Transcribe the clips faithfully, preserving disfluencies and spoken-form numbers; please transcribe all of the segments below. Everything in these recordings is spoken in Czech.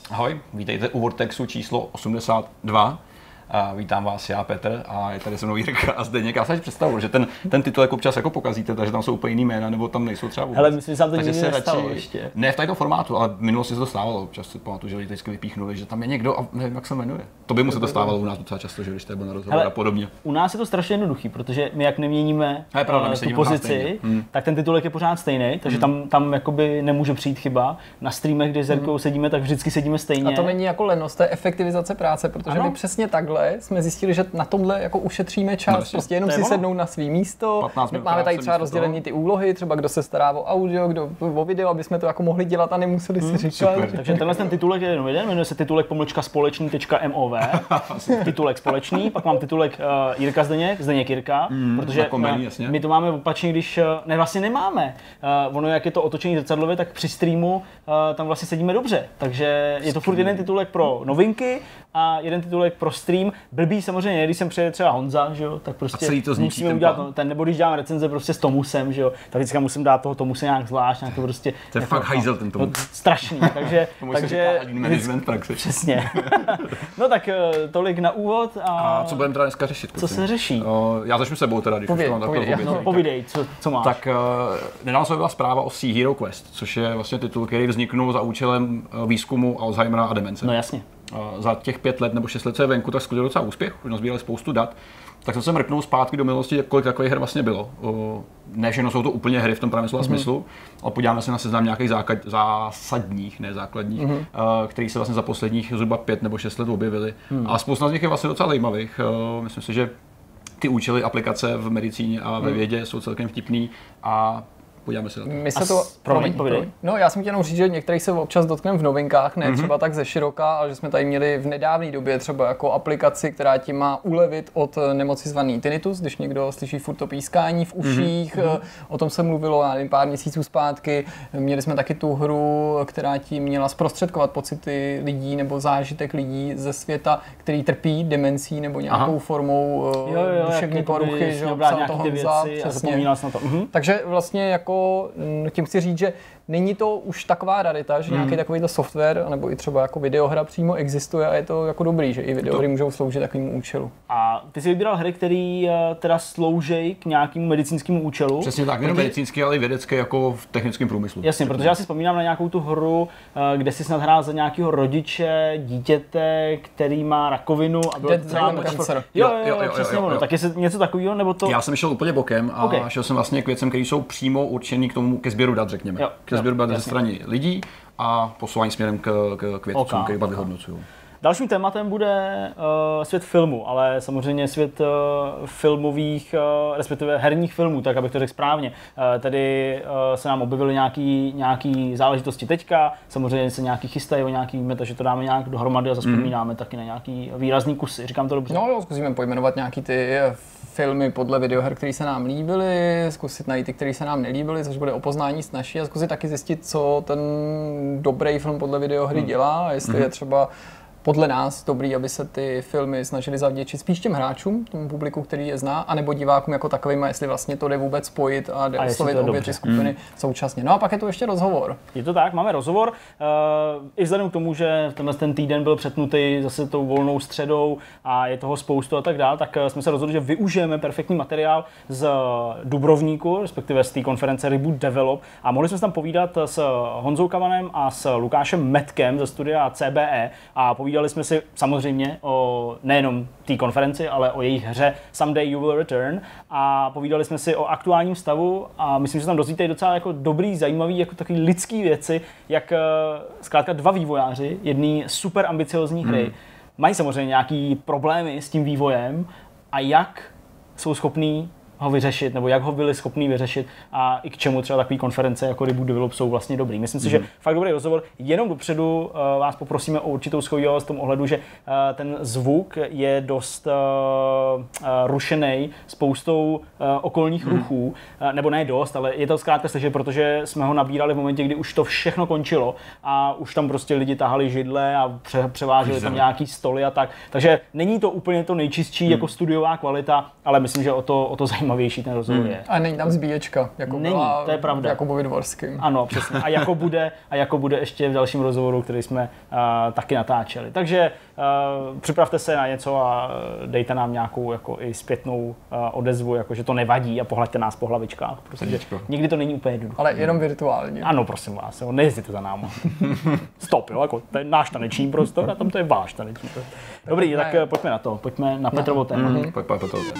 Ahoj, vítejte u Vortexu číslo osmdesát dva. A vítám vás já, Petr, a je tady se mnou Jirka a Zdeněk. Já se teď představuji, že ten, ten titulek občas jako pokazíte, takže tam jsou úplně jiný jména, nebo tam nejsou třeba vůbec. Hele, myslím, že se to takže nikdy nestalo radši, ještě. Ne v tomto formátu, ale v minulosti se to stávalo. Občas si pamatuju, že lidi vždycky vypíchnuli, že tam je někdo a nevím, jak se jmenuje. To by mu se to stávalo u nás docela často, že když to bylo na rozhovor a podobně. U nás je to strašně jednoduchý, protože my jak neměníme pravda, uh, tu pozici, hmm. tak ten titulek je pořád stejný, takže hmm. tam, tam jakoby nemůže přijít chyba. Na streamech, kde s Jirkou hmm. sedíme, tak vždycky sedíme stejně. A to není jako lenost, to je efektivizace práce, protože ano? my přesně takhle jsme zjistili, že na tomhle jako ušetříme čas, no, prostě jenom si sednout na svý místo. Máme tady třeba rozdělení ty úlohy, třeba kdo se stará o audio, kdo o video, aby jsme to jako mohli dělat a nemuseli si říkat. Super. Takže tenhle ten titulek je jenom jeden, jmenuje se titulek pomlčka společný.mov, titulek společný, pak mám titulek uh, Jirka Zdeněk, Zdeněk Jirka, mm, protože komení, uh, my to máme opačně, když uh, ne, vlastně nemáme. Uh, ono, jak je to otočení zrcadlově, tak při streamu uh, tam vlastně sedíme dobře, takže je to furt jeden titulek pro novinky a jeden titulek pro stream. Blbý samozřejmě, když sem přijde třeba Honza, že jo, tak prostě to musíme udělat ten, ten, nebo když dělám recenze prostě s Tomusem, že jo, tak vždycky musím dát toho Tomuse nějak zvlášť, nějak to prostě. To je jako, fakt hajzel ten Tomus. No, strašný, takže takže management praxi. Přesně. No tak tolik na úvod a, a co budeme teda dneska řešit? Co se řeší? Uh, já začnu sebou teda, když pověd, už to mám pověd, takhle no, povídej, co, co máš? Tak uh, nedávno se byla zpráva o Sea Hero Quest, což je vlastně titul, který vzniknul za účelem výzkumu Alzheimera a demence. No jasně. Uh, za těch pět let nebo šest let, co je venku, tak skutečně docela úspěch, už nazbírali spoustu dat. Tak jsem se mrknul zpátky do minulosti, kolik takových her vlastně bylo. Uh, ne všechno jsou to úplně hry v tom pravém slova mm-hmm. smyslu, ale podíváme se na seznam nějakých základ, zásadních, ne základních, mm-hmm. uh, který se vlastně za posledních zhruba pět nebo šest let objevily. Mm. A spousta z nich je vlastně docela zajímavých. Uh, myslím si, že ty účely aplikace v medicíně a ve vědě mm. jsou celkem vtipný a podíváme se na to. My se to, promiň, promiň. No, já jsem chtěl jenom říct, že některých se občas dotkneme v novinkách, ne mm-hmm. třeba tak ze široka, ale že jsme tady měli v nedávné době třeba jako aplikaci, která ti má ulevit od nemoci zvaný tinnitus, když někdo slyší furt to pískání v uších, mm-hmm. o tom se mluvilo, já nevím, pár měsíců zpátky. Měli jsme taky tu hru, která ti měla zprostředkovat pocity lidí nebo zážitek lidí ze světa, který trpí demencí nebo nějakou Aha. formou jo, jo, duševní poruchy, že psal to Honza, přesně. Na to. Mm-hmm. Takže vlastně jako tím chci říct, že není to už taková rarita, že mm. nějaký takovýto software nebo i třeba jako videohra přímo existuje a je to jako dobrý, že i videohry to... můžou sloužit takovému účelu. A ty jsi vybíral hry, které teda slouží k nějakému medicínskému účelu. Přesně tak, nejen medicínský, ale i vědecký jako v technickém průmyslu. Jasně, protože já si vzpomínám na nějakou tu hru, kde jsi snad hrál za nějakého rodiče, dítěte, který má rakovinu a byl celá kancer. Jo, jo, jo, jo, přesně ono. Tak jestli něco takového, nebo to... Já jsem šel úplně bokem a okay. šel jsem vlastně k věcem, které jsou přímo určený k tomu, ke sběru dat, řekněme. Jo, ke sběru dat ze strany lidí a posouvání směrem k, k, k vědcům, okay. který pak vyhodnocují. Dalším tématem bude uh, svět filmu, ale samozřejmě svět uh, filmových, uh, respektive herních filmů, tak abych to řekl správně. Uh, tady uh, se nám objevily nějaký, nějaký záležitosti teďka, samozřejmě se nějaký chystají o nějaký víme, takže to dáme nějak dohromady a zazpomínáme mm. taky na nějaký výrazný kusy. Říkám to dobře? No jo, zkusíme pojmenovat nějaký ty filmy podle videoher, které se nám líbily, zkusit najít ty, které se nám nelíbily, což bude o poznání snažší a zkusit taky zjistit, co ten dobrý film podle videohry mm. dělá, jestli mm. je třeba podle nás dobrý, aby se ty filmy snažili zavděčit spíš těm hráčům, tomu publiku, který je zná, anebo divákům jako takovým, jestli vlastně to jde vůbec spojit a jde a oslovit obě ty skupiny mm. současně. No a pak je tu ještě rozhovor. Je to tak, máme rozhovor. Uh, I vzhledem k tomu, že tenhle ten týden byl přetnutý zase tou volnou středou a je toho spoustu a tak dál, tak jsme se rozhodli, že využijeme perfektní materiál z Dubrovníku, respektive z té konference Reboot Develop a mohli jsme se tam povídat s Honzou Kavanem a s Lukášem Metkem ze studia C B E a povídali jsme si samozřejmě o nejenom té konferenci, ale o jejich hře Someday You Will Return a povídali jsme si o aktuálním stavu a myslím, že tam dozvíte docela jako dobrý, zajímavý, jako takový lidský věci, jak zkrátka dva vývojáři jedné super ambiciozní hry hmm. mají samozřejmě nějaký problémy s tím vývojem a jak jsou schopní ho vyřešit, nebo jak ho byli schopní vyřešit a i k čemu třeba takové konference jako Reboot Develop jsou vlastně dobrý. Myslím si, mm. že fakt dobrý rozhovor. Jenom dopředu uh, vás poprosíme o určitou shovívavost v tom ohledu, že uh, ten zvuk je dost uh, uh, rušený spoustou uh, okolních mm. ruchů, uh, nebo ne dost, ale je to zkrátka slyšet, protože jsme ho nabírali v momentě, kdy už to všechno končilo a už tam prostě lidi tahali židle a pře- převáželi tam nějaký stoly a tak. Takže není to úplně to nejčistší mm. jako studiová kvalita, ale myslím, že o to, o to zajímavé zajímavější ten rozhovor hmm. je. A není tam zbíječka, jako není, byla to je pravda. Jakubovi Dvorským. Ano, přesně. A jako bude, a jako bude ještě v dalším rozhovoru, který jsme uh, taky natáčeli. Takže uh, připravte se na něco a dejte nám nějakou jako i zpětnou uh, odezvu, jako že to nevadí a pohlaďte nás po hlavičkách, protože někdy to není úplně jednoduché. Ale jenom virtuálně. Ano, prosím vás, jo, nejezděte za náma. Stop, jo, jako to je náš taneční prostor a tam to je váš taneční prostor. Dobrý, tak, tak pojďme na to, pojďme na Petrovo téma. Mm, pojď, pojď, pojď,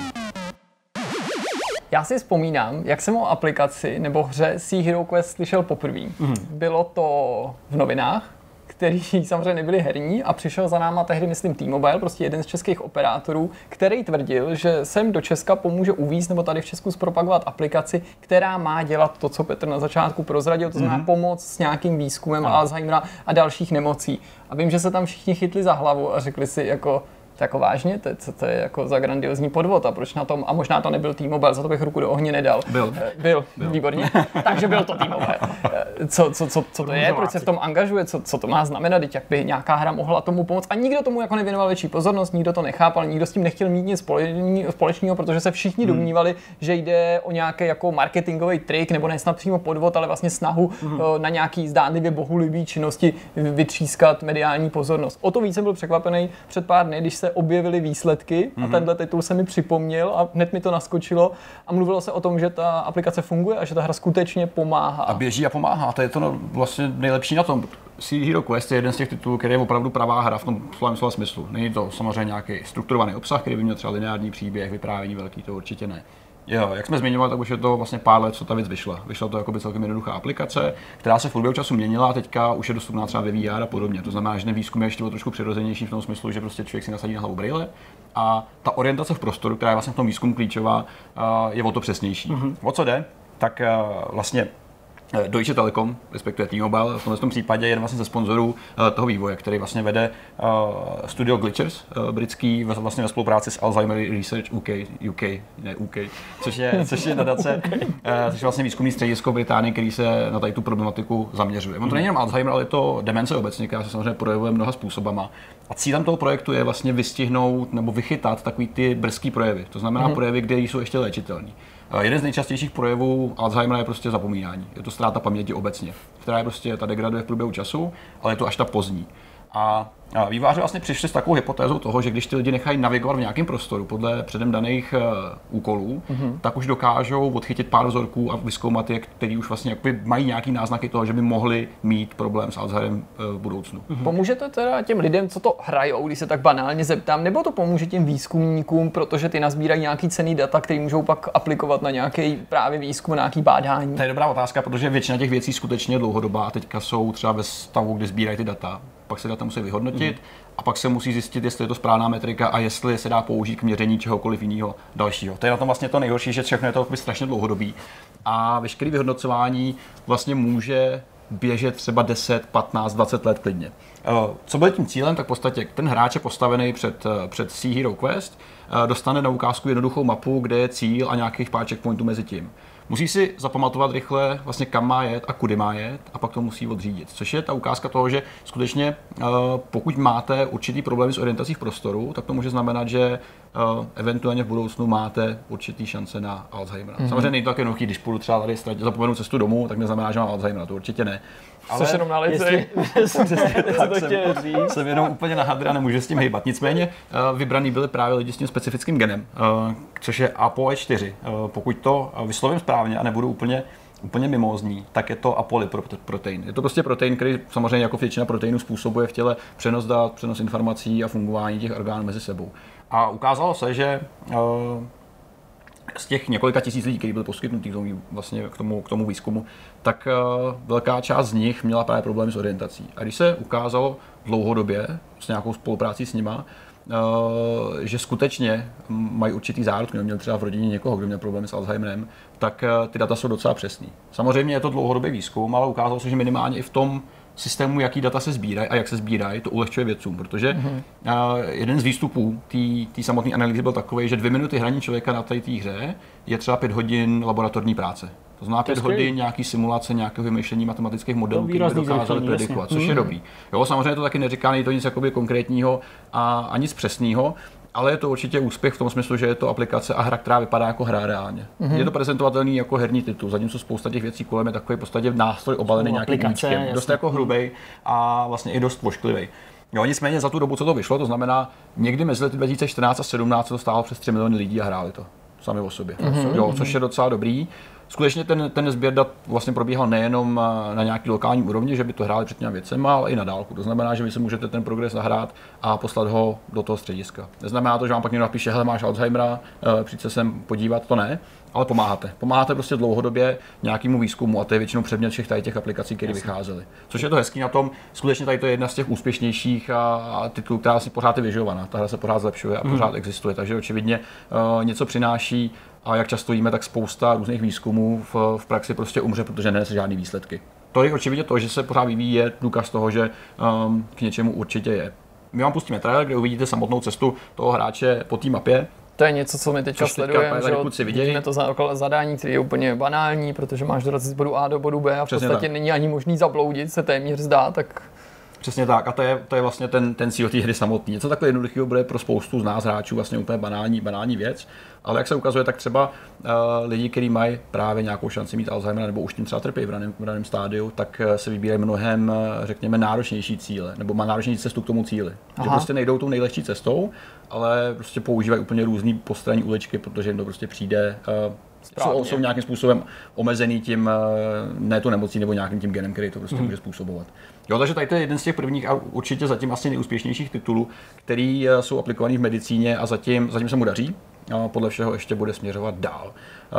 Já si vzpomínám, jak jsem o aplikaci nebo hře Sea Hero Quest slyšel poprvé. Mm. Bylo to v novinách, který samozřejmě nebyli herní a přišel za náma tehdy, myslím, T-Mobile, prostě jeden z českých operátorů, který tvrdil, že sem do Česka pomůže uvízt nebo tady v Česku zpropagovat aplikaci, která má dělat to, co Petr na začátku prozradil, to znamená mm. pomoc s nějakým výzkumem no. Alzheimera a dalších nemocí. A vím, že se tam všichni chytli za hlavu a řekli si jako, jako vážně, to, co to je jako za grandiozní podvod a proč na tom, a možná to nebyl T-Mobile, za to bych ruku do ohně nedal. Byl. Byl, byl. Výborně. Takže byl to T-Mobile. Co, co, co, co to je, proč se v tom angažuje, co, co to má znamenat, jak by nějaká hra mohla tomu pomoct a nikdo tomu jako nevěnoval větší pozornost, nikdo to nechápal, nikdo s tím nechtěl mít nic společného, protože se všichni hmm. domnívali, že jde o nějaký jako marketingový trik nebo ne snad přímo podvod, ale vlastně snahu hmm. na nějaký zdánlivě bohulibý činnosti vytřískat mediální pozornost. O to víc jsem byl překvapený před pár dny, když se objevily výsledky mm-hmm. a tenhle titul se mi připomněl a hned mi to naskočilo a mluvilo se o tom, že ta aplikace funguje a že ta hra skutečně pomáhá. A běží a pomáhá, to je to vlastně nejlepší na tom. Sea Hero Quest je jeden z těch titulů, který je opravdu pravá hra v tom slovém slova smyslu. Není to samozřejmě nějaký strukturovaný obsah, který by měl třeba lineární příběh, vyprávění velký, to určitě ne. Jo, jak jsme zmiňovali, tak už je to vlastně pár let, co ta věc vyšla. Vyšla to jako by celkem jednoduchá aplikace, která se v průběhu času měnila a teďka už je dostupná třeba ve V R a podobně. To znamená, že ten výzkum je ještě trošku přirozenější v tom smyslu, že prostě člověk si nasadí na hlavu brýle a ta orientace v prostoru, která je vlastně v tom výzkumu klíčová, je o to přesnější. Mm-hmm. O co jde? Tak vlastně Deutsche Telekom, respektive T-Mobile, v tomto případě je vlastně ze sponzorů uh, toho vývoje, který vlastně vede uh, studio Glitchers, uh, britský, vlastně ve spolupráci s Alzheimer Research U K, U K, ne U K, což je, což je nadace, okay. uh, což je vlastně výzkumný středisko Británie, který se na tady tu problematiku zaměřuje. On to není jenom Alzheimer, ale je to demence obecně, která se samozřejmě projevuje mnoha způsobama. A cílem toho projektu je vlastně vystihnout nebo vychytat takový ty brzký projevy, to znamená mm-hmm. projevy, které jsou ještě léčitelné. Jeden z nejčastějších projevů Alzheimera je prostě zapomínání. Je to ztráta paměti obecně, která je prostě ta degraduje v průběhu času, ale je to až ta pozdní. A vývojáři vlastně přišli s takovou hypotézou toho, že když ty lidi nechají navigovat v nějakém prostoru podle předem daných uh, úkolů, mm-hmm. tak už dokážou odchytit pár vzorků a vyzkoumat je, který už vlastně mají nějaký náznaky toho, že by mohli mít problém s Alzheimerem uh, v budoucnu. Mm-hmm. Pomůže to teda těm lidem, co to hrajou, když se tak banálně zeptám, nebo to pomůže těm výzkumníkům, protože ty nazbírají nějaký cenný data, který můžou pak aplikovat na nějaký právě výzkum, na nějaký bádání? To je dobrá otázka, protože většina těch věcí skutečně dlouhodobá, teďka jsou třeba ve stavu, kdy sbírají ty data. Pak se data musí vyhodnotit mm. a pak se musí zjistit, jestli je to správná metrika a jestli se dá použít k měření čehokoliv jiného dalšího. To je na tom vlastně to nejhorší, že všechno je to strašně dlouhodobý a veškeré vyhodnocování vlastně může běžet třeba deset, patnáct, dvacet let klidně. Co bude tím cílem, tak v podstatě ten hráč je postavený před, před Sea Hero Quest, dostane na ukázku jednoduchou mapu, kde je cíl a nějakých pár checkpointů mezi tím. Musí si zapamatovat rychle, vlastně kam má jet a kudy má jet a pak to musí odřídit. Což je ta ukázka toho, že skutečně pokud máte určitý problém s orientací v prostoru, tak to může znamenat, že eventuálně v budoucnu máte určitý šance na Alzheimera. Mm-hmm. Samozřejmě není to tak jednoduchý, když půjdu třeba tady zapomenu cestu domů, tak neznamená, že mám Alzheimera, to určitě ne. Ale jenom na lice. jsem, jsem jenom úplně na hadra, nemůžu s tím hejbat. Nicméně vybraný byli právě lidi s tím specifickým genem, což je A P O E čtyři. Pokud to vyslovím správně a nebudu úplně úplně mimózní, tak je to apoliprotein. Je to prostě protein, který samozřejmě jako většina proteinů způsobuje v těle přenos dat, přenos informací a fungování těch orgánů mezi sebou. A ukázalo se, že z těch několika tisíc lidí, kteří byli poskytnutí k tomu, vlastně k tomu, k tomu výzkumu, tak velká část z nich měla právě problémy s orientací. A když se ukázalo dlouhodobě s nějakou spoluprácí s nima, že skutečně mají určitý zárodky, měl třeba v rodině někoho, kdo měl problémy s Alzheimerem, tak ty data jsou docela přesný. Samozřejmě je to dlouhodobý výzkum, ale ukázalo se, že minimálně i v tom systému, jaký data se sbírají a jak se sbírají, to ulehčuje vědcům, protože mm-hmm. jeden z výstupů té samotné analýzy byl takový, že dvě minuty hraní člověka na té hře je třeba pět hodin laboratorní práce. To znamená pět hodin nějaký simulace, nějakého vymýšlení matematických modelů, které by dokázali predikovat, což je dobrý. Jo, samozřejmě to taky neříká, není to nic jakoby konkrétního a, a nic přesného, ale je to určitě úspěch v tom smyslu, že je to aplikace a hra, která vypadá jako hra reálně. Mm-hmm. Je to prezentovatelný jako herní titul, zatímco spousta těch věcí kolem je takový v podstatě nástroj obalený nějakým míčkem, dost jako hrubej a vlastně i dost vošklivý. Jo, nicméně za tu dobu, co to vyšlo, to znamená někdy mezi lety dva tisíce čtrnáct a sedmnáct to stálo přes tři miliony lidí a hráli to sami o sobě, mm-hmm. jo, což je docela dobrý. Skutečně ten, ten sběr dat vlastně probíhal nejenom na nějaký lokální úrovni, že by to hráli před těmi věcmi, ale i na dálku. To znamená, že vy si můžete ten progres zahrát a poslat ho do toho střediska. Neznamená to, že vám pak někdo napíše, hele, máš Alzheimera, přijď se sem podívat, to ne, ale pomáháte. Pomáháte prostě dlouhodobě nějakému výzkumu a to je většinou předmět všech tady těch aplikací, které vycházely. Což je to hezký na tom, skutečně tady to je jedna z těch úspěšnějších a, a titulů, která si pořád je vyživovaná. Ta hra se pořád zlepšuje a pořád mm. existuje, takže očividně uh, něco přináší. A jak často víme, tak spousta různých výzkumů v, v praxi prostě umře, protože nenese žádný výsledky. To je očividně to, že se pořád vyvíjí, je důkaz toho, že um, k něčemu určitě je. My vám pustíme trailer, kde uvidíte samotnou cestu toho hráče po té mapě. To je něco, co my teďka sledujeme, že vidíme to zadání, které je úplně banální, protože máš dorazit z bodu A do bodu B a v Přesně podstatě tak. Není ani možný zabloudit, se téměř zdá, tak... Přesně tak a to je, to je vlastně ten, ten cíl té hry samotný. Něco takhle jednoduchého bude pro spoustu z nás hráčů vlastně úplně banální, banální věc, ale jak se ukazuje, tak třeba uh, lidi, kteří mají právě nějakou šanci mít Alzheimera nebo už tím třeba trpí v raném, v raném stádiu, tak uh, se vybírají mnohem, řekněme, náročnější cíle, nebo má náročnější cestu k tomu cíli. Aha. Že prostě nejdou tou nejlehčí cestou, ale prostě používají úplně různý postranní uličky, protože jim to prostě přijde. Uh, Jsou, jsou nějakým způsobem omezený tím, ne tu nemocí nebo nějakým tím genem, který to prostě mm. může způsobovat. Jo, takže tady to je jeden z těch prvních a určitě zatím asi nejúspěšnějších titulů, který jsou aplikovaný v medicíně a zatím, zatím se mu daří. A podle všeho ještě bude směřovat dál.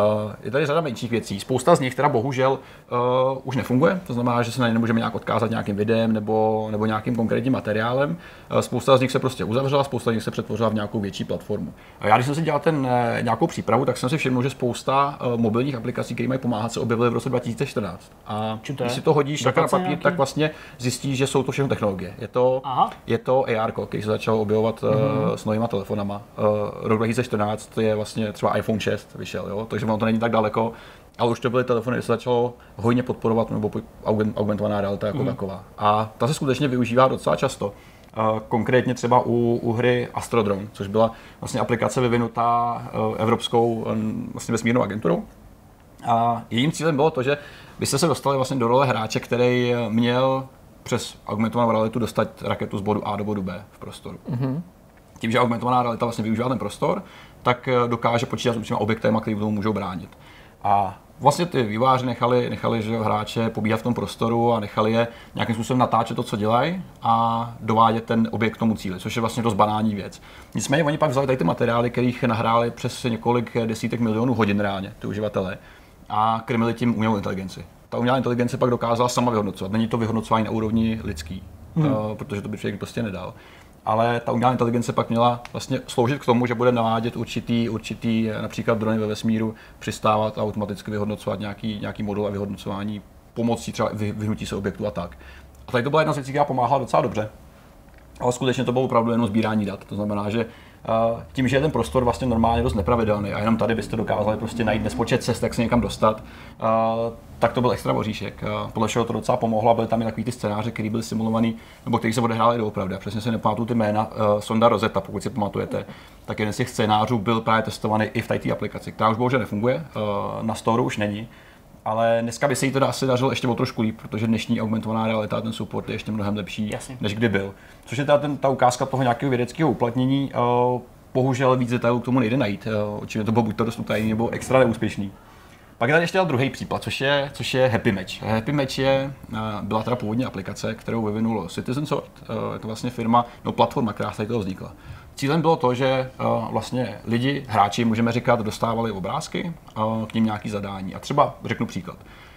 Je tady řada menších věcí. Spousta z nich teda bohužel uh, už nefunguje, to znamená, že se na ně nemůžeme nějak odkázat nějakým videem nebo, nebo nějakým konkrétním materiálem. Spousta z nich se prostě uzavřela, spousta z nich se přetvořila v nějakou větší platformu. Já když jsem si dělal ten, nějakou přípravu, tak jsem si všiml, že spousta uh, mobilních aplikací, které mají pomáhat, se objevily v roce dva tisíce čtrnáct. A když si to hodíš tak na papír, nějaký? Tak vlastně zjistíš, že jsou to všechno technologie. Je to, je to A R, který se začal objevovat uh, mm-hmm. s novýma telefonama. Uh, rok dva tisíce čtrnáct je vlastně třeba iPhone šest vyšel, jo? Takže ono to není tak daleko, ale už to byly telefony, kde se začalo hojně podporovat nebo augmentovaná realita jako mm. taková. A ta se skutečně využívá docela často. Konkrétně třeba u, u hry Astrodrome, což byla vlastně aplikace vyvinutá evropskou vlastně vesmírnou agenturou. A jejím cílem bylo to, že byste se dostali vlastně do role hráče, který měl přes augmentovanou realitu dostat raketu z bodu A do bodu B v prostoru. Mm. Tím, že augmentovaná realita vlastně využívá ten prostor, tak dokáže počítat s určitými objekty, které tomu můžou bránit. A vlastně ty vývojáři nechali, nechali že hráče pobíhat v tom prostoru a nechali je nějakým způsobem natáčet to, co dělají a dovádět ten objekt k tomu cíli, což je vlastně dost banální věc. Nicméně oni pak vzali tady ty materiály, kterých nahráli přes několik desítek milionů hodin reálně, ty uživatelé, a krmili tím umělou inteligenci. Ta umělá inteligence pak dokázala sama vyhodnocovat. Není to vyhodnocování na úrovni lidský, hmm. uh, protože to by člověk prostě nedal. Ale ta umělá inteligence pak měla vlastně sloužit k tomu, že bude navádět určitý, určitý například drony ve vesmíru, přistávat a automaticky vyhodnocovat nějaký, nějaký modul a vyhodnocování pomocí třeba vyhnutí se objektu a tak. A tady to byla jedna z věcí, která pomáhala docela dobře. Ale skutečně to bylo opravdu jenom sbírání dat. To znamená, že tím, že je ten prostor vlastně normálně dost nepravidelný a jenom tady byste dokázali prostě najít nespočet cest, jak se někam dostat, tak to byl extra voříšek. Podle všeho to docela pomohlo a byly tam i takový ty scénáře, které byly simulovaný, nebo které se odehrály doopravdy. Přesně si nepamatuju ty jména. Sonda Rosetta, pokud si pamatujete, tak jeden z těch scénářů byl právě testovaný i v té aplikaci, která už bohužel nefunguje, na Store už není. Ale dneska by se jí teda asi dařilo ještě o trošku líp, protože dnešní augmentovaná realita, ten support je ještě mnohem lepší, Jasně. než kdy byl. Což je teda ten, ta ukázka toho nějakého vědeckého uplatnění. Uh, bohužel víc detailů k tomu nejde najít. Uh, určitě to bylo buď to dost utajený, nebo extra neúspěšný. Pak je tady ještě druhý případ, což je, což je Happy Match. Happy Match je, uh, byla teda původní aplikace, kterou vyvinul Citizen Sort. Uh, je to vlastně firma, no platforma, která se toho vznikla. Cílem bylo to, že uh, vlastně lidi, hráči, můžeme říkat, dostávali obrázky, uh, k nim nějaký zadání. A třeba řeknu příklad.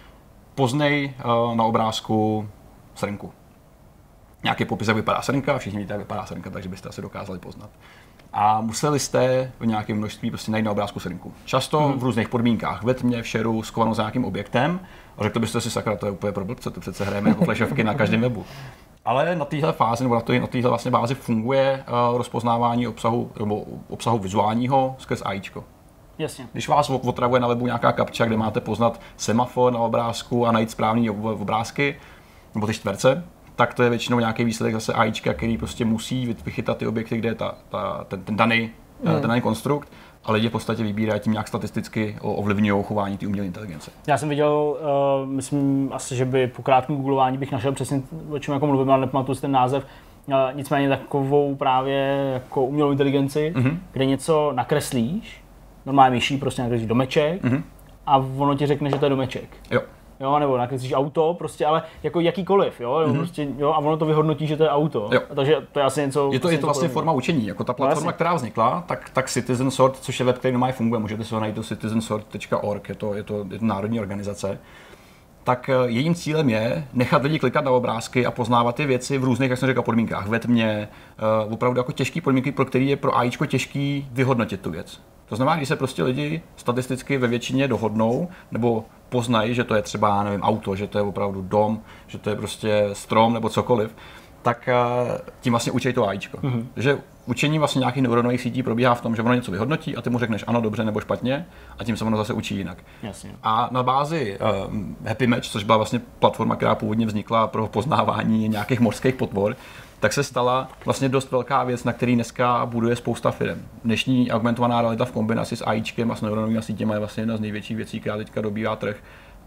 Poznej uh, na obrázku srnku. Nějaký popis, jak vypadá srnka, všichni víte, jak vypadá srnka, takže byste asi dokázali poznat. A museli jste v nějakém množství prostě najít na obrázku srnku. Často hmm. v různých podmínkách, ve tmě, v šeru, skovanou za nějakým objektem. A řekl byste si, sakra, to je úplně pro blbce, to přece hrajeme jako flashovky na každém webu. Ale na téhle fázi nebo na téhle vlastně bázi funguje uh, rozpoznávání obsahu nebo obsahu vizuálního skrz AIčko. Jasně. Když vás otravuje na webu nějaká kapča, kde máte poznat semafor na obrázku a najít správný obrázky nebo ty čtverce, tak to je většinou nějaký výsledek zase AIčka, který prostě musí vychytat ty objekty, kde je ta, ta, ten, ten, daný, mm. ten daný konstrukt, a lidi v podstatě vybírají tím nějak statisticky ovlivňují chování té umělé inteligence. Já jsem viděl, uh, myslím asi, že by po krátkém googlování bych našel přesně, o čem jako mluvím, ale nepamatuji si ten název. Uh, nicméně takovou právě jako umělou inteligenci, mm-hmm. kde něco nakreslíš, normálně myší, prostě nakreslíš domeček mm-hmm. a ono ti řekne, že to je domeček. Jo. Jo, nebo nakreslíš auto, prostě, ale jako jakýkoliv, jo, mm-hmm. prostě, jo, a ono to vyhodnotí, že to je auto. Jo. Takže to je asi něco. Je to, je to vlastně podobný. Forma učení, jako ta platforma, no, která vznikla, tak, tak Citizen Sort, což je web, který normálně funguje, můžete si ho najít do citizen sort tečka org, je to, je to, je to národní organizace. Tak jejím cílem je nechat lidi klikat na obrázky a poznávat ty věci v různých, jak jsem říkal, podmínkách, ve tmě, uh, opravdu jako těžké podmínky, pro který je pro AIčko těžký vyhodnotit tu věc. To znamená, když se prostě lidi statisticky ve většině dohodnou, nebo poznají, že to je třeba, nevím, auto, že to je opravdu dom, že to je prostě strom nebo cokoliv, tak tím vlastně učí to AIčko. Mm-hmm. Že učení vlastně nějakých neuronových sítí probíhá v tom, že ono něco vyhodnotí a ty mu řekneš ano, dobře nebo špatně a tím se ono zase učí jinak. Jasně. A na bázi uh, Happy Match, což byla vlastně platforma, která původně vznikla pro poznávání nějakých mořských potvor, tak se stala vlastně dost velká věc, na který dneska buduje spousta firm. Dnešní augmentovaná realita v kombinaci s AIčkem a s neuronovými sítěmi je vlastně jedna z největších věcí, která teďka dobývá trh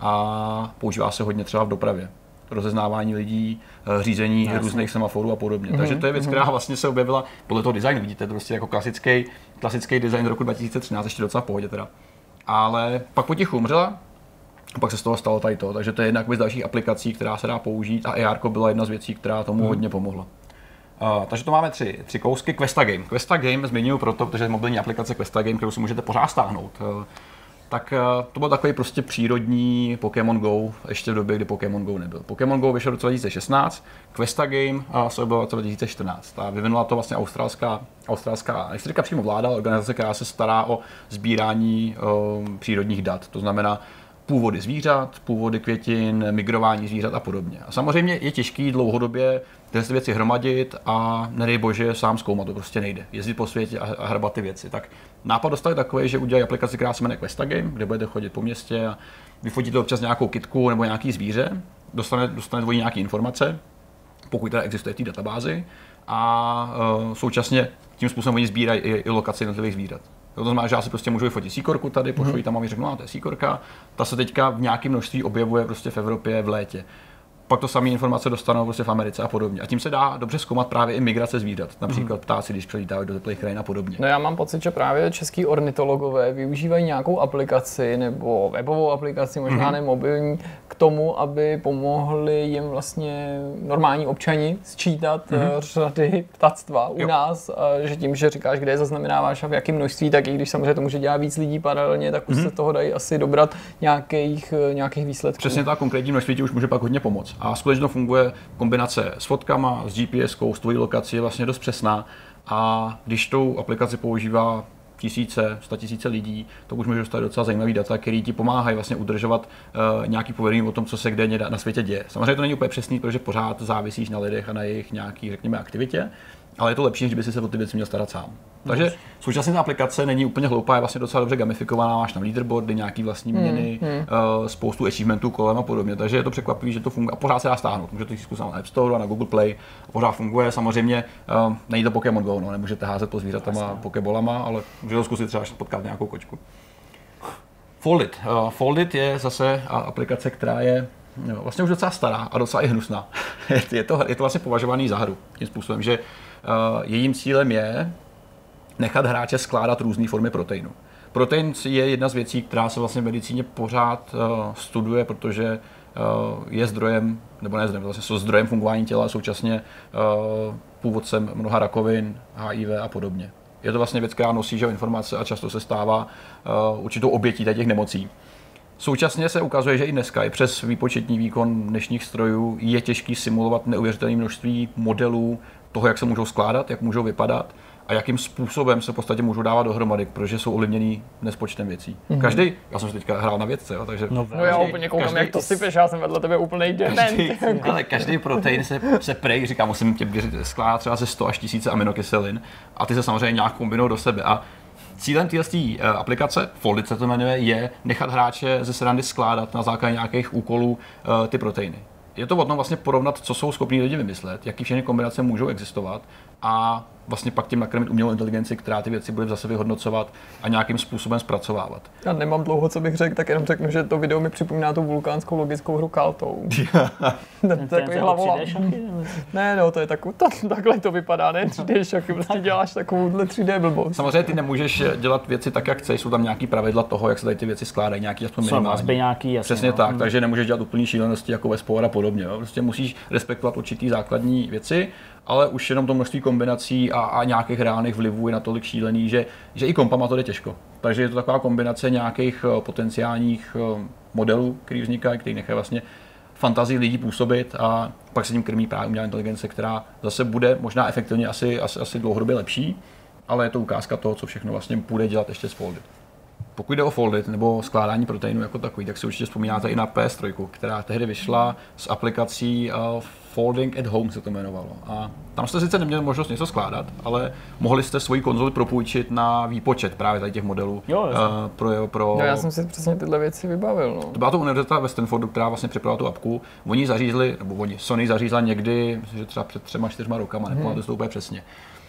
a používá se hodně třeba v dopravě. Rozeznávání lidí, řízení Jasně. různých semaforů a podobně. Mm-hmm. Takže to je věc, která vlastně se objevila podle toho designu. Vidíte, to prostě jako klasický, klasický design z roku dva tisíce třináct, ještě docela v pohodě teda. Ale pak potichu umřela, a pak se z toho stalo tady to. Takže to je jedna z dalších aplikací, která se dá použít a A R byla jedna z věcí, která tomu mm. hodně pomohla. Uh, takže to máme tři, tři kousky. Questa Game. Questa Game zmiňuji proto, protože je mobilní aplikace Questa Game, kterou si můžete pořád stáhnout. Uh, tak uh, to byl takový prostě přírodní Pokémon Go, ještě v době, kdy Pokémon Go nebyl. Pokémon Go vyšel v roce dva tisíce šestnáct, Questa Game uh, se objevila v roce dva tisíce čtrnáct. A vyvinula to vlastně australská, australská, nechci říkat přímo vláda, organizace, která se stará o sbírání uh, přírodních dat. To znamená původy zvířat, původy květin, migrování zvířat a podobně. A samozřejmě je těžký dlouhodobě tyhle věci hromadit a nedej bože sám zkoumat, to prostě nejde. Jezdit po světě a, a hrabat ty věci. Tak nápad dostali takový, že udělají aplikaci, která se jmenuje Questa Game, kde budete chodit po městě a vyfotíte občas nějakou kytku nebo nějaký zvíře, dostane, dostane dvojí nějaké informace, pokud teda existuje v té databázi, a uh, současně tím způsobem oni sbírají i, i lokaci jednotlivých zvířat. To znamená, že já si prostě můžu vyfotit síkorku tady, pošlu ji tam a mi řeknu, no, to je síkorka, ta se teďka v nějakém množství objevuje prostě v Evropě v létě. Pak to samé informace dostanou prostě v Americe a podobně. A tím se dá dobře zkoumat právě i migrace zvířat, například ptáci, když přelítají do teplých krajin a podobně. No já mám pocit, že právě český ornitologové využívají nějakou aplikaci nebo webovou aplikaci, možná mm-hmm. ne mobilní, k tomu, aby pomohli jim vlastně normální občani sčítat mm-hmm. řady ptactva u jo. nás, a že tím, že říkáš, kde je zaznamenáváš a v jakém množství, tak i když samozřejmě to může dělat víc lidí paralelně, tak už mm-hmm. se toho dají asi dobrat nějakých, nějakých výsledků. Přesně tak, konkrétní množství ti už může pak hodně pomoct. A skutečně to funguje kombinace s fotkama, s G P S kou, s tvojí lokací je vlastně dost přesná. A když tu aplikaci používá tisíce, sta tisíce lidí, to už může dostat docela zajímavý data, který ti pomáhají vlastně udržovat uh, nějaký povědomí o tom, co se kde na světě děje. Samozřejmě to není úplně přesný, protože pořád závisíš na lidech a na jejich nějaký, řekněme, aktivitě, ale je to lepší, než by si se o ty věci měl starat sám. Takže současně ta aplikace není úplně hloupá, je vlastně docela dobře gamifikovaná, máš tam leaderboardy, nějaký vlastní měny, hmm, hmm. Uh, spoustu achievementů kolem a podobně, takže je to překvapivé, že to funguje a pořád se dá stáhnout. Můžete si zkusit na App Store a na Google Play, a pořád funguje. Samozřejmě uh, není to Pokémon Go, no, nemůžete házet po zvířatama pokébolama, ale můžete zkusit třeba potkat nějakou kočku. Foldit. Uh, Foldit je zase aplikace, která je no, vlastně už docela stará a docela i hnusná. je, to, je to vlastně považovaný za hru tím způsobem, že uh, jejím cílem je nechat hráče skládat různé formy proteinu. Protein je jedna z věcí, která se vlastně v medicíně pořád uh, studuje, protože uh, je zdrojem, nebo ne zdrojem, vlastně jsou zdrojem fungování těla a současně uh, původcem mnoha rakovin, H I V a podobně. Je to vlastně věc, která nosí že, informace a často se stává uh, určitou obětí těch nemocí. Současně se ukazuje, že i dneska, i přes výpočetní výkon dnešních strojů, je těžký simulovat neuvěřitelné množství modelů toho, jak se můžou skládat, jak můžou vypadat a jakým způsobem se v podstatě můžou dávat dohromady, protože jsou ovlivněný nespočtem věcí. Mm-hmm. Každý, já jsem si teďka hrál na vědce, jo, takže... No, no já úplně koukám, každý, jak to sypeš, já jsem vedle tebe úplnej dement. Ale každý protein se, se prej, říkám, musím tě skládat třeba ze sto až tisíc aminokyselin a ty se samozřejmě nějak kombinují do sebe. A cílem této aplikace, Foldit se to jmenuje, je nechat hráče ze srandy skládat na základě nějakých úkolů ty proteiny. je to o tom vlastně porovnat, co jsou schopní lidi vymyslet, jaký všechny kombinace můžou existovat a vlastně pak tím nakrmit umělou inteligenci, která ty věci bude zase vyhodnocovat a nějakým způsobem zpracovávat. Já nemám dlouho, co bych řekl, tak jenom řeknu, že to video mi připomíná tu vulkánskou logickou hru Kaltou. Takový hlavolam. Ne, no, to je tak, to, takhle to vypadá, ne tři dé šachy, prostě děláš takovouhle tři dé blbost. Samozřejmě ty nemůžeš dělat věci tak, jak chceš, jsou tam nějaký pravidla toho, jak se tady ty věci skládají, nějaký aspoň minimální. Nějaký, jasně, přesně no. tak, hmm. takže nemůžeš dělat úplný šílenosti jako ve Spore a podobně. Jo? Prostě musíš respektovat určitý základní věci, ale už jenom to množství kombinací a, a nějakých reálných vlivů je natolik šílený, že, že i kompama to jde těžko. Takže je to taková kombinace nějakých potenciálních modelů, který vznikají, který nechají vlastně fantazii lidí působit a pak se tím krmí právě umělá inteligence, která zase bude možná efektivně asi, asi, asi dlouhodobě lepší, ale je to ukázka toho, co všechno vlastně bude dělat ještě s Foldit. Pokud jde o Foldit nebo skládání proteinů jako takový, tak si určitě vzpomínáte i na P S tři, která tehdy vyšla s aplikací uh, Folding at Home se to jmenovalo. A tam jste sice neměli možnost něco skládat, ale mohli jste svoji konzoli propůjčit na výpočet právě tady těch modelů. Jo, uh, pro, pro... No, já jsem si přesně tyhle věci vybavil. No. To byla to univerzita ve Stanfordu, která vlastně připravila tu apku. Oni zařízli, nebo oni, Sony zařízla někdy, že třeba před třema, čtyřma rokama, nepamatuji hmm. to úplně přesně.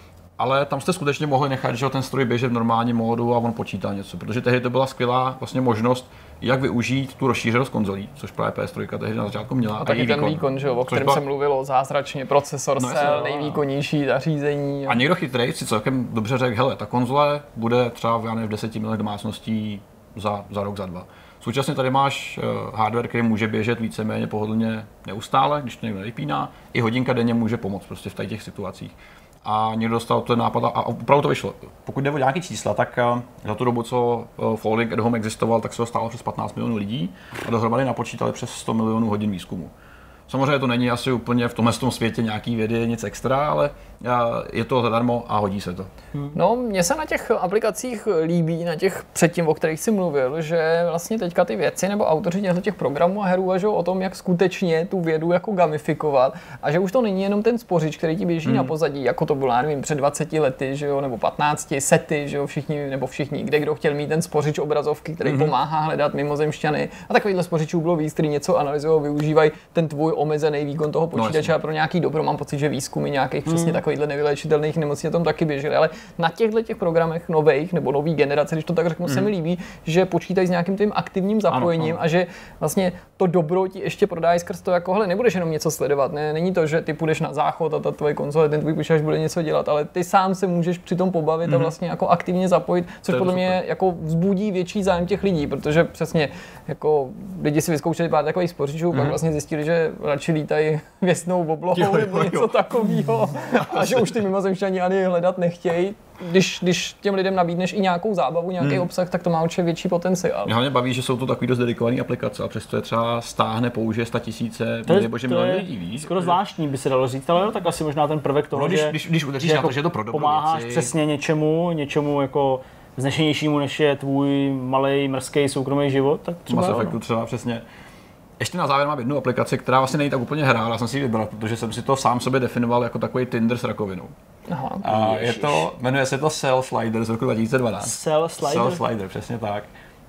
Ale tam jste skutečně mohli nechat, že ten stroj běžet v normálním módu a on počítá něco, protože tehdy to byla skvělá vlastně možnost, jak využít tu rozšířenost konzolí, což právě P S tři tehdy na začátku měla. A, a taky ten výkon, výkon že, o kterém byla... se mluvilo, zázračně, procesor, no, cel, nejvýkonnější zařízení. A někdo chytrý si celkem dobře řekl, hele, ta konzole bude třeba v deseti milionech domácností za, za rok, za dva. Současně tady máš uh, hardware, který může běžet víceméně pohodlně neustále, když to někdo nevypíná, i hodinka denně může pomoct prostě v těch situacích. A někdo dostal ten nápad a opravdu to vyšlo. Pokud jde o nějaké čísla, tak za tu dobu, co Folding at Home existoval, tak se ho stálo přes patnáct milionů lidí a dohromady napočítali přes sto milionů hodin výzkumu. Samozřejmě to není asi úplně v tomhle světě nějaký vědy, nic extra, ale je to zadarmo a hodí se to. No, mně se na těch aplikacích líbí, na těch předtím, o kterých jsi mluvil, že vlastně teďka ty věci nebo autoři těch programů a her uvažují o tom, jak skutečně tu vědu jako gamifikovat a že už to není jenom ten spořič, který ti běží hmm. na pozadí, jako to bylo, já nevím, před dvaceti lety, že jo, nebo patnácti, sety, že jo, všichni, nebo všichni, kde kdo chtěl mít ten spořič obrazovky, který hmm. pomáhá hledat mimozemšťany a takovýhle spořičů bylo víc, který něco analyzují, využívají ten tvůj omezený výkon toho počítače no, pro nějaký dobro. Mám pocit, že výzkumy nějakých hmm. přesně takovýchhle nevyléčitelných nemocí na tom taky běžely, ale na těchto těch programech nových nebo nový generace, když to tak řeknu, hmm. se mi líbí, že počítají s nějakým tím aktivním zapojením ano, ano. a že vlastně to dobro ti ještě prodávají skrz to, jako hele, nebudeš jenom něco sledovat, ne, není to, že ty půjdeš na záchod a ta tvoje konzole, ten tvůj počítač bude něco dělat, ale ty sám se můžeš při tom pobavit hmm. a vlastně jako aktivně zapojit, což podle mě jako vzbudí větší zájem těch lidí, protože přesně jako lidi si vyzkoušeli pár takových spořičů, hmm. pak vlastně zjistili, že radši lítají věsnou oblohou jo, nebo něco jo. takového a že už ty mimozemšťani ani hledat nechtějí. Když, když těm lidem nabídneš i nějakou zábavu, nějaký hmm. obsah, tak to má určitě větší potenciál. Mě hlavně baví, že jsou to takový dost dedikované aplikace a přesto je třeba stáhne, použije statisíce nebo že miliony lidí, víš? Skoro zvláštní by se dalo říct, ale jo, tak asi možná ten prvek toho, no, když, že, když, když udeříš na to, že je to pro dobro pomáháš věci. Přesně něčemu, něčemu jako vznešenějšímu, než je tvůj malej mrzký soukromý život, tak třeba Mass Effectu třeba přesně. Ještě na závěr mám jednu aplikaci, která vlastně není tak úplně hra, já jsem si ji vybral, protože jsem si to sám sobě definoval jako takový Tinder s rakovinou. Aha, a je to, jmenuje se to Cell Slider z roku dva tisíce dvanáct. Cell Slider? Cell Slider, přesně tak.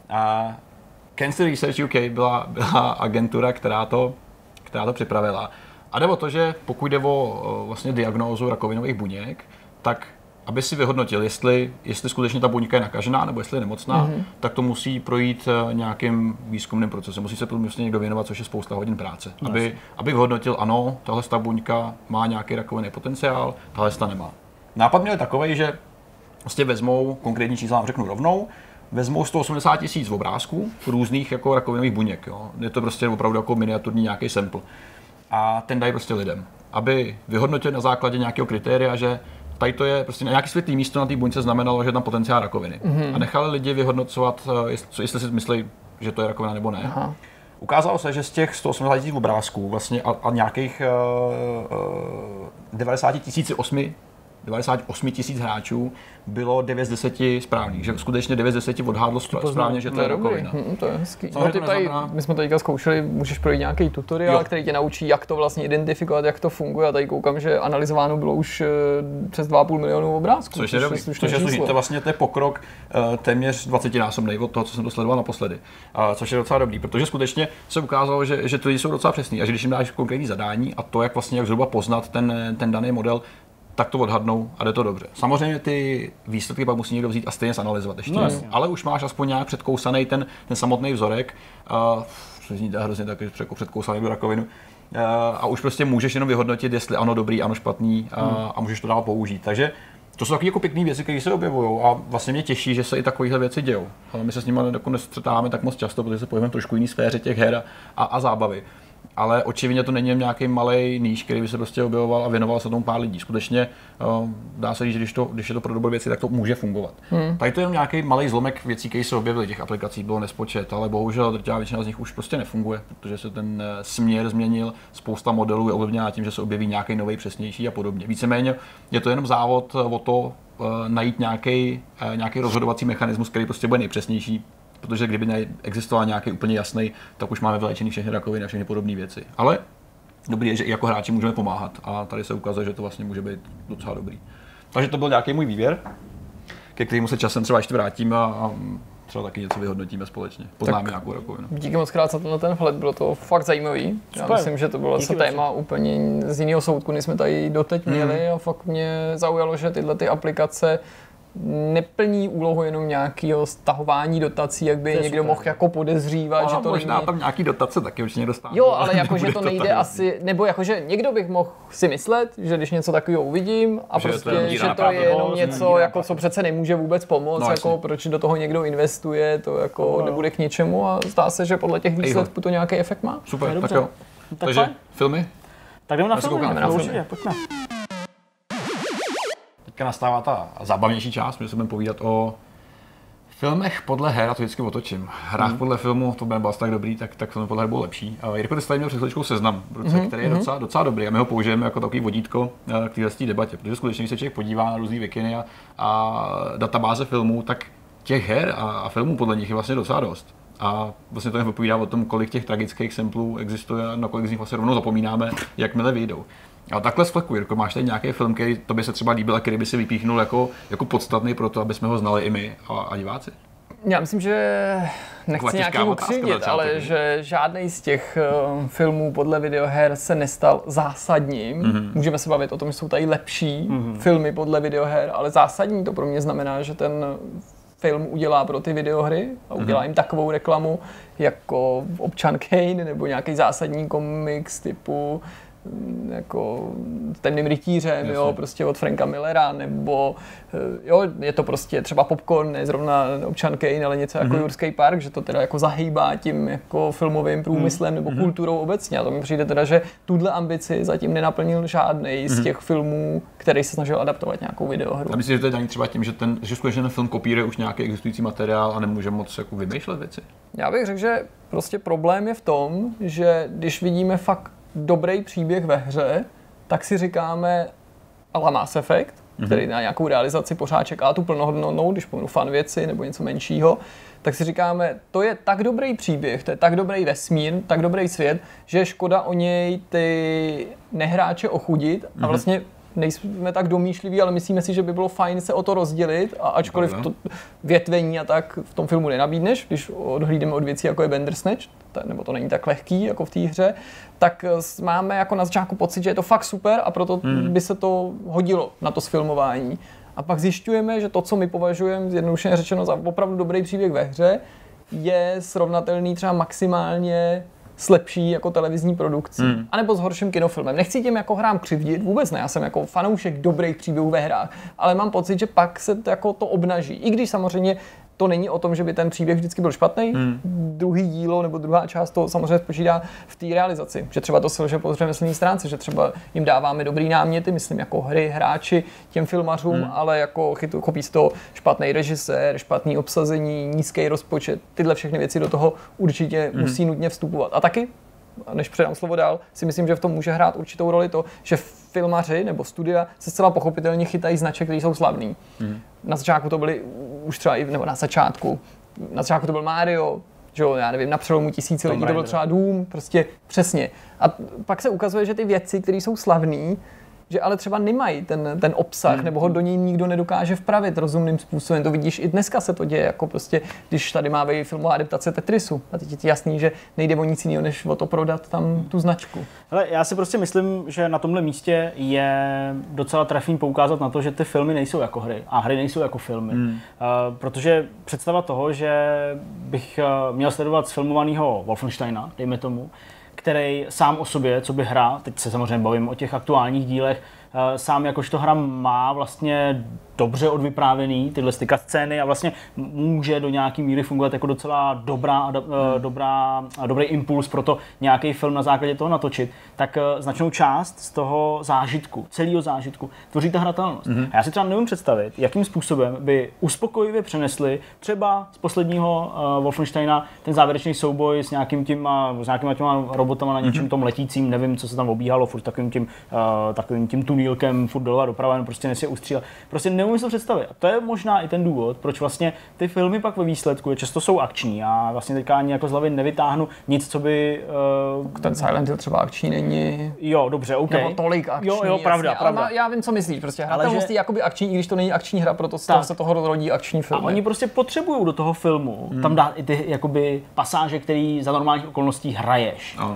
A Cancer Research U K byla, byla agentura, která to, která to připravila. A jde o to, že pokud jde o vlastně diagnózu rakovinových buněk, tak aby si vyhodnotil, jestli, jestli skutečně ta buňka je nakažená nebo jestli je nemocná, mm-hmm. tak to musí projít nějakým výzkumným procesem. Musí se prostě někdo věnovat, což je spousta hodin práce. No, aby, aby vyhodnotil, ano, tahle ta buňka má nějaký rakovinný potenciál, tahle ta nemá. Nápad měl takovej, že vlastně vezmou, konkrétní čísla vám řeknu rovnou, vezmou sto osmdesát tisíc obrázků různých jako rakovinových buněk. Jo. Je to prostě opravdu jako miniaturní nějaký sample. A ten dají prostě lidem, aby vyhodnotili na základě nějakého kritéria, že tady to je prostě nějaký světlý místo na té buňce znamenalo, že je tam potenciál rakoviny. Mm-hmm. A nechali lidi vyhodnocovat, jestli, jestli si myslí, že to je rakovina nebo ne. Aha. Ukázalo se, že z těch sto osmdesát tisíc obrázků vlastně a, a nějakých uh, uh, devadesát tisíc osmi devadesát osm tisíc hráčů bylo devět z deseti správných, že skutečně devět z deseti odhádlo správně, že to je rakovina. Hmm, to je hezký. No, ty tady, neznamená... My jsme teďka zkoušeli, můžeš projít nějaký tutoriál, jo. který tě naučí, jak to vlastně identifikovat, jak to funguje. A tady koukám, že analyzováno bylo už přes dva a půl milionu obrázků. Což je dobrý, což je slušný. To vlastně to je pokrok uh, téměř dvacetinásobný od toho, co jsem to sledoval naposledy. Uh, což je docela dobrý, protože skutečně se ukázalo, že, že ty lidi jsou docela přesný a že když jim dáš konkrétní zadání a to, jak vlastně jak zhruba poznat ten, ten daný model, tak to odhadnou a jde to dobře. Samozřejmě ty výsledky pak musí někdo vzít a stejně zanalyzovat ještě. No, ale už máš aspoň nějak předkousaný ten, ten samotný vzorek, uh, což zní hrozně tak, že předkousaný do rakovinu. Uh, a už prostě můžeš jenom vyhodnotit, jestli ano dobrý, ano špatný uh, hmm. a můžeš to dál použít. Takže to jsou takové jako pěkné věci, které se objevují a vlastně mě těší, že se i takovéhle věci dějou. Ale my se s nimi jako nestřetáváme tak moc často, protože se pohybujeme trošku jiný sféře těch her a, a zábavy. Ale očividně to není nějaký malej níž, který by se prostě objevoval a věnoval se tomu pár lidí. Skutečně uh, dá se říct, že když, to, když je to pro dobré věci, tak to může fungovat. Hmm. Tady to je nějaký malý zlomek věcí, které se objevily. Těch aplikací bylo nespočet, ale bohužel drtivá většina z nich už prostě nefunguje, protože se ten směr změnil. Spousta modelů je ovlivněná tím, že se objeví nějaký nový, přesnější a podobně. Víceméně je to jenom závod o to uh, najít nějaký uh, nějaký rozhodovací mechanismus, který prostě bude nejpřesnější. Protože kdyby existoval nějaký úplně jasný, tak už máme vylečený všechny rakoviny a všechny podobné věci. Ale dobrý je, že i jako hráči můžeme pomáhat a tady se ukazuje, že to vlastně může být docela dobrý. Takže to byl nějaký můj výběr, ke kterému se časem třeba ještě vrátíme a třeba taky něco vyhodnotíme společně. Poznáme tak nějakou rakovinu. Díky moc krát za ten vhled, bylo to fakt zajímavý. Já Super. myslím, že to bylo zase téma úplně z jiného soudku, než jsme tady doteď mm. měli a fakt mě zaujalo, že tyhle ty aplikace neplní úlohu jenom nějakého stahování dotací, jak by někdo super. mohl jako podezřívat, no, že to možná není... tam nějaký dotace taky určitě někdo stáhne. Jo, ale jakože to nejde asi, nebo jakože někdo bych mohl si myslet, že když něco takového uvidím a že prostě, to že to je jenom něco, jako co přece nemůže vůbec pomoct, no, jako proč do toho někdo investuje, to jako no. nebude k ničemu a zdá se, že podle těch výsledků to nějaký efekt má. Super, tak jo. Takže filmy? Tak jdeme na filmy, určitě, pojďme. Teďka nastává ta zábavnější část, že se budeme povídat o filmech podle her, a to vždycky otočím. Hrách hmm. podle filmu, to bude tak dobrý, tak, tak filmy podle her budou lepší. Jirko, ty jsi tady měl před chvíličkou seznam v ruce, hmm. který je docela, docela dobrý a my ho použijeme jako takový vodítko k této debatě, protože skutečně, když se člověk podívá na různý wikiny a, a databáze filmů, tak těch her a, a filmů podle nich je vlastně docela dost. A vlastně to jen vypovídá o tom, kolik těch tragických samplů existuje a na kolik z nich vlastně rovnou zapomínáme, jakmile vyjdou. A takhle z fleku, Jirko, máš tady nějaký film, který to by se třeba líbil a který by si vypíchnul jako, jako podstatný pro to, aby jsme ho znali i my a, a diváci? Já myslím, že nechci nějakému křivdit, ale že žádný z těch uh, filmů podle videoher se nestal zásadním. Mm-hmm. Můžeme se bavit o tom, že jsou tady lepší mm-hmm. filmy podle videoher, ale zásadní to pro mě znamená, že ten film udělá pro ty videohry a udělá mm-hmm. jim takovou reklamu jako Občan Kane nebo nějaký zásadní komiks typu jako Temným rytířem, jo, prostě od Franka Millera, nebo jo, je to prostě třeba Popcorn, ne zrovna Občan Kane, ale něco jako mm-hmm. Jurský park, že to teda jako zahýbá tím jako filmovým průmyslem nebo mm-hmm. kulturou obecně. A to mi přijde teda, že tuhle ambici zatím nenaplnil žádnej mm-hmm. z těch filmů, který se snažil adaptovat nějakou videohru. A myslím, že to je daný třeba tím, že ten, že skutečně ten film kopíruje už nějaký existující materiál a nemůže moc jako vymýšlet věci. Já bych řekl, že prostě problém je v tom, že když vidíme fakt dobrý příběh ve hře, tak si říkáme a la Mass Effect, mm-hmm. který na nějakou realizaci pořád čeká tu plnohodnotnou, když pomenu fan věci nebo něco menšího, tak si říkáme, to je tak dobrý příběh, to je tak dobrý vesmír, tak dobrý svět, že je škoda o něj ty nehráče ochudit a vlastně nejsme tak domýšliví, ale myslíme si, že by bylo fajn se o to rozdělit a ačkoliv to větvení a tak v tom filmu nenabídneš, když odhlídeme od věcí jako je Bandersnatch, nebo to není tak lehký jako v té hře, tak máme jako na začátku pocit, že je to fakt super a proto hmm. by se to hodilo na to sfilmování. A pak zjišťujeme, že to, co my považujeme, zjednodušeně řečeno, za opravdu dobrý příběh ve hře, je srovnatelný třeba maximálně s lepší jako televizní produkcí, hmm. anebo s horším kinofilmem. Nechci tím jako hrám křivdit, vůbec ne, já jsem jako fanoušek dobrých příběhů ve hrách, ale mám pocit, že pak se to, jako to obnaží. I když samozřejmě to není o tom, že by ten příběh vždycky byl špatný. Hmm. Druhý dílo nebo druhá část to samozřejmě spočívá v té realizaci. Že třeba to selže po řemeslné stránce, že třeba jim dáváme dobrý náměty, myslím jako hry, hráči těm filmařům, hmm. ale jako chytu, chopí z toho špatný režisér, špatný obsazení, nízký rozpočet. Tyhle všechny věci do toho určitě hmm. musí nutně vstupovat. A taky než předám slovo dál, si myslím, že v tom může hrát určitou roli to, že filmaři nebo studia se zcela pochopitelně chytají značek, které jsou slavný. Hmm. Na začátku to byly už třeba i, nebo na začátku, na začátku to byl Mario, že jo, já nevím, na přelomu tisíci lidí to byl třeba Doom, prostě přesně. A pak se ukazuje, že ty věci, které jsou slavný, že ale třeba nemají ten, ten obsah, hmm. nebo ho do něj nikdo nedokáže vpravit rozumným způsobem. To vidíš, i dneska se to děje, jako prostě, když tady má být filmová adaptace Tetrisu. A teď je ti jasný, že nejde o nic jiného, než o to prodat tam tu značku. Hele, já si prostě myslím, že na tomhle místě je docela trefný poukázat na to, že ty filmy nejsou jako hry a hry nejsou jako filmy. Hmm. Uh, protože představa toho, že bych uh, měl sledovat sfilmovaného Wolfensteina, dejme tomu, který sám o sobě, co by hra, teď se samozřejmě bavím o těch aktuálních dílech, sám jakožto hra má vlastně dobře odvyprávěný tyhle styka scény a vlastně může do nějaký míry fungovat jako docela dobrá, hmm. dobrá, dobrý impuls pro to nějaký film na základě toho natočit, tak značnou část z toho zážitku, celého zážitku tvoří ta hratelnost. Hmm. A já si třeba nevím představit, jakým způsobem by uspokojivě přenesli třeba z posledního uh, Wolfensteina ten závěrečný souboj s nějakým tím, uh, s nějakýma těma robotama na něčem hmm. tom letícím, nevím, co se tam obíhalo, furt takovým tím, uh, takovým tím tunílkem, furt doleva doprava, jen prostě nesě ustřílet. Prostě neumím si to představit. A to je možná i ten důvod, proč vlastně ty filmy pak ve výsledku často jsou akční. Já vlastně teďka ani jako z hlavy nevytáhnu nic, co by... Uh... Ten Silent Hill třeba akční není... Jo, dobře, OK. Nebo tolik akční, jo, jo, pravda, jasně, pravda. Ale já vím, co myslíš, prostě hratelnost že... je jakoby akční, i když to není akční hra, proto z toho se toho rodí akční film. A oni prostě potřebují do toho filmu hmm. tam dát i ty jakoby pasáže, který za normálních okolností hraješ. Oh.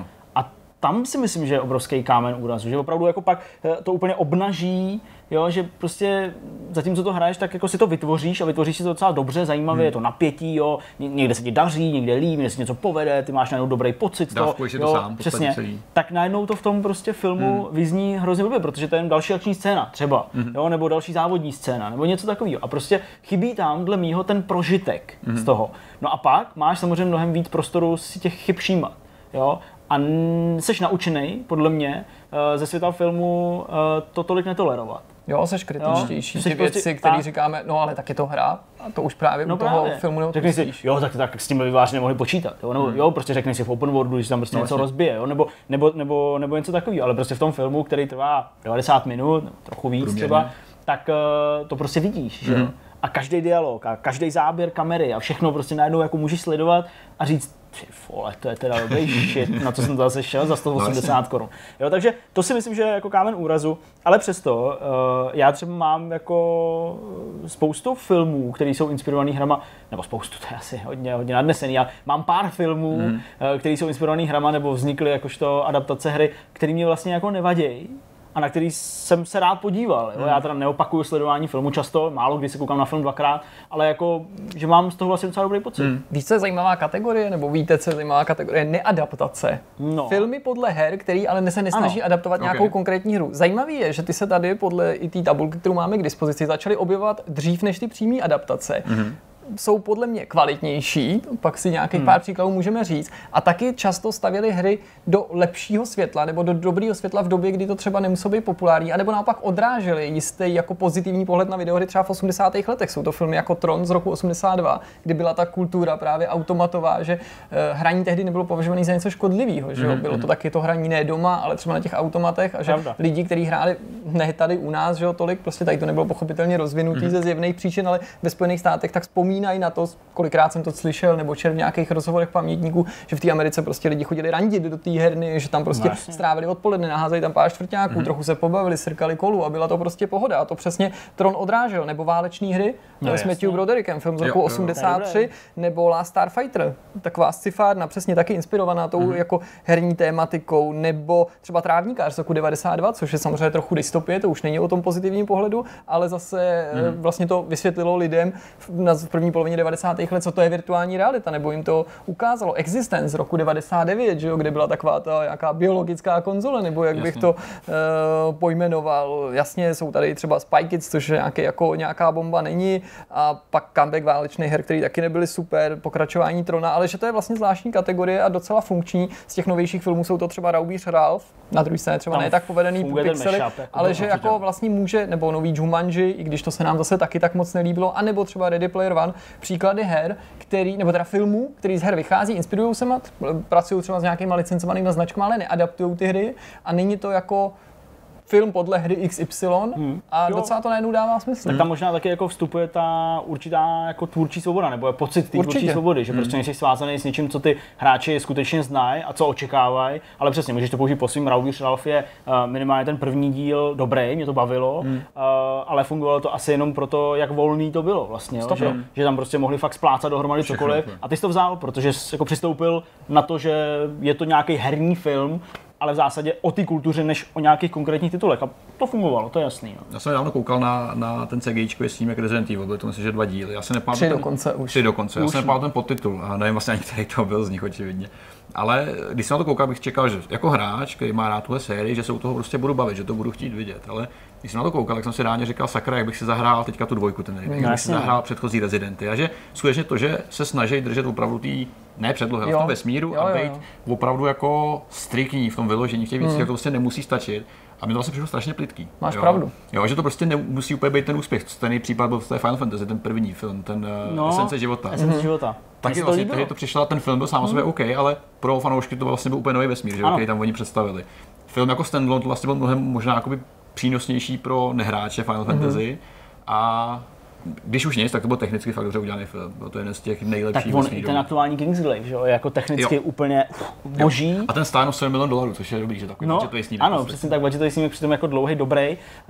Tam si myslím, že je obrovský kámen úrazu, že opravdu jako pak to úplně obnaží, jo, že prostě zatímco to hraješ, tak jako si to vytvoříš a vytvoříš si to docela dobře, zajímavě, hmm. je to napětí, jo, někde se ti daří, někde líp, někde se něco povede, ty máš najednou dobrý pocit, dávkuješ si to sám, přesně, tak najednou to v tom prostě filmu hmm. vyzní hrozně blbě, protože to je jen další akční scéna, třeba, hmm. jo, nebo další závodní scéna, nebo něco takového a prostě chybí tam dle mýho ten prožitek hmm. z toho. No a pak máš samozřejmě mnohem víc prostoru si těch chyb všímat, jo. A seš naučený, podle mě, ze světa filmu to tolik netolerovat. Jo, seš kritičtější. Ty věci, prostě, které říkáme, no ale tak je to hra, a to už právě no u toho právě. filmu neodpustíš. Si, jo, tak, tak s tím vývojáři nemohli počítat. Jo, nebo, hmm. jo, prostě řekneš si v open worldu, že tam prostě no, něco vlastně. rozbije, jo, nebo, nebo, nebo, nebo něco takového, ale prostě v tom filmu, který trvá devadesát minut, trochu víc Průměrně. třeba, tak uh, to prostě vidíš, hmm. že? A každý dialog, a každý záběr kamery a všechno prostě najednou jako můžeš sledovat a říct, ty vole, to je teda dobrý shit, na co jsem to zase šel za sto osmdesát korun. Jo, takže to si myslím, že je jako kámen úrazu, ale přesto uh, já třeba mám jako spoustu filmů, které jsou inspirovaný hrama, nebo spoustu, to je asi hodně, hodně nadnesený, ale mám pár filmů, mm. uh, které jsou inspirovaný hrama nebo vznikly jakožto adaptace hry, které mě vlastně jako nevadějí. A na který jsem se rád podíval. Jo? Já teda neopakuju sledování filmu často, málo kdy se koukám na film dvakrát, ale jako, že mám z toho vlastně docela dobrý pocit. Hmm. Víš, co je zajímavá kategorie, nebo víte, co je zajímavá kategorie? Neadaptace. No. Filmy podle her, který ale se nesnaží ano. adaptovat okay. nějakou konkrétní hru. Zajímavý je, že ty se tady podle i té tabulky, kterou máme k dispozici, začaly objevovat dřív než ty přímé adaptace. Hmm. Jsou podle mě kvalitnější, pak si nějakých hmm. pár příkladů můžeme říct, a taky často stavěli hry do lepšího světla nebo do dobrého světla v době, kdy to třeba nemuselo být populární, anebo naopak odráželi jistý jako pozitivní pohled na videohry třeba v osmdesátých letech. Jsou to filmy jako Tron z roku osmdesát dva, kdy byla ta kultura právě automatová, že uh, hraní tehdy nebylo považované za něco škodlivého, že jo? Bylo to taky to hraní ne doma, ale třeba na těch automatech a že Pravda. lidi, kteří hráli ne tady u nás, že jo, tolik, prostě tady to nebylo pochopitelně rozvinutý hmm. ze zjevných příčin, ale ve Spojených státech tak vzpomínají na to, kolikrát jsem to slyšel nebo četl v nějakých rozhovorech pamětníků, že v té Americe prostě lidi chodili randit do té herny, že tam prostě Vlastně. strávili odpoledne, naházeli tam pár čtvrťáků, mm-hmm. trochu se pobavili, srkali kolu a byla to prostě pohoda. A to přesně Tron odrážel, nebo Váleční hry no, s Matthew Broderickem, film z roku jo, osmdesát tři, jo. nebo Last Starfighter, taková scifárna, přesně taky inspirovaná tou mm-hmm. jako herní tématikou, nebo třeba Trávníkář z roku devadesát dva, což je samozřejmě trochu dystopie, to už není o tom pozitivním pohledu, ale zase mm-hmm. vlastně to vysvětlilo lidem v první polovině devadesátých let, co to je virtuální realita, nebo jim to ukázalo. Existence z roku devadesát devět, že jo, kde byla taková ta nějaká biologická konzole, nebo jak Jasně. bych to uh, pojmenoval. Jasně, jsou tady třeba Spy Kids, což nějaký, jako nějaká bomba není, a pak comeback válečných her, které taky nebyly super, pokračování Trona, ale že to je vlastně zvláštní kategorie a docela funkční. Z těch novějších filmů jsou to třeba Raubíř Ralph, na druhé straně třeba ne tak povedený pixely, ale že jako vlastně může, nebo nový Jumanji, i když to se nám zase taky tak moc nelíbilo, anebo třeba Ready Player One, znám příklady her, který, nebo teda filmů, který z her vychází, inspirují se, pracují třeba s nějakýma licencovanými značkami, ale neadaptují ty hry a není to jako film podle hry X Y hmm. a jo. docela to najednou dává smysl. Tak tam možná taky jako vstupuje ta určitá jako tvůrčí svoboda, nebo je pocit té tvůrčí svobody, že hmm. prostě nejsi svázaný s něčím, co ty hráči skutečně znají a co očekávají, ale přesně můžeš to použít po svým. Raubíř Ralph je uh, minimálně ten první díl dobrý, mě to bavilo, hmm. uh, ale fungovalo to asi jenom proto, jak volný to bylo vlastně, jo, že, že tam prostě mohli fakt splácat dohromady cokoliv a ty jsi to vzal, protože jsi jako přistoupil na to, že je to nějaký herní film, ale v zásadě o té kultuře, než o nějakých konkrétních titulech. A to fungovalo, to je jasný. No. Já jsem dávno koukal na, na ten CGIčkový snímek Resident Evil, byly to myslím, že dva díly. Já se nepamatuji. Tři ten, dokonce už. Tři dokonce, já se nepamatuji ten podtitul a nevím vlastně ani, který to byl z nich očividně. Ale když jsem na to koukal, bych čekal, že jako hráč, který má rád tuhle sérii, že se u toho prostě budu bavit, že to budu chtít vidět. Ale když jsem na to koukal, tak jsem si ráně říkal, sakra, jak bych si zahrál teďka tu dvojku, ten remake, jak bych si zahrál předchozí Residenty. A že skutečně to, že se snaží držet opravdu tý ne předlohy, ale v tom vesmíru jo, a být opravdu jako striktní v tom vyložení, v těch věcích, hmm. to prostě nemusí stačit. A mi to vlastně přišlo strašně plytký. Máš jo. pravdu. Jo, že to prostě nemusí úplně být ten úspěch. Stejný případ byl v té Final Fantasy, ten první film, ten no, Esence života. Esence života. Taky vlastně, tehdy to přišla, ten film byl sám o sobě OK, ale pro fanoušky to vlastně byl úplně nový vesmír, že, který tam oni představili. Film jako standalone to vlastně byl mnohem možná jakoby přínosnější pro nehráče Final Fantasy. Mm-hmm. A když už nic, tak to byl technicky fakt dobře udělaný film. Byl to jeden z těch nejlepších. Tak on i ten aktuální Kingsglaive, že jo, je jako technicky jo. úplně boží. A ten stáhl sedm milionů dolarů, což je dobrý, že takový no, budgetový snímek. Ano, přesně tak, budgetový snímek přitom jako dlouhý, dobrý.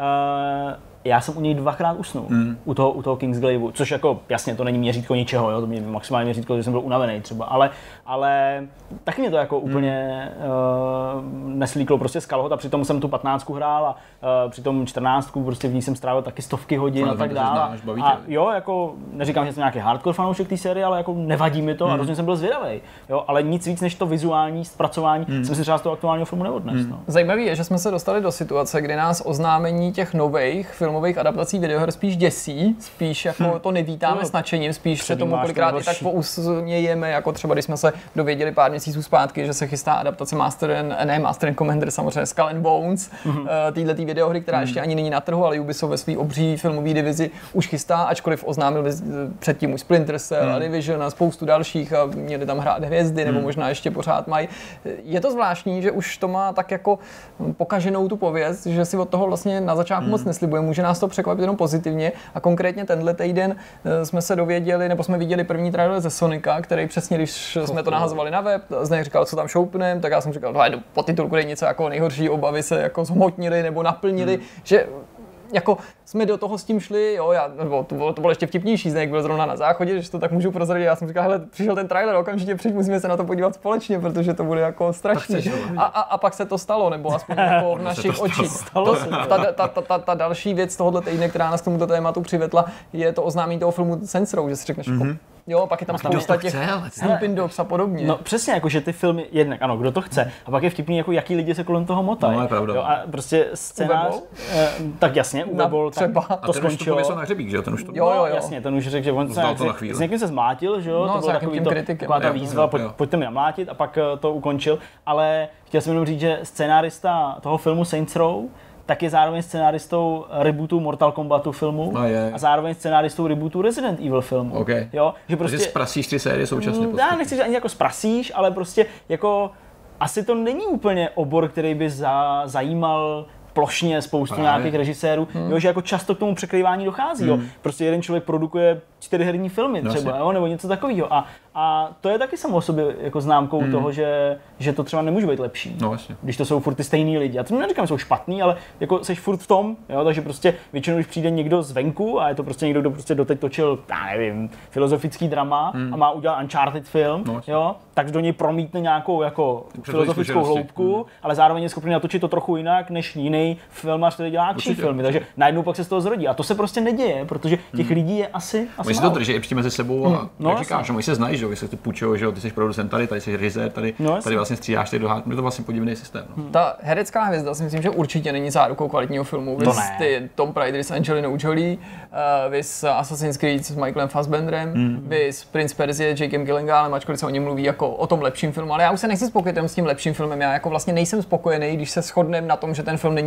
Uh, já jsem u něj dvakrát usnul, mm. u toho, u toho Kingsglaiveu, což jako jasně to není měřítko ničeho, jo, to mě maximálně měřítko, že jsem byl unavený třeba, ale, ale taky mě to jako mm. úplně uh, neslíklo prostě z kalhot a přitom jsem tu patnáctku hrál a uh, přitom čtrnáctku prostě v ní jsem strávil taky stovky hodin a tak dále. A jo, jako neříkám, že jsem nějaký hardcore fanoušek té série, ale jako nevadí mi to mm. a rozhodně jsem byl zvědavý, jo, ale nic víc než to vizuální zpracování mm. jsem si třeba z toho aktuálního filmu neodnesl. Mm. No. Zajímavý je, že jsme se dostali do situace, kdy nás oznámení těch nových filmových adaptací videoher spíš děsí, spíš jako hmm. to nevítáme no, s nadšením, spíš se tomu kolikrát i tak pousmějeme, jako třeba když jsme se dověděli pár měsíců zpátky, že se chystá adaptace Master and, ne Master and Commander, samozřejmě Skull and Bones, mm-hmm. uh, téhletý videohry, která mm. ještě ani není na trhu, ale Ubisoft ve své obří filmové divizi už chystá, ačkoliv oznámil předtím už Splinter Cell mm. a Division a spoustu dalších a měli tam hrát hvězdy, mm. nebo možná ještě pořád mají. Je to zvláštní, že už to má tak jako pokaženou tu pověst, že si od toho vlastně na začátku mm. moc neslibuje, může nás to překvapit jenom pozitivně a konkrétně tenhle týden jsme se dověděli, nebo jsme viděli první trailer ze Sonika, který přesně, když jsme to nahazovali na web, Zdeněk říkal, co tam šoupnem, tak já jsem říkal, no, po titulku je něco jako nejhorší obavy se jako zhmotnili nebo naplnili, hmm. že jako jsme do toho s tím šli, jo, já, nebo to bylo, to bylo ještě vtipnější, Zdeněk byl zrovna na záchodě, že to tak můžu prozradit, já jsem říkal, hele, přišel ten trailer, okamžitě přijď, musíme se na to podívat společně, protože to bude jako strašný. A, a, a pak se to stalo, nebo aspoň jako v našich očích. To, ta, ta, ta, ta, ta další věc tohohle týdne, která nás k tomuto tématu přivedla, je to oznámení toho filmu Saints Row, že si řekneš, mm-hmm. jo, pak je tam spousta těch Sleeping Dogs a podobně. No přesně, jako že ty filmy, jednak ano, kdo to chce, a pak je vtipný, jako jaký lidi se kolem toho motají. No, je pravda. Jo, a prostě scénář, eh, tak jasně, Uwe Boll, tak to a ten skončilo. Už to na hřebík, že jo, ten už to... Jo, jo, jo. Jasně, ten už řekl, že on se, s někým se zmátil, že jo, no, to bylo takový to, taková ta výzva, pojď, pojďte mi namlátit a pak to ukončil, ale chtěl jsem jenom říct, že scénárista toho filmu Saints Row tak je zároveň scenáristou rebootu Mortal Kombatu filmu a, je. a zároveň scenáristou rebootu Resident Evil filmu. Okay. Jo, že prostě Takže zprasíš ty série současně. Já nechci říct ani jako zprasíš, ale prostě jako asi to není úplně obor, který by za, zajímal plošně spoustu Právě. nějakých režisérů, hmm. jo, že jako často k tomu překrývání dochází. Hmm. Jo. Prostě jeden člověk produkuje čtyři herní filmy no třeba, jo, nebo něco takového. A, a to je taky samo o sobě jako známkou hmm. toho, že, že to třeba nemůže být lepší. No, vlastně. Když to jsou furt ty stejný lidi. Já to neříkám, že jsou špatný, ale jako seš furt v tom, jo, takže prostě většinou, když přijde někdo zvenku a je to prostě někdo, kdo prostě doteď točil, já nevím, filozofický drama hmm. a má udělat Uncharted film, no, jo, tak do něj promítne nějakou jako filozofickou hloubku, hmm. ale zároveň je schopný natočit to trochu jinak než jiný filmař, který dělá akční filmy, takže najednou pak se z toho zrodí. A to se prostě neděje, protože těch hmm. lidí je asi, asi Oni si to drží i mezi sebou a hmm. no, jak říkáš, že oni se znají, že jo, se ty půjčují, že jo, ty jsi producent tady, tady jsi režisér, tady, no, tady vlastně střídáš, tady dohádku, je to vlastně podivný systém. No. Hmm. Ta herecká hvězda si myslím, že určitě není zárukou kvalitního filmu. To vys ty Tom Raider s Angelinou Jolie, uh, vys Assassin's Creed s Michaelem Fassbenderem, hmm. vys Prince Persie s Jakem Gyllenhaalem, ačkoliv se o něm mluví jako o tom lepším filmu, ale já už se nechci spokojit s tím lepším filmem, já jako vlastně nejsem spokojený, když se shodneme na tom, že ten film není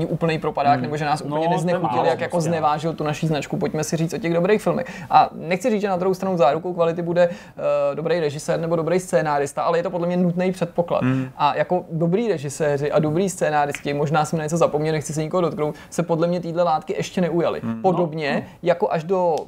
ní úplný propadák, hmm. nebo že nás úplně no, neznechutili, jak jako znevážil tu naší značku. Pojďme si říct o těch dobrých filmech. A nechci říct, že na druhou stranu zárukou kvality bude uh, dobrý režisér nebo dobrý scénárista, ale je to podle mě nutný předpoklad. Hmm. A jako dobrý režiséři a dobrý scénáristi, možná jsem na něco zapomněl, nechci se nikoho dotknout, se podle mě téhle látky ještě neujali. Hmm. Podobně no. jako až do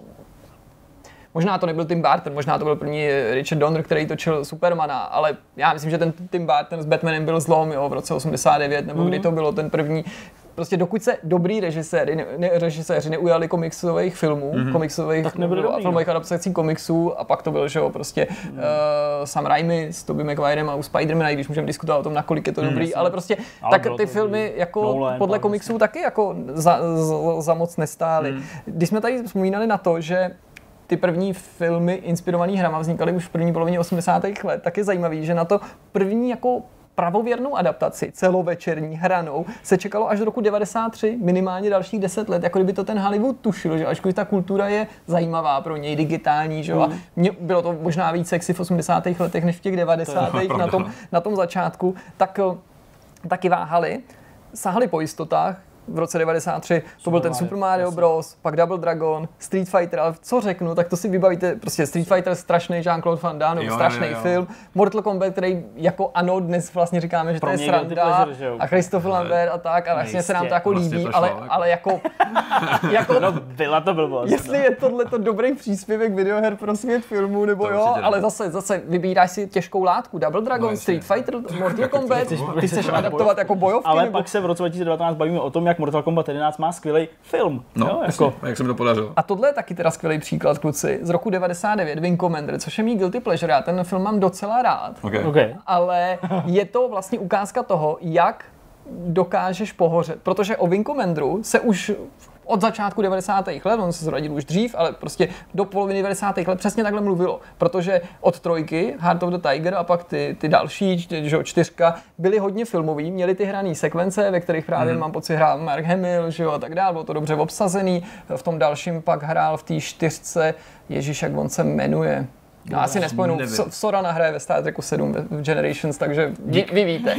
možná to nebyl Tim Burton, možná to byl první Richard Donner, který točil Supermana, ale já myslím, že ten Tim Burton s Batmanem byl zlom, jo, v roce osmdesát devět, nebo mm. kdy to bylo ten první. Prostě dokud se dobrý režiséři, ne, ne, režiséři neujali komiksových filmů, mm-hmm. komiksových a filmových adaptací komiksů a pak to byl, že jo, prostě mm. uh, Sam Raimi s Tobey Maguirem a u Spider-Mana, když můžeme diskutovat o tom, nakolik je to mm, dobrý, jasný. Ale prostě ale tak ty filmy jako Nolan, podle komiksů jasný. Taky jako za, za, za moc nestály. Mm. Když jsme tady vzpomínali na to, že ty první filmy inspirovaný hrama vznikaly už v první polovině osmdesátých let, tak je zajímavý, že na to první jako pravověrnou adaptaci, celovečerní, hranou, se čekalo až do roku devadesát tři, minimálně dalších deset let, jako kdyby to ten Hollywood tušil, že ačkoliv ta kultura je zajímavá pro něj, digitální, že jo, mm. a mě, bylo to možná víc sexy v osmdesátých letech než v těch devadesátých na tom, na tom začátku, tak taky váhali, sahali po jistotách. V roce devadesát tři to Super byl ten Mario, Super Mario Bros, pak Double Dragon, Street Fighter, ale co řeknu, tak to si vybavíte, prostě Street Fighter, strašný Jean-Claude Van Damme, strašný film, Mortal Kombat, který jako ano, dnes vlastně říkáme, že pro to je sranda, pleasure, a Christopher Lambert a tak, a vlastně se nám to jako vlastně líbí, to šlo, ale, jako. ale jako, jako no, byla to blbost. Jestli je tohleto dobrý příspěvek videoher pro svět filmu, nebo to jo, ale zase, zase vybíráš si těžkou látku, Double Dragon, no, Street Fighter, Mortal Kombat, ty chceš adaptovat jako bojovky. Ale pak se v roce dva tisíce devatenáct bavíme o tom, jak Mortal Kombat jedenáct má skvělý film. No, jo, jako. Jak se mi to podařilo. A tohle je taky teda skvělý příklad, kluci. Z roku devadesát devět Wing Commander, což je mý guilty pleasure. Já ten film mám docela rád. Okay. Okay. Ale je to vlastně ukázka toho, jak dokážeš pohořet. Protože o Wing Commanderu se už od začátku devadesátých let, on se zrodil už dřív, ale prostě do poloviny devadesátých let přesně takhle mluvilo, protože od trojky, Heart of the Tiger a pak ty, ty další, že, čtyřka, byly hodně filmový, měli ty hraný sekvence, ve kterých právě mm. mám pocit hrál Mark Hamill, že jo, a tak dále, bylo to dobře obsazený, v tom dalším pak hrál v té čtyřce, ježiš, jak on se jmenuje. No, asi nespomenu, Sorana hraje ve Star Treku sedm v Generations, takže vy, vy víte.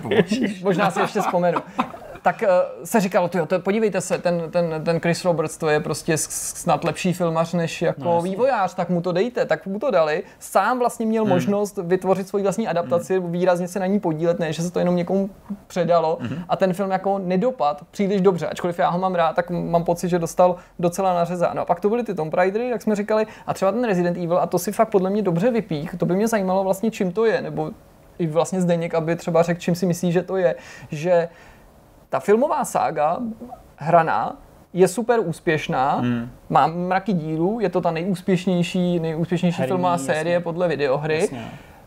Možná si ještě vzpomenu. Tak uh, se říkalo, tyjo, to, podívejte se, ten, ten, ten Chris Roberts, to je prostě snad lepší filmař než jako no, vývojář, tak mu to dejte, tak mu to dali. Sám vlastně měl hmm. možnost vytvořit svoji vlastní adaptaci, hmm. výrazně se na ní podílet, ne, že se to jenom někomu předalo hmm. a ten film jako nedopad příliš dobře, ačkoliv já ho mám rád, tak mám pocit, že dostal docela nařezáno. A pak to byly ty Tomb Raidery, jak jsme říkali, a třeba ten Resident Evil, a to si fakt podle mě dobře vypích, to by mě zajímalo vlastně, čím to je, nebo i vlastně Zdeněk, aby třeba řekl, čím si myslí, že to je, že ta filmová sága, hraná, je super úspěšná, hmm. má mraky dílů, je to ta nejúspěšnější, nejúspěšnější Herní, filmová série jasně. Podle videohry. Jasně.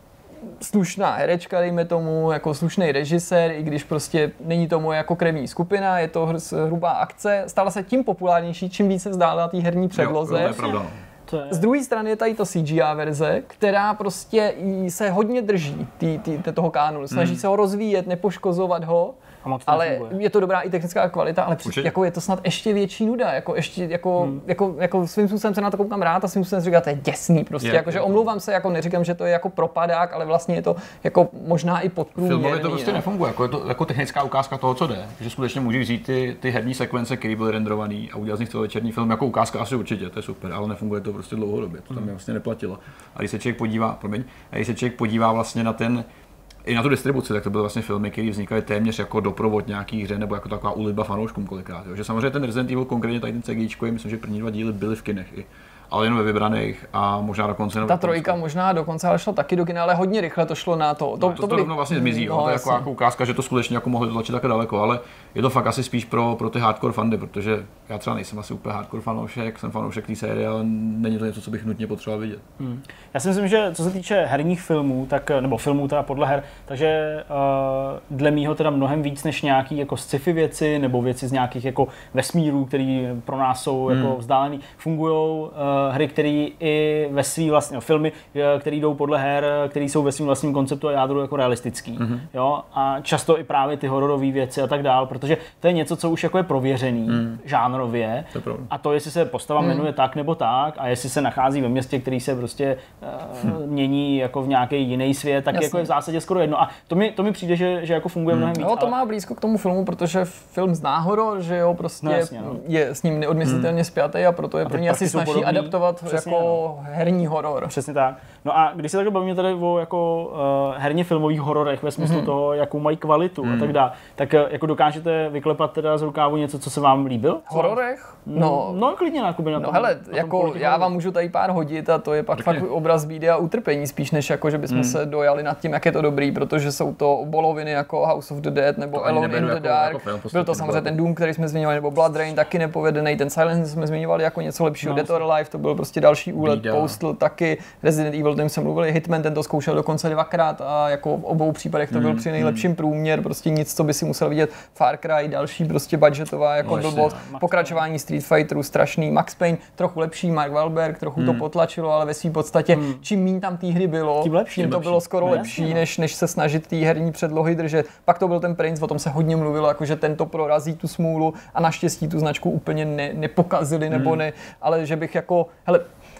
Slušná herečka, dejme tomu, jako slušný režisér, i když prostě není to moje jako krevní skupina, je to hrubá akce, stala se tím populárnější, čím více vzdálila té herní předloze. Jo, to je pravda. To je... Z druhé strany je tady to C G I verze, která prostě se hodně drží tý, tý, tý, toho kánonu, snaží hmm. se ho rozvíjet, nepoškozovat ho. Ale nefunguje. Je to dobrá i technická kvalita, ale při, jako je to snad ještě větší nuda, jako ještě jako, hmm. jako, jako svým způsobem se na to koukám rád a svým způsobem si říkám, to je děsný prostě, je, jako, že omlouvám se, jako neříkám, že to je jako propadák, ale vlastně je to jako možná i podprůměrný. Filmově to prostě ne? nefunguje, jako je to jako technická ukázka toho, co jde, že skutečně můžeš vzít ty, ty herní sekvence, které byly renderované a udělat z nich celovečerní film jako ukázka asi určitě, to je super, ale nefunguje to prostě dlouhodobě, to tam hmm. vlastně neplatilo. A když se člověk podívá, promiň, a když se člověk podívá vlastně na ten i na tu distribuci, tak to byly vlastně filmy, které vznikaly téměř jako doprovod nějaký hře nebo jako taková úlitba fanouškům kolikrát. Jo. Že samozřejmě ten Resident Evil, konkrétně tady ten CGIčko, myslím, že první dva díly byly v kinech, i, ale jenom ve vybraných a možná dokonce Ta trojka možná dokonce ale šlo taky do kina, ale hodně rychle to šlo na to. To, no, to, to, to rovnou vlastně zmizí, no, to je jako, jako ukázka, že to skutečně jako mohli tlačit takhle daleko, ale je to fakt asi spíš pro, pro ty hardcore fandy, protože já třeba nejsem asi úplně hardcore fanoušek, jsem fanoušek té série, ale není to něco, co bych nutně potřeboval vidět. Hmm. Já si myslím, že co se týče herních filmů, tak, nebo filmů teda podle her, takže uh, dle mýho teda mnohem víc než nějaký jako sci-fi věci nebo věci z nějakých jako vesmírů, které pro nás jsou hmm. jako vzdálený, fungujou hry, které i ve svý vlastně, no, filmy, které jdou podle her, které jsou ve svým vlastním konceptu a jádru jako realistický. Mm-hmm. Jo? A často i právě ty hororové věci a tak dál, protože to je něco, co už jako je prověřený mm. žánrově. To a to, jestli se postava mm. jmenuje tak nebo tak a jestli se nachází ve městě, který se prostě uh, hm. mění jako v nějaký jiný svět, tak jako je v zásadě skoro jedno. A to mi, to mi přijde, že, že jako funguje mm. mnohem víc. No, to má blízko k tomu filmu, protože film zná horor, že jo, prostě no, jasně, no. je s ním neodmyslitelně mm. spjatý a proto je pro ně asi snaží adaptovat přesně, jako no. herní horor. Přesně tak. No a když se takhle bavíme tady o jako uh, herně filmových hororech ve smyslu mm-hmm. toho, jakou mají kvalitu mm. a tak dále, tak uh, jako dokážete vyklepat teda z rukávu něco, co se vám líbil? Hororech? No, no klidně na Kuby na tom. No hele, na jako tom já vám můžu tady pár hodit a to je pak fakt obraz bídy a utrpení spíš než jako, že bychom mm. se dojali nad tím, jak je to dobrý, protože jsou to boloviny jako House of the Dead nebo to Alone in the jako, Dark. Jako film, byl to samozřejmě ten Doom, který jsme zmiňovali, nebo Blood Rain, taky nepovedený, ten Silent jsme zmiňovali jako něco lepšího, no, Dead or Alive, to byl prostě další úlet, Bída. Postal taky, Resident Evil, o tom jsme mluvili, Hitman, ten to zkoušel dokonce dvakrát a jako v obou případech to byl mm. při nejlepším průměr, prostě nic, co by si musel vidět. Far Cry, další prostě budgetová jako no, blbost, pokračování Street Fighteru, strašný, Max Payne, trochu lepší, Mark Wahlberg, trochu mm. to potlačilo, ale ve své podstatě, mm. čím míň tam té hry bylo, tím, lepší, tím to lepší. Bylo skoro no, lepší, jasně, než, než se snažit té herní předlohy držet. Pak to byl ten Prince, o tom se hodně mluvilo, jako že tento prorazí tu smůlu a naštěstí tu značku úplně ne, nepokazili, nebo mm. ne, ale že bych jako, hele,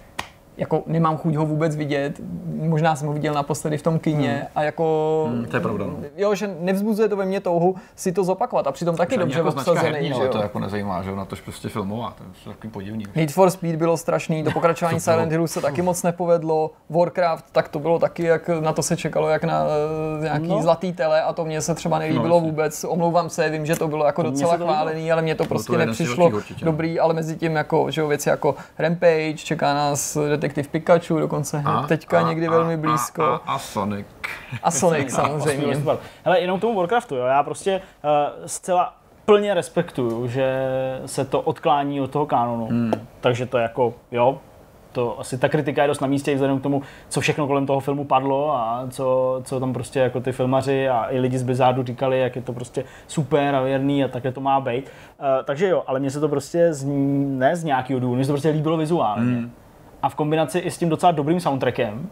jako nemám chuť ho vůbec vidět, možná jsem ho viděl naposledy v tom kině hmm. a jako... Hmm, to je pravda, no. Jo, že nevzbuzuje to ve mně touhu si to zopakovat a přitom taky dobře jako obsazený, že jo. To jako nezajímá, že jo, na tož prostě filmová, to je takový podivný. Need for Speed bylo strašný, to pokračování Silent Hillu se taky moc nepovedlo, Warcraft, tak to bylo taky, jak na to se čekalo, jak na uh, nějaký no. zlatý tele a to mně se třeba nelíbilo no, vůbec, omlouvám se, vím, že to bylo jako to docela chválený, ale mně to prostě to nepřišlo dobrý, ale mezi tím jako, že jo, věci jako Rampage, čeká nás Detektiv Pikachu, dokonce a, teďka a, někdy a, velmi blízko. A, a, a Sonic. A Sonic samozřejmě. Hele, jenom k tomu Warcraftu, jo, já prostě uh, zcela plně respektuju, že se to odklání od toho kanonu, hmm. takže to jako, jo, to asi ta kritika je dost na místě vzhledem k tomu, co všechno kolem toho filmu padlo a co, co tam prostě jako ty filmaři a i lidi z Blizzardu říkali, jak je to prostě super a věrný a takhle to má být. Uh, takže jo, ale mně se to prostě z, ne z nějakého důvodu, mně se to prostě líbilo vizuálně. Hmm. A v kombinaci i s tím docela dobrým soundtrackem,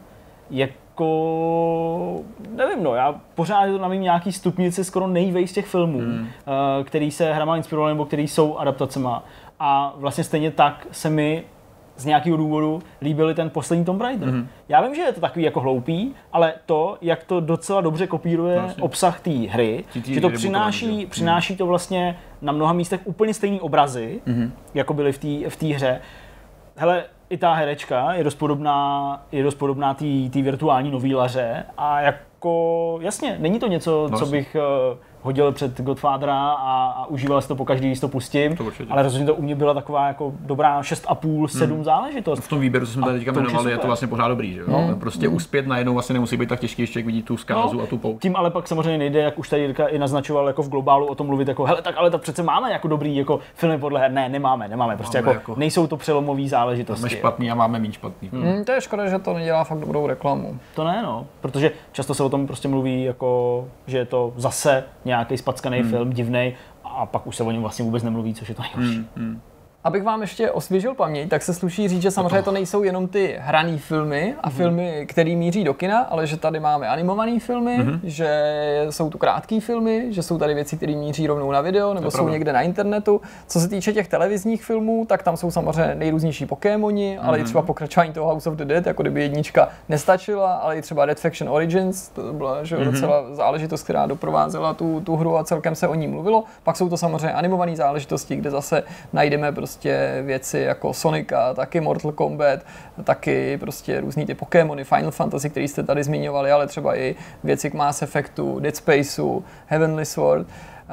jako, nevím no, já pořád to na mým nějaký stupnici skoro nejvej z těch filmů, hmm. který se hrama inspirovaly nebo který jsou adaptacema. A vlastně stejně tak se mi z nějakého důvodu líbily ten poslední Tomb Raider. Hmm. Já vím, že je to takový jako hloupý, ale to, jak to docela dobře kopíruje vlastně obsah té hry, tí, tí že to přináší, to přináší to vlastně na mnoha místech úplně stejný obrazy, hmm. jako byly v té v té hře. Hele, i ta herečka je dost podobná, je dost podobná té virtuální novílaře a jako, jasně, není to něco, no, co bych uh, hodil před Godfathera a, a užíval si to pokaždý, když to pustím, to ale rozhodně to u mě byla taková jako dobrá šest a půl, sedm hmm. záležitost. V tom výběru, co jsme tady teďka jmenovali, je to vlastně pořád dobrý, že jo? Hmm. Prostě hmm. uspět najednou vlastně nemusí být tak těžký, ještě jak vidí tu zkázu no, a tu pouť. Tím ale pak samozřejmě nejde, jak už tady Jirka i naznačoval jako v globálu o tom mluvit, jako hele, tak ale tak přece máme jako dobrý jako filmy podle her. Ne, nemáme, nemáme, prostě máme jako, jako nejsou to přelomové záležitosti. Máme špatný a máme méně špatný. Hmm. Hmm, to je škoda, že to nedělá fakt dobrou reklamu. To ne, no, protože často se o tom prostě mluví jako, že je to zase nějaký spackaný hmm. film, divnej, a pak už se o něm vlastně vůbec nemluví, což je to nejhorší. Hmm, hmm. Abych vám ještě osvěžil paměť, tak se sluší říct, že samozřejmě to nejsou jenom ty hraný filmy a mm-hmm. filmy, které míří do kina, ale že tady máme animované filmy, mm-hmm. že jsou tu krátké filmy, že jsou tady věci, které míří rovnou na video nebo jsou pravda. Někde na internetu. Co se týče těch televizních filmů, tak tam jsou samozřejmě nejrůznější Pokémoni, mm-hmm. ale i třeba pokračování toho House of the Dead, jako kdyby jednička nestačila, ale i třeba Red Faction Origins, to byla že, mm-hmm. docela záležitost, která doprovázela tu, tu hru a celkem se o ní mluvilo. Pak jsou to samozřejmě animované záležitosti, kde zase najdeme prostě prostě věci jako Sonica, taky Mortal Kombat, taky prostě různý ty Pokémony, Final Fantasy, který jste tady zmiňovali, ale třeba i věci k Mass Effectu, Dead Spaceu, Heavenly Sword.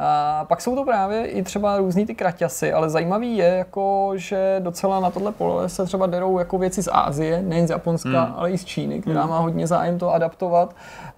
A pak jsou to právě i třeba různý ty kraťasy, ale zajímavý je, jako, že docela na tohle pole se třeba derou jako věci z Asie, nejen z Japonska, hmm. ale i z Číny, která hmm. má hodně zájem to adaptovat.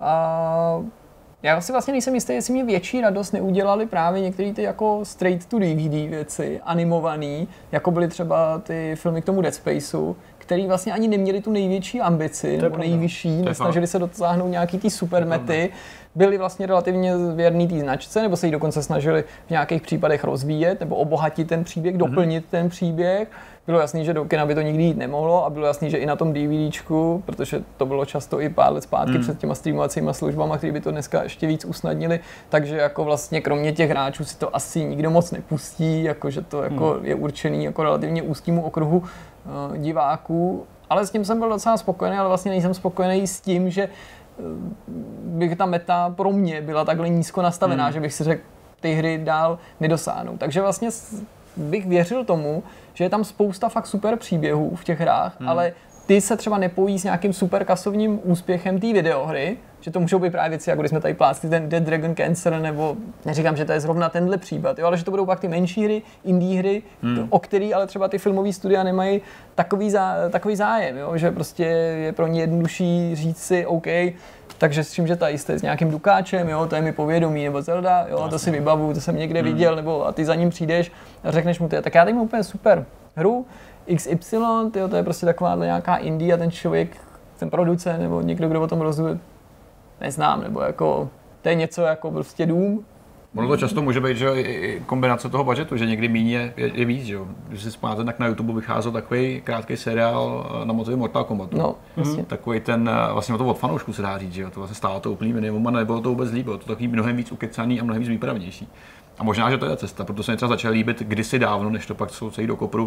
A já si vlastně nejsem jistý, jestli mě větší radost neudělali právě některé ty jako straight to D V D věci, animovaný, jako byly třeba ty filmy k tomu Dead Spaceu, který vlastně ani neměli tu největší ambici, nebo nejvyšší, nesnažili se dosáhnout nějaký ty super mety. byli vlastně relativně věrní té značce, nebo se jí dokonce snažili v nějakých případech rozvíjet, nebo obohatit ten příběh, doplnit mm-hmm. ten příběh. Bylo jasný, že do kina by to nikdy jít nemohlo a bylo jasný, že i na tom DVDčku, protože to bylo často i pár let zpátky mm. před těma streamovacíma službama, které by to dneska ještě víc usnadnili, takže jako vlastně kromě těch hráčů si to asi nikdo moc nepustí, jakože to jako mm. je určený jako relativně úzkému okruhu uh, diváků, ale s tím jsem byl docela spokojený, ale vlastně nejsem spokojený s tím, že uh, bych ta meta pro mě byla takhle nízko nastavená, mm. že bych si řekl, ty hry dál nedosáhnou. Takže vlastně bych věřil tomu, že je tam spousta fakt super příběhů v těch hrách, hmm. ale ty se třeba nepojí s nějakým super kasovním úspěchem té videohry, že to můžou být právě věci, jako když jsme tady plácli ten Dead Dragon Cancer, nebo neříkám, že to je zrovna tenhle případ, jo, ale že to budou pak ty menší hry, indie hry, hmm. o který ale třeba ty filmové studia nemají takový, zá, takový zájem, jo, že prostě je pro ně jednodušší říct si OK, takže s tím, že tady jste s nějakým Dukáčem, jo, to je mi povědomí, nebo Zelda, jo, to si vybavu, to jsem někde hmm. viděl, nebo a ty za ním přijdeš a řekneš mu, ty, tak já tady mám úplně super hru, X Y, tyjo, to je prostě taková nějaká indie a ten člověk, ten producent nebo někdo, kdo o tom rozumí, neznám, nebo jako, to je něco jako prostě Doom. Ono to často může být, že i kombinace toho budgetu, že někdy míň je, je, je víc, že jo. Když si vzpomínáte, tak na YouTube vycházel takový krátký seriál na motivy Mortal Kombatu. No, vlastně. Takový ten, vlastně to od fanoušku se dá říct, že jo. To vlastně stálo to úplný minimum a nebylo to vůbec líbilo. To takový mnohem víc ukecaný a mnohem víc výpravnější. A možná, že to je cesta, proto se mi třeba začal líbit kdysi dávno, než to pak jsou celý do kopru,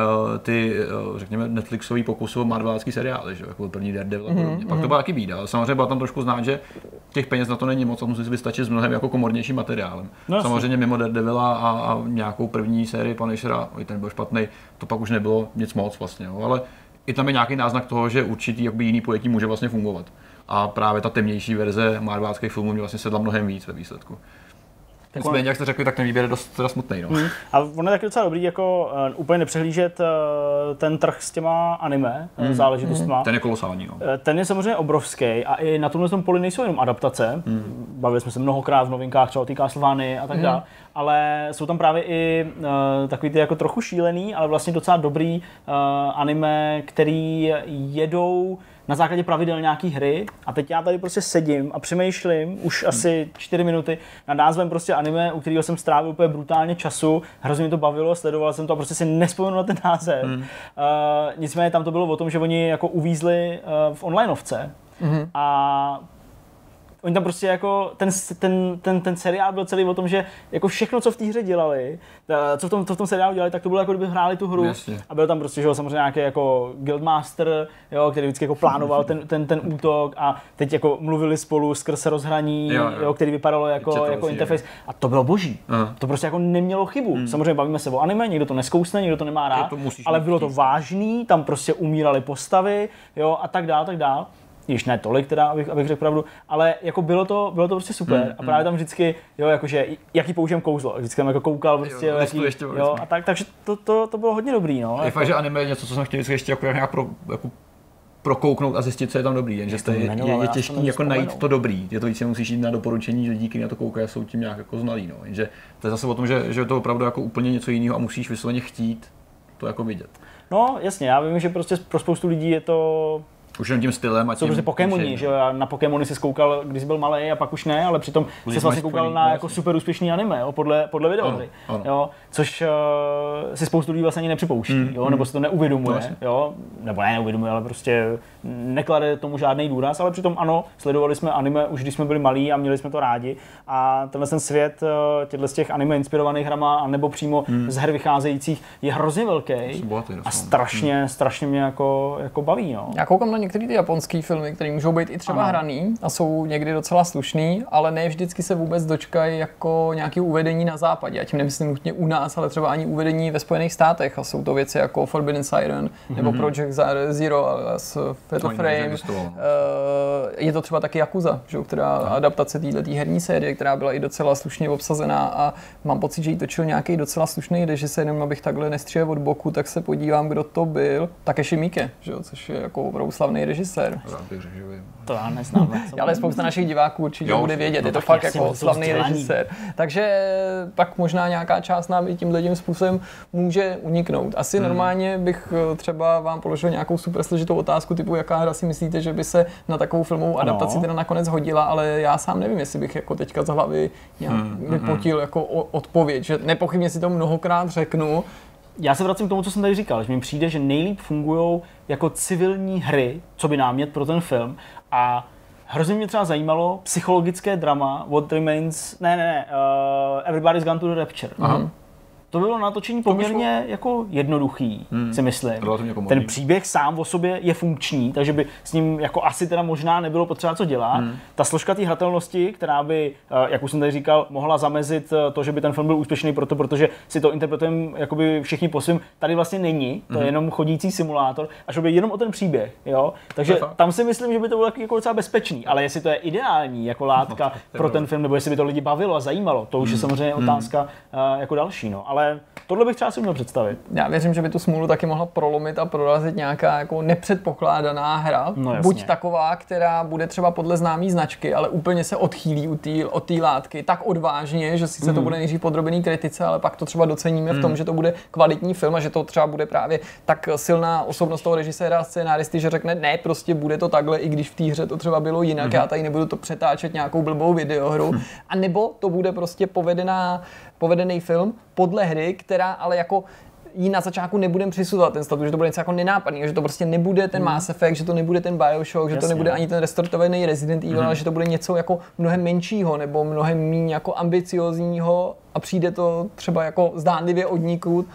ty, řekněme, Netflixový pokusy o marvelácký seriály, že jako první Daredevil a podobně. Mm-hmm. Pak to byla taky bída, ale samozřejmě byla tam trošku znát, že těch peněz na to není moc a musí si vystačit s mnohem jako komornějším materiálem. No, samozřejmě mimo Daredevila a, a nějakou první sérii Punishera, oj, ten byl špatný, to pak už nebylo nic moc vlastně, jo, ale i tam je nějaký náznak toho, že určitý jakoby jiný pojetí může vlastně fungovat. A právě ta temnější verze marveláckých filmů mě vlastně sedla mnohem víc ve výsledku. Nicméně, jak jste řekli, tak ten výběr je dost teda smutný. No. Hmm. A ono je taky docela dobrý, jako uh, úplně nepřehlížet uh, ten trh s těma anime hmm. záležitostma. Ten je kolosální. No. Uh, ten je samozřejmě obrovský a i na tomhle tom poli nejsou jenom adaptace. Hmm. Bavili jsme se mnohokrát v novinkách třeba o té Castlevanii a tak dále. Hmm. Ale jsou tam právě i uh, takový ty jako trochu šílený, ale vlastně docela dobrý uh, anime, který jedou na základě pravidel nějaký hry a teď já tady prostě sedím a přemýšlím už hmm. asi čtyři minuty nad názvem prostě anime, u kterého jsem strávil úplně brutálně času, hrozně mě to bavilo, sledoval jsem to a prostě si nespomenu na ten název. Hmm. Uh, nicméně tam to bylo o tom, že oni jako uvízli uh, v onlineovce hmm. a oni tam prostě jako, ten, ten, ten, ten seriál byl celý o tom, že jako všechno, co v té hře dělali, co v tom, co v tom seriálu dělali, tak to bylo jako kdyby hráli tu hru. Jasně. A byl tam prostě, že jo, samozřejmě nějaký jako guildmaster, jo, který vždycky jako plánoval ten, ten, ten útok a teď jako mluvili spolu skrz rozhraní, jo, jo. Jo, který vypadalo jako, jako interface. A to bylo boží. Aha. To prostě jako nemělo chybu. Hmm. Samozřejmě bavíme se o anime, někdo to neskousne, někdo to nemá rád, to ale bylo to vážný, tam prostě umíraly postavy, jo, a tak dál, tak dál. Již ne tolik teda, abych, abych řekl pravdu, ale jako bylo to, bylo to prostě super mm, a právě tam vždycky, jo, jakože, jaký použijem kouzlo, vždycky tam jako koukal prostě, jo, jaký, ještě, jo, a tak, takže to, to, to bylo hodně dobrý, no. Je jako, fakt, že anime je něco, co jsem chtěl vždycky ještě jako nějak pro, jako prokouknout a zjistit, co je tam dobrý, jenže je, je, je, je těžké jako najít to dobrý, je to víc, musíš jít na doporučení lidí, kteří na to koukají a jsou tím nějak jako znalí, no, jenže to je zase o tom, že, že je to opravdu jako úplně něco jiného a musíš vysloveně chtít to jako vidět. No, jasně, já vím, že prostě pro spoustu lidí je to už jen tím stylem a tím... Jsou prostě Pokémoni, že jo, já na Pokémony si koukal, když jsi byl malej a pak už ne, ale přitom jsi vlastně koukal na jako super úspěšný anime, jo, podle, podle videohry, jo, což uh, si spoustu lidí vlastně ani nepřipouští, mm, jo, nebo si to neuvědomuje, to jo, nebo ne neuvědomuje, ale prostě neklade tomu žádný důraz, ale přitom ano, sledovali jsme anime už když jsme byli malí a měli jsme to rádi a tenhle ten svět těchto z těch anime inspirovaných hrama a nebo přímo mm. z her vycházejících je hrozně velký a strašně, mm. strašně mě jako, jako baví, no. Já koukám na některé ty japonské filmy, které můžou být i třeba ano. hraný a jsou někdy docela slušný, ale ne vždycky se vůbec dočkají jako nějaké uvedení na západě. Já tím nemyslím nutně u nás, ale třeba ani uvedení ve Spojených státech a jsou to věci jako Forbidden Siren mm-hmm. nebo Project Zero s Fatal Frame. Je to třeba taky Yakuza, že, která no. adaptace této herní série, která byla i docela slušně obsazená a mám pocit, že ji točil nějaký docela slušný režisér, jenom abych takhle nestřílel od boku, tak se podívám, kdo to byl. Takeshi Miike, že, což je jako opravdu slavný slavný režisér. Rád bych řekl, že vím. To já neznám. Ale spousta našich diváků určitě Jo, bude vědět, no je to tak fakt jasně, jako to jsou slavný vzdělaný. režisér. Takže pak možná nějaká část nám i tímhle způsobem může uniknout. Asi hmm. normálně bych třeba vám položil nějakou super složitou otázku typu, jaká hra si myslíte, že by se na takovou filmovou adaptaci no. teda nakonec hodila, ale já sám nevím, jestli bych jako teďka z hlavy nějak hmm. vypotil jako odpověď, že nepochybně si to mnohokrát řeknu. Já se vracím k tomu, co jsem tady říkal, že mi přijde, že nejlíp fungují jako civilní hry, co by námět pro ten film, a hrozně mě třeba zajímalo psychologické drama What Remains, ne, ne, ne, uh, Everybody's Gone to the Rapture. Aha. To bylo natočení poměrně jako jednoduchý, hmm. si myslím. Ten příběh sám o sobě je funkční, takže by s ním jako asi teda možná nebylo potřeba co dělat. Hmm. Ta složka té hratelnosti, která by, jak už jsem tady říkal, mohla zamezit to, že by ten film byl úspěšný, proto, protože si to interpretujeme jakoby všichni po svým, tady vlastně není, to je hmm. jenom chodící simulátor, a šlo by jenom o ten příběh, jo. Takže tam si myslím, že by to bylo jako docela bezpečný, ale jestli to je ideální jako látka no, pro ten film, nebo jestli by to lidi bavilo a zajímalo, to už je samozřejmě hmm. otázka jako další, no. Ale tohle bych třeba si měl představit. Já věřím, že by tu smůlu taky mohla prolomit a prorazit nějaká jako nepředpokládaná hra. No, buď taková, která bude třeba podle známý značky, ale úplně se odchýlí od té látky tak odvážně, že sice mm. to bude nejdřív podrobený kritice, ale pak to třeba doceníme mm. v tom, že to bude kvalitní film a že to třeba bude právě tak silná osobnost toho režiséra a scénáristy, že řekne, ne, prostě bude to takhle, i když v té hře to třeba bylo jinak, mm. já tady nebudu to přetáčet nějakou blbou videohru. Mm. A nebo to bude prostě povedená povedený film podle hry, která ale jako jí na začátku nebudeme přisuzovat ten status, že to bude něco jako nenápadný, že to prostě nebude ten Mass Effect, že to nebude ten Bioshock, že Jasně. to nebude ani ten restartovaný Resident Evil, mm. ale že to bude něco jako mnohem menšího nebo mnohem méně jako ambiciozního a přijde to třeba jako zdánlivě odnikud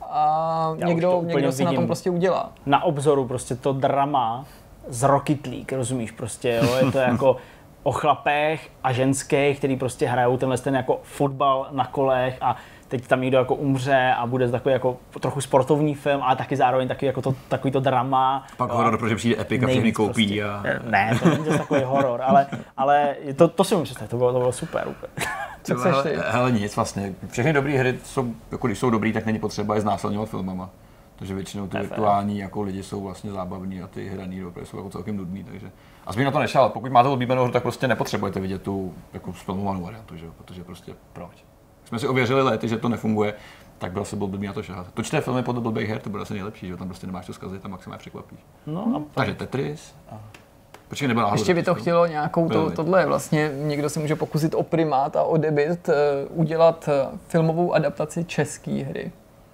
a Já někdo, někdo se na tom prostě udělá. Na obzoru prostě to drama z Rocket League, rozumíš, prostě, jo, je to jako o chlapech a ženských, který prostě hrajou tenhle ten jako fotbal na kolech a teď tam někdo jako umře a bude takový jako trochu sportovní film, ale taky zároveň taky jako to, takový to drama. Pak jo, horor, protože přijde Epic a všechny koupí. Prostě. A... Ne, to není takový horor, ale, ale to, to si můžu představit, to bylo, to bylo super úplně. Co chceš ty? Hele, nic vlastně. Všechny dobré hry, jsou, jako když jsou dobrý, tak není potřeba je znásilňovat filmama. Takže většinou ty virtuální jako lidi jsou vlastně zábavní a ty hraný doby jsou jako celkem nudný, takže asi bych na to nešel. Pokud máte oblíbenou hru, tak prostě nepotřebujete vidět tu jako zfilmovanou variantu, že? Protože prostě proč? Když jsme si ověřili léty, že to nefunguje, tak byl se byl blbý na to šahat. Točte filmy podle blbých her, to bude asi nejlepší, že tam prostě nemáš to zkazit a maximálně překvapíš. No, a takže Tetris. Počkej, nebyla Ještě by to chtělo nějakou to, tohle, vlastně někdo si může pokusit o primát a o debit uh, udělat uh, filmovou adaptaci české hry.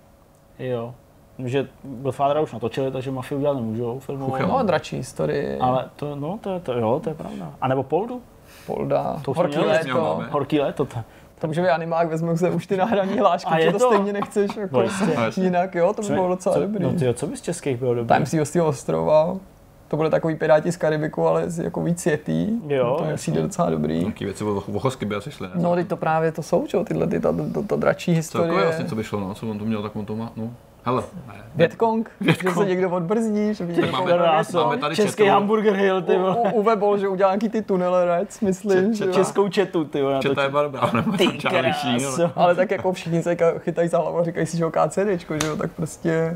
Jo. Že Godfathera už natočili, takže Mafii udělat nemůžou filmovou. No a dračí historii. Ale to, no, to, to, jo, to je pravda. A nebo Poldu? Polda, to Horký léto. Horký léto. To, to může být animák, vezmu se už ty náhradní hlášky, že to, to stejně nechceš jako jinak, jo, to by bylo docela co, dobrý. No tyjo, co by z českých bylo dobrý? Time z toho ostrova. To bude takový Piráti z Karibiku, ale jako víc jetý. Jo, to mi přijde docela dobrý. Nějaký věci o Vochosky by asi šly, ne? No, teď to právě to jsou, čo, tyhle ty, ta, ta, ta dračí historie. Celkově vlastně, co by šlo, no, co on to měl, tak on to má, no. Hele, ne. Větkong, že se někdo odbrzdí, že tak máme, máme tady český četu. Hamburger Hill, ty vole. Uwe Boll, že udělal nějaký ty tunele Reds, myslím, že českou četu, ty vole. Četa je barba, ty kráso. Ale tak jako všichni se chytají za hlavu a říkají si, že ho KCDčko, že jo, tak prostě...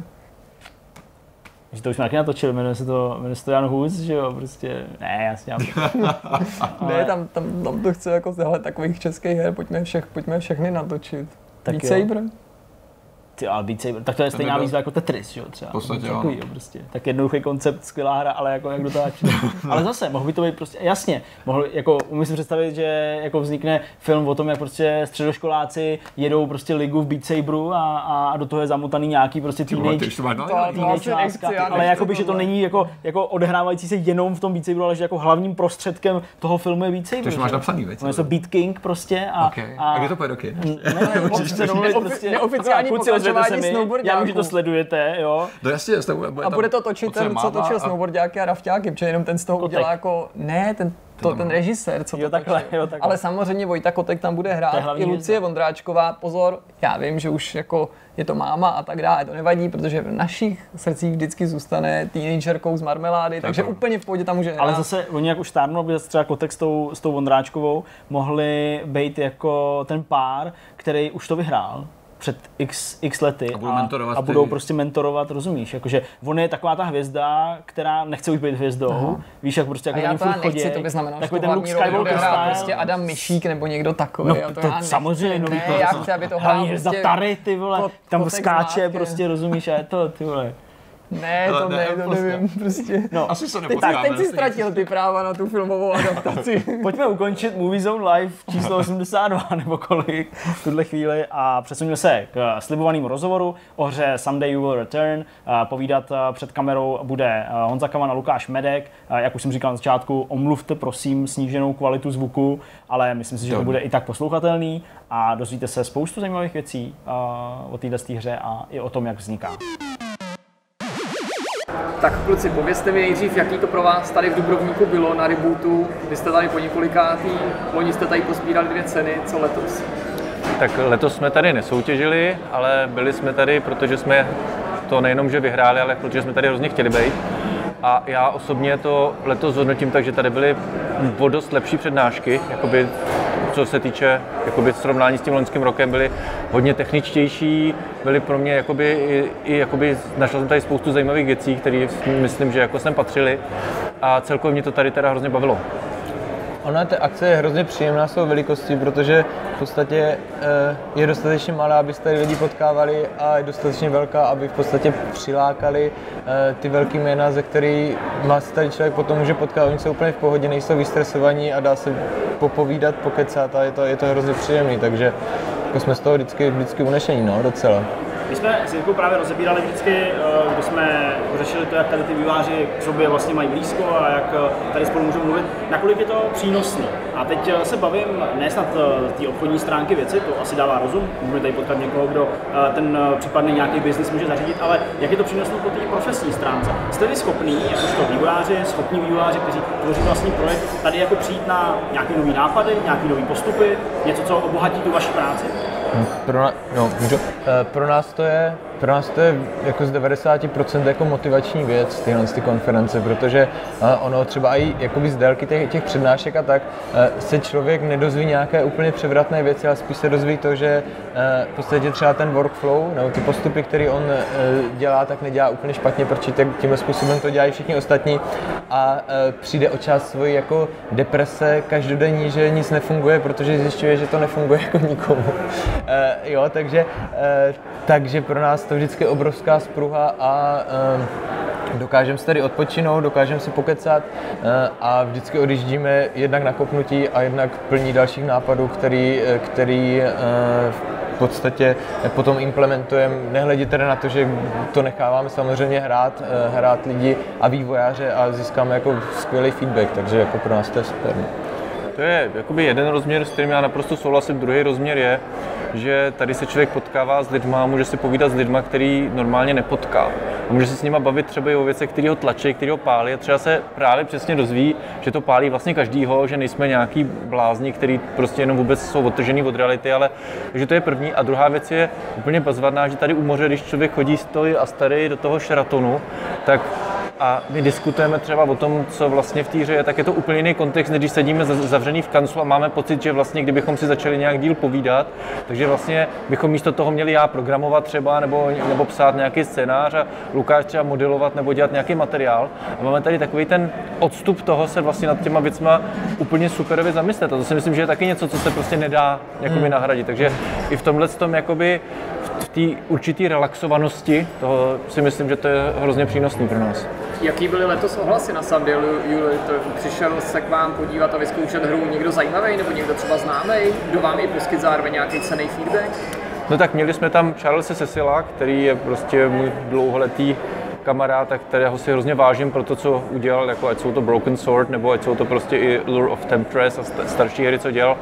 Že to už taky natočil, jmenuje se to, jmenuje se to Jan Hus, že jo, prostě, ne, jasně. Ne, tam, tam, tam to chce jako z takových českých her, pojďme, všech, pojďme všechny natočit. Tak Beat Saber? Ty, ale Beat Saber, tak to je stejná výzva jako Tetris, že jo, třeba. V podstatě, jo. Takový, jo, prostě. Tak jednoduchý koncept, skvělá hra, ale jako jak dotáčí. Ale zase, mohl by to být prostě, jasně, mohl, jako umím si představit, že jako vznikne film o tom, jak prostě středoškoláci jedou prostě ligu v Beat Saberu a, a do toho je zamutaný nějaký prostě teenage, teenage láska, ale jakoby, že to není jako, jako odehrávající se jenom v tom Beat Saberu, ale že jako hlavním prostředkem toho filmu je Beat Saber. To už máš napsaný, veď? Je to Beat King prostě a... Okay. A, a kde to půjde do kin? Neoficiální pokračování snowboardáků. Já vím, že to sledujete, jo. No jasně, a bude to točit ten, co točil snowboardáky a rafťáky, protože jenom ten z toho udělá jako, ne, ten, to, ten režisér, co to jo, takhle, točil. jo, takhle. Ale samozřejmě Vojta Kotek tam bude hrát, i Lucie Vondráčková, pozor, já vím, že už jako je to máma a tak dále, to nevadí, protože v našich srdcích vždycky zůstane teenagerkou z marmelády, takže to. Úplně v pohodě tam může hrát. Ale zase oni jak už stárnou, aby třeba Kotek s tou, s tou Vondráčkovou mohli být jako ten pár, který už to vyhrál. před x, x lety a budou, a, a budou prostě mentorovat, rozumíš? Jakože on je taková ta hvězda, která nechce už být hvězdou. Uh-huh. Víš, jak prostě jako já to chodí. To by znamenalo, takový ten Luke Skywalker style. Prostě Adam Myšík nebo někdo takový. No, to, to já samozřejmě nový ne, já chci, aby to hlavní hvězda prostě Tary, ty vole, kot, tam skáče, prostě rozumíš, a je to, ty vole. Ne, to ne, ne to nevím, prostě. No, asi se nepotkáme. Tak teď si ztratil ty práva na tu filmovou adaptaci. Pojďme ukončit Movie Zone Live číslo osmdesát dva nebo kolik v tuhle chvíli a přesuneme se k slibovanému rozhovoru o hře Someday You Will Return. Povídat před kamerou bude Honza Kavan a Lukáš Medek. Jak už jsem říkal na začátku, omluvte prosím sníženou kvalitu zvuku, ale myslím si, že to bude i tak poslouchatelný a dozvíte se spoustu zajímavých věcí o této hře a i o tom, jak vzniká. Tak kluci, povězte mi nejdřív, jaký to pro vás tady v Dubrovníku bylo na rebootu. Vy jste tady po několikátý, loni jste tady pozbírali dvě ceny, co letos? Tak letos jsme tady nesoutěžili, ale byli jsme tady, protože jsme to nejenom, že vyhráli, ale protože jsme tady hrozně chtěli být. A já osobně to letos hodnotím tak, že tady byly o dost lepší přednášky, jakoby, co se týče jakoby, srovnání s tím loňským rokem, byly hodně techničtější, byly pro mě, jakoby, i, i jakoby, našel jsem tady spoustu zajímavých věcí, které myslím, že jako sem patřily a celkově mě to tady teda hrozně bavilo. Ona ta akce je hrozně příjemná svou velikostí, protože v podstatě je dostatečně malá, abyste lidi potkávali a je dostatečně velká, aby v podstatě přilákali ty velký jména, ze kterých tady člověk potom může potkat. Oni jsou úplně v pohodě, nejsou vystresovaní a dá se popovídat, pokecat a je to, je to hrozně příjemný, takže jako jsme z toho vždycky, vždycky unešení, no, docela. My jsme s Jirkou právě rozebírali vždycky, když jsme řešili to, jak tady ty vývojáři k sobě vlastně mají blízko a jak tady spolu můžou mluvit, nakolik je to přínosný. A teď se bavím ne snad té obchodní stránky věci, to asi dává rozum, můžeme tady potkat někoho, kdo ten případný nějaký biznis může zařídit, ale jak je to přínosný po té profesní stránce. Jste vy schopní, jakožto vývojáři, schopní vývojáři, kteří tvoří vlastní projekt, tady jako přijít na nějaké nový nápady, nějaké nový postupy, něco, co obohatí tu vaši práci? Pro, na, no, můžu. Pro nás to je, pro nás to je jako z devadesát procent jako motivační věc, tyhle ty konference, protože ono třeba i jakoby z délky těch, těch přednášek a tak se člověk nedozví nějaké úplně převratné věci, ale spíš se dozví to, že v podstatě třeba ten workflow, nebo ty postupy, které on dělá, tak nedělá úplně špatně, protože tímhle způsobem to dělají všichni ostatní a přijde o část svojí jako deprese každodenní, že nic nefunguje, protože zjišťuje, že to nefunguje jako nikomu. Uh, jo, takže, uh, takže pro nás to vždycky obrovská spruha a uh, dokážeme si tady odpočinout, dokážeme si pokecat uh, a vždycky odjíždíme jednak na kopnutí a jednak plní dalších nápadů, který, který uh, v podstatě potom implementujeme, nehledě tedy na to, že to necháváme samozřejmě hrát, uh, hrát lidi a vývojáře a získáme jako skvělý feedback, takže jako pro nás to je super. To je jakoby jeden rozměr, s kterým já naprosto souhlasím. Druhý rozměr je, že tady se člověk potkává s lidma, může si povídat s lidma, který normálně nepotká. A může se s nima bavit třeba i o věcech, který ho tlačí, který ho pálí. A třeba se právě přesně dozví, že to pálí vlastně každýho, že nejsme nějaký blázni, který prostě jenom vůbec jsou odtržený od reality, ale že to je první. A druhá věc je úplně bezvadná, že tady u moře, když člověk chodí stojí a starý do toho Sheratonu, tak a my diskutujeme třeba o tom, co vlastně v té hře je, tak je to úplně jiný kontext, než když sedíme zavřený v kanclu a máme pocit, že vlastně kdybychom si začali nějak díl povídat, takže vlastně bychom místo toho měli já programovat třeba nebo, nebo psát nějaký scénář a Lukáš třeba modelovat nebo dělat nějaký materiál. A máme tady takový ten odstup toho se vlastně nad těma věcma úplně superově zamyslet. A to si myslím, že je taky něco, co se prostě nedá jakoby hmm. nahradit. Takže i v tomhle tom jakoby v té určité relaxovanosti, toho si myslím, že to je hrozně přínosný pro nás. Jaký byly letos ohlasy na Someday You Will Return? Přišel se k vám podívat a vyzkoušet hru někdo zajímavý nebo někdo třeba známý? Kdo vám i poskyt zároveň nějaký cenný feedback? No tak měli jsme tam Charlese Cecila, který je prostě můj dlouholetý kamarád, kterého si hrozně vážím pro to, co udělal, jako ať jsou to Broken Sword, nebo ať jsou to prostě i Lure of Temptress a starší hry, co dělal.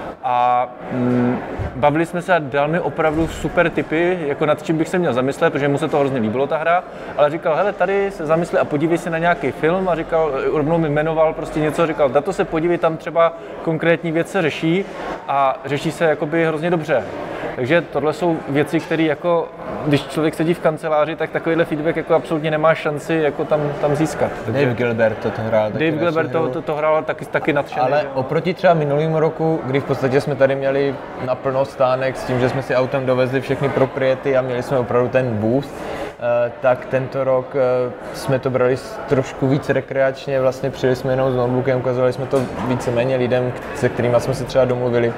A mm, bavili jsme se a dal mi opravdu super tipy, jako nad čím bych se měl zamyslet, protože mu se to hrozně líbilo ta hra, ale říkal, hele, tady se zamysli a podívej se na nějaký film a říkal, rovnou mi jmenoval prostě něco, říkal, na to se podívej, tam třeba konkrétní věc se řeší a řeší se jakoby hrozně dobře. Takže tohle jsou věci, které jako, když člověk sedí v kanceláři, tak takovýhle feedback jako absolutně nemá šanci jako tam, tam získat. Takže Dave Gilbert to, to hrál. Dave Gilbert to, to, to hrál taky, taky nadšený. Ale oproti třeba minulému roku, kdy v podstatě jsme tady měli naplno stánek s tím, že jsme si autem dovezli všechny propriety a měli jsme opravdu ten boost, tak tento rok jsme to brali trošku víc rekreačně, vlastně přijeli jsme jenom s notebookem, ukazovali jsme to víceméně lidem, se kterými jsme si třeba domluvili.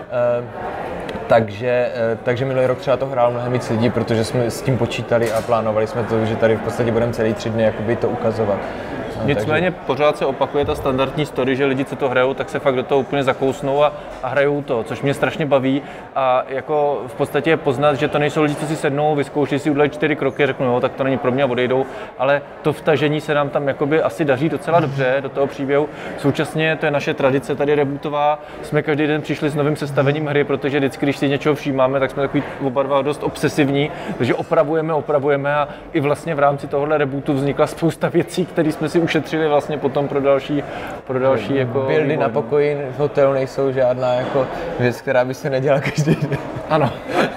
Takže, takže minulý rok třeba to hrál mnohem víc lidí, protože jsme s tím počítali a plánovali jsme to, že tady v podstatě budeme celý tři dny jakoby to ukazovat. Nicméně takže pořád se opakuje ta standardní story, že lidi, co to hrajou, tak se fakt do toho úplně zakousnou a, a hrajou to, což mě strašně baví a jako v podstatě poznat, že to nejsou lidi, co si sednou, vyzkouší si, udělají čtyři kroky a řeknou, jo, tak to není pro mě a odejdou, ale to vtažení se nám tam jakoby asi daří docela dobře do toho příběhu. Současně to je naše tradice tady rebootová, jsme každý den přišli s novým sestavením hry, protože vždycky, když si něčeho všímáme, tak jsme takový oba dva dost obsesivní, takže opravujeme, opravujeme a i vlastně v rámci tohohle rebootu vznikla spousta věcí, které jsme si ušetřili vlastně potom pro další, pro další jako buildy na pokoji v hotelu nejsou žádná jako věc, která by se nedělala každý den. Ano.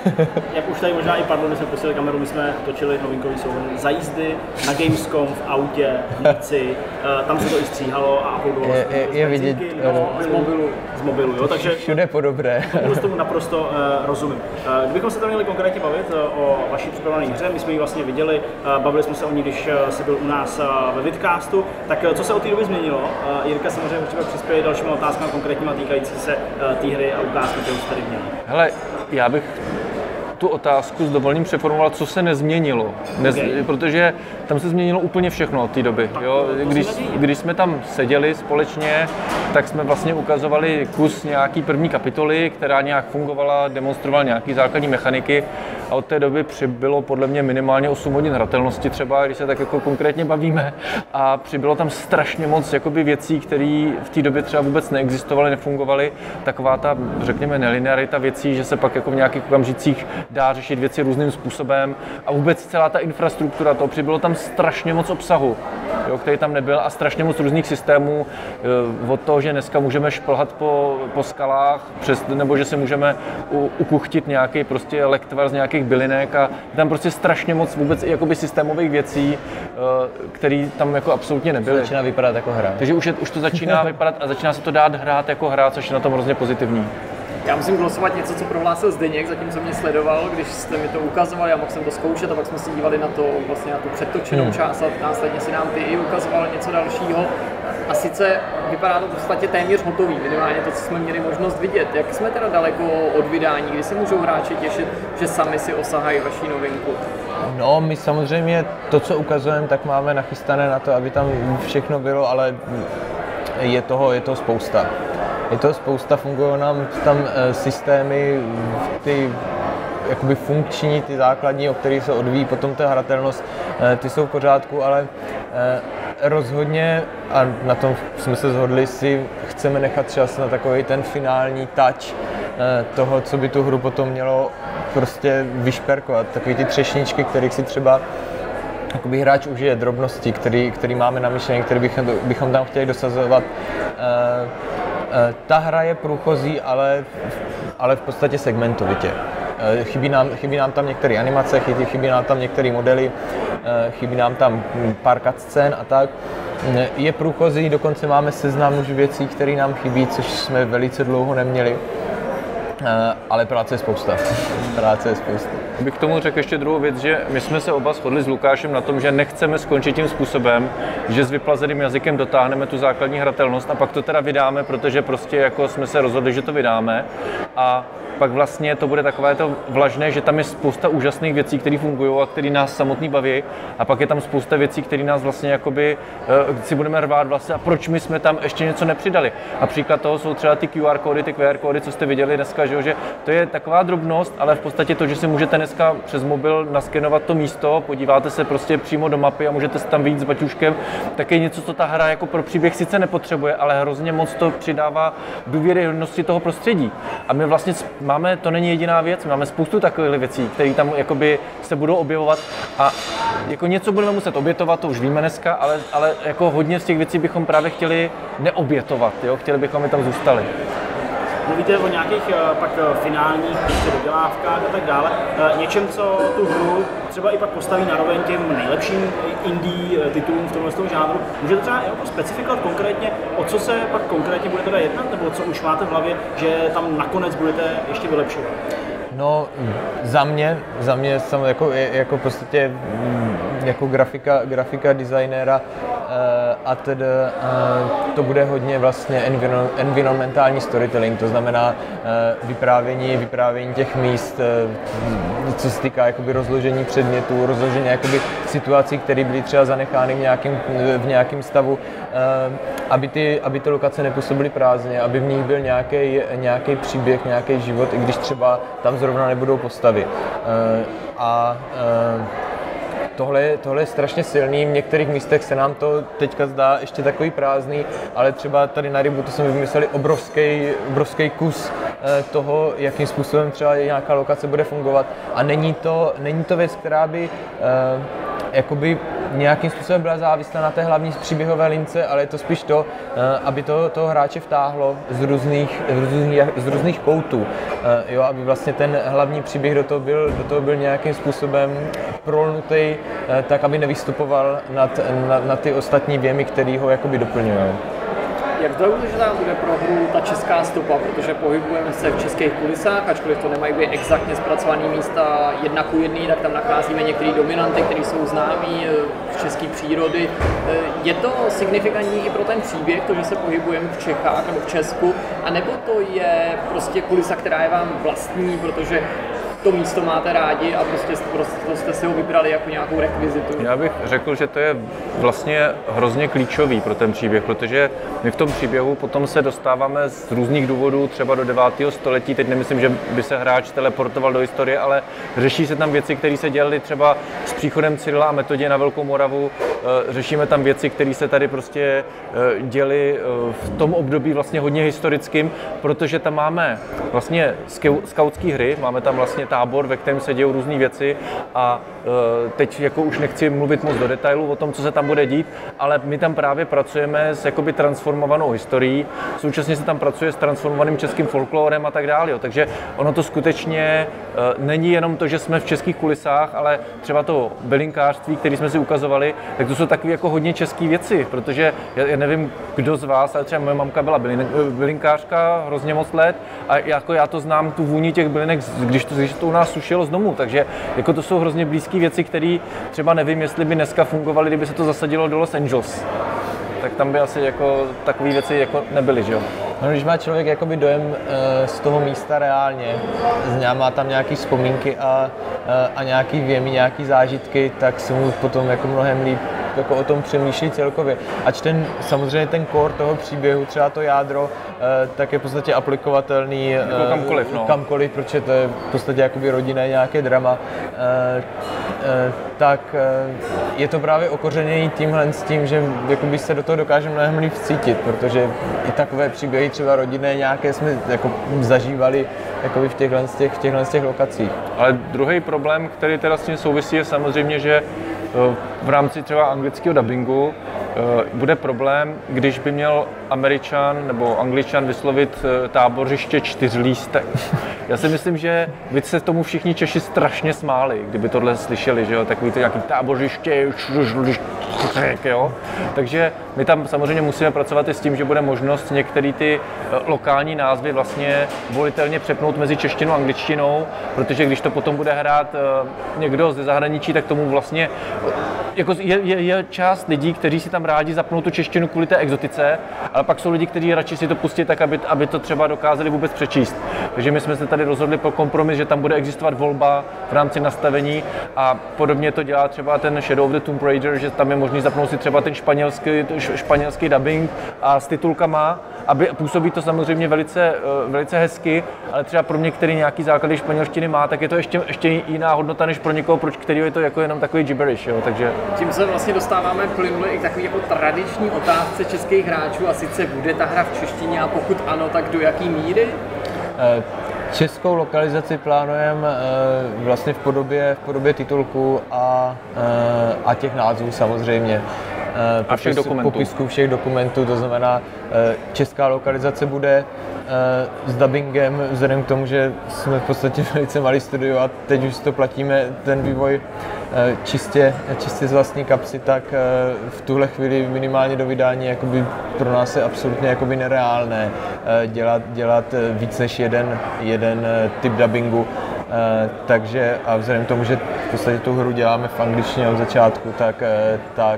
Jak už tady možná i padlo, my jsme posílali kameru, my jsme točili novinkový souhrn za jízdy na Gamescom v autě, v noci, tam se to i stříhalo a uploadovalo je, je, je vidět z mobilu, z mobilu, jo, takže všude po dobré. Já tomu naprosto uh, rozumím. Uh, kdybychom se tam měli konkrétně bavit uh, o vaší připravené hře, my jsme ji vlastně viděli, uh, bavili jsme se o ní, když uh, jsi byl u nás uh, ve Vidcastu, tak uh, co se od té doby změnilo? Uh, Jirka samozřejmě určitě přispěje dalšími otázkami konkrétníma týkající se uh, té hry a ukázky, kterou jste tady měli. Hele, já bych tu otázku s dovolením přeformuloval, co se nezměnilo, Nez, okay. Protože tam se změnilo úplně všechno od té doby. Jo? Když, když jsme tam seděli společně, tak jsme vlastně ukazovali kus nějaký první kapitoly, která nějak fungovala, demonstrovala nějaký základní mechaniky a od té doby přibylo podle mě minimálně osm hodin hratelnosti třeba, když se tak jako konkrétně bavíme a přibylo tam strašně moc jakoby věcí, které v té době třeba vůbec neexistovaly, nefungovaly. Taková ta, řekněme, nelinearita věcí, že se pak jako v nějakých okamžicích dá řešit věci různým způsobem a vůbec celá ta infrastruktura, to přibylo tam strašně moc obsahu, jo, který tam nebyl a strašně moc různých systémů, od toho, že dneska můžeme šplhat po, po skalách, přes, nebo že si můžeme u, ukuchtit nějaký prostě lektvar z nějakých bylinek a tam prostě strašně moc vůbec i jakoby systémových věcí, které tam jako absolutně nebyly. To začíná vypadat jako hra. Takže už, je, už to začíná vypadat a začíná se to dát hrát jako hra, což je na tom hrozně pozitivní. Já musím glosovat něco, co prohlásil Zdeněk, zatímco mě sledoval, když jste mi to ukazovali a mohl jsem to zkoušet a pak jsme si dívali na to, vlastně na tu předtočenou hmm. část a následně si nám ty i ukazoval něco dalšího. A sice vypadá to v podstatě téměř hotový, minimálně to, co jsme měli možnost vidět. Jak jsme teda daleko od vydání, kdy se můžou hráči těšit, že sami si osahají vaši novinku? No, my samozřejmě to, co ukazujeme, tak máme nachystané na to, aby tam všechno bylo, ale je toho, je toho spousta. Je to spousta, fungují nám tam e, systémy, ty jakoby funkční, ty základní, o kterých se odvíjí potom ta hratelnost, e, ty jsou v pořádku, ale e, rozhodně, a na tom jsme se shodli, si chceme nechat čas na takový ten finální touch e, toho, co by tu hru potom mělo prostě vyšperkovat. Takový ty třešničky, kterých si třeba jakoby hráč užije, drobnosti, který, který máme namyšlené, které bychom, bychom tam chtěli dosazovat. E, Ta hra je průchozí, ale, ale v podstatě segmentovitě. Chybí nám, chybí nám tam některé animace, chybí, chybí nám tam některé modely, chybí nám tam pár cutscén a tak. Je průchozí, dokonce máme seznam už věcí, které nám chybí, což jsme velice dlouho neměli. Ale práce je spousta. Práce je spousta. Bych k tomu řekl ještě druhou věc, že my jsme se oba shodli s Lukášem na tom, že nechceme skončit tím způsobem, že s vyplazeným jazykem dotáhneme tu základní hratelnost a pak to teda vydáme, protože prostě jako jsme se rozhodli, že to vydáme a pak vlastně to bude takové to vlažné, že tam je spousta úžasných věcí, které fungují a které nás samotný baví a pak je tam spousta věcí, které nás vlastně jakoby uh, si budeme rvát vlastně a proč my jsme tam ještě něco nepřidali. A příklad toho jsou třeba ty Q R kódy, ty Q R kódy, co jste viděli dneska, že, že to je taková drobnost, ale v podstatě to, že si můžete dneska přes mobil naskenovat to místo, podíváte se prostě přímo do mapy a můžete se tam vyjít s baťuškem, tak je něco, co ta hra jako pro příběh sice nepotřebuje, ale hrozně moc to přidává důvěryhodnosti toho prostředí. A my vlastně máme, to není jediná věc, máme spoustu takových věcí, které tam jakoby se budou objevovat a jako něco budeme muset obětovat, to už víme dneska, ale, ale jako hodně z těch věcí bychom právě chtěli neobětovat, jo? Chtěli bychom, aby tam zůstali. mluvíte o nějakých pak finálních prostě dodělávkách a tak dále, něčem, co tu hru třeba i pak postaví na roveň těm nejlepším indie titulům v tomhle žánru. Můžete třeba jako specifikovat konkrétně, o co se pak konkrétně bude teda jednat, nebo co už máte v hlavě, že tam nakonec budete ještě vylepšovat? No, za mě, za mě jsem jako, jako prostě jako grafika, grafika designéra a tedy to bude hodně vlastně environmentální storytelling, to znamená vyprávění, vyprávění těch míst, co se týká jakoby rozložení předmětů, rozložení jakoby situací, které byly třeba zanechány v nějakém, v nějakém stavu, aby ty, aby ty lokace nepůsobily prázdně, aby v nich byl nějaký, nějaký příběh, nějaký život, i když třeba tam zrovna nebudou postavy. A Tohle, tohle je strašně silný, v některých místech se nám to teďka zdá ještě takový prázdný, ale třeba tady na Rebootu jsme vymysleli obrovský, obrovský kus toho, jakým způsobem třeba nějaká lokace bude fungovat, a není to, není to věc, která by eh, jakoby nějakým způsobem byla závislá na té hlavní příběhové lince, ale je to spíš to, aby to toho hráče vtáhlo z různých, z různých, z různých koutů, jo, aby vlastně ten hlavní příběh do toho byl, do toho byl nějakým způsobem prolnutý, tak aby nevystupoval nad, na, na ty ostatní věmy, které ho jakoby doplňují. Jak důležitá bude pro hru ta česká stopa, protože pohybujeme se v českých kulisách, ačkoliv to nemají být exaktně zpracované místa jedna ku jedný, tak tam nacházíme některé dominanty, které jsou známé v české přírody. Je to signifikantní i pro ten příběh, to, že se pohybujeme v Čechách nebo v Česku, anebo to je prostě kulisa, která je vám vlastní, protože to místo máte rádi a prostě, prostě jste si ho vybrali jako nějakou rekvizitu? Já bych řekl, že to je vlastně hrozně klíčový pro ten příběh, protože my v tom příběhu potom se dostáváme z různých důvodů třeba do devátého století. Teď nemyslím, že by se hráč teleportoval do historie, ale řeší se tam věci, které se dělaly třeba s příchodem Cyrila a Metodě na Velkou Moravu. Řešíme tam věci, které se tady prostě děly v tom období vlastně hodně historickým, protože tam máme vlastně skautské hry, máme tam vlastně tábor, ve kterém se dějou různé věci, a teď jako už nechci mluvit moc do detailů o tom, co se tam bude dít, ale my tam právě pracujeme s jakoby transformovanou historií, současně se tam pracuje s transformovaným českým folklorem a tak dále. Takže ono to skutečně není jenom to, že jsme v českých kulisách, ale třeba to bylinkářství, které jsme si ukazovali, tak to jsou takové jako hodně české věci, protože já, já nevím, kdo z vás, ale třeba moje mamka byla bylin, bylinkářka hrozně moc let, a jako já to znám, tu vůni těch bylinek, když to, když to u nás sušilo z domu, takže jako to jsou hrozně blízké věci, které třeba nevím, jestli by dneska fungovaly, kdyby se to zasadilo do Los Angeles. Tak tam by asi jako takové věci jako nebyly, že jo? No, když má člověk jakoby dojem e, z toho místa reálně, má tam nějaké vzpomínky a, e, a nějaký věmy, nějaké zážitky, tak se mu potom jako mnohem líp jako o tom přemýšlí celkově. Ač ten, samozřejmě ten core toho příběhu, třeba to jádro, e, tak je v podstatě aplikovatelný jako kamkoliv, no. kamkoliv, protože to je v podstatě jakoby rodinné nějaké drama. E, e, tak e, je to právě okořeněný tímhle s tím, že jakoby se do toho dokáže mnohem líp vcítit, protože i takové příběhy třeba rodinné nějaké jsme jako zažívali jakoby v těchhle, těch, v těchhle těch lokacích. Ale druhý problém, který teda s tím souvisí, je samozřejmě, že v rámci třeba anglického dubbingu bude problém, když by měl Američan nebo Angličan vyslovit tábořiště čtyřlístek. Já si myslím, že by se tomu všichni Češi strašně smáli, kdyby tohle slyšeli, že jo, takový to nějaký tábořiště, jo. Takže my tam samozřejmě musíme pracovat i s tím, že bude možnost některé ty lokální názvy vlastně volitelně přepnout mezi češtinou a angličtinou, protože když to potom bude hrát někdo ze zahraničí, tak tomu vlastně jako je, je, je část lidí, kteří si tam rádi zapnou tu češtinu kvůli té exotice, ale pak jsou lidi, kteří radši si to pustí tak, aby, aby to třeba dokázali vůbec přečíst. Takže my jsme se tady rozhodli pro kompromis, že tam bude existovat volba v rámci nastavení, a podobně to dělá třeba ten Shadow of the Tomb Raider, že tam je možný zapnout si třeba ten španělský, španělský dubbing a s titulkama, aby působí to samozřejmě velice, velice hezky, ale třeba pro mě, který nějaký základy španělštiny má, tak je to ještě, ještě jiná hodnota než pro někoho, proč kterého je to jako jenom takový gibberish, jo, takže... Tím se vlastně dostáváme plynule i k takový jako tradiční otázce českých hráčů, a sice bude ta hra v češtině, a pokud ano, tak do jaký míry? Českou lokalizaci plánujeme vlastně v podobě, v podobě titulku a, a těch názvů samozřejmě. a všech dokumentů. Popisku všech dokumentů, to znamená česká lokalizace bude s dubbingem, vzhledem k tomu, že jsme v podstatě velice malý studio a teď už to platíme, ten vývoj čistě, čistě z vlastní kapsy, tak v tuhle chvíli minimálně do vydání jakoby pro nás je absolutně jakoby nereálné dělat, dělat víc než jeden, jeden typ dubbingu. Takže a vzhledem k tomu, že v podstatě tu hru děláme v angličtině od začátku, tak, tak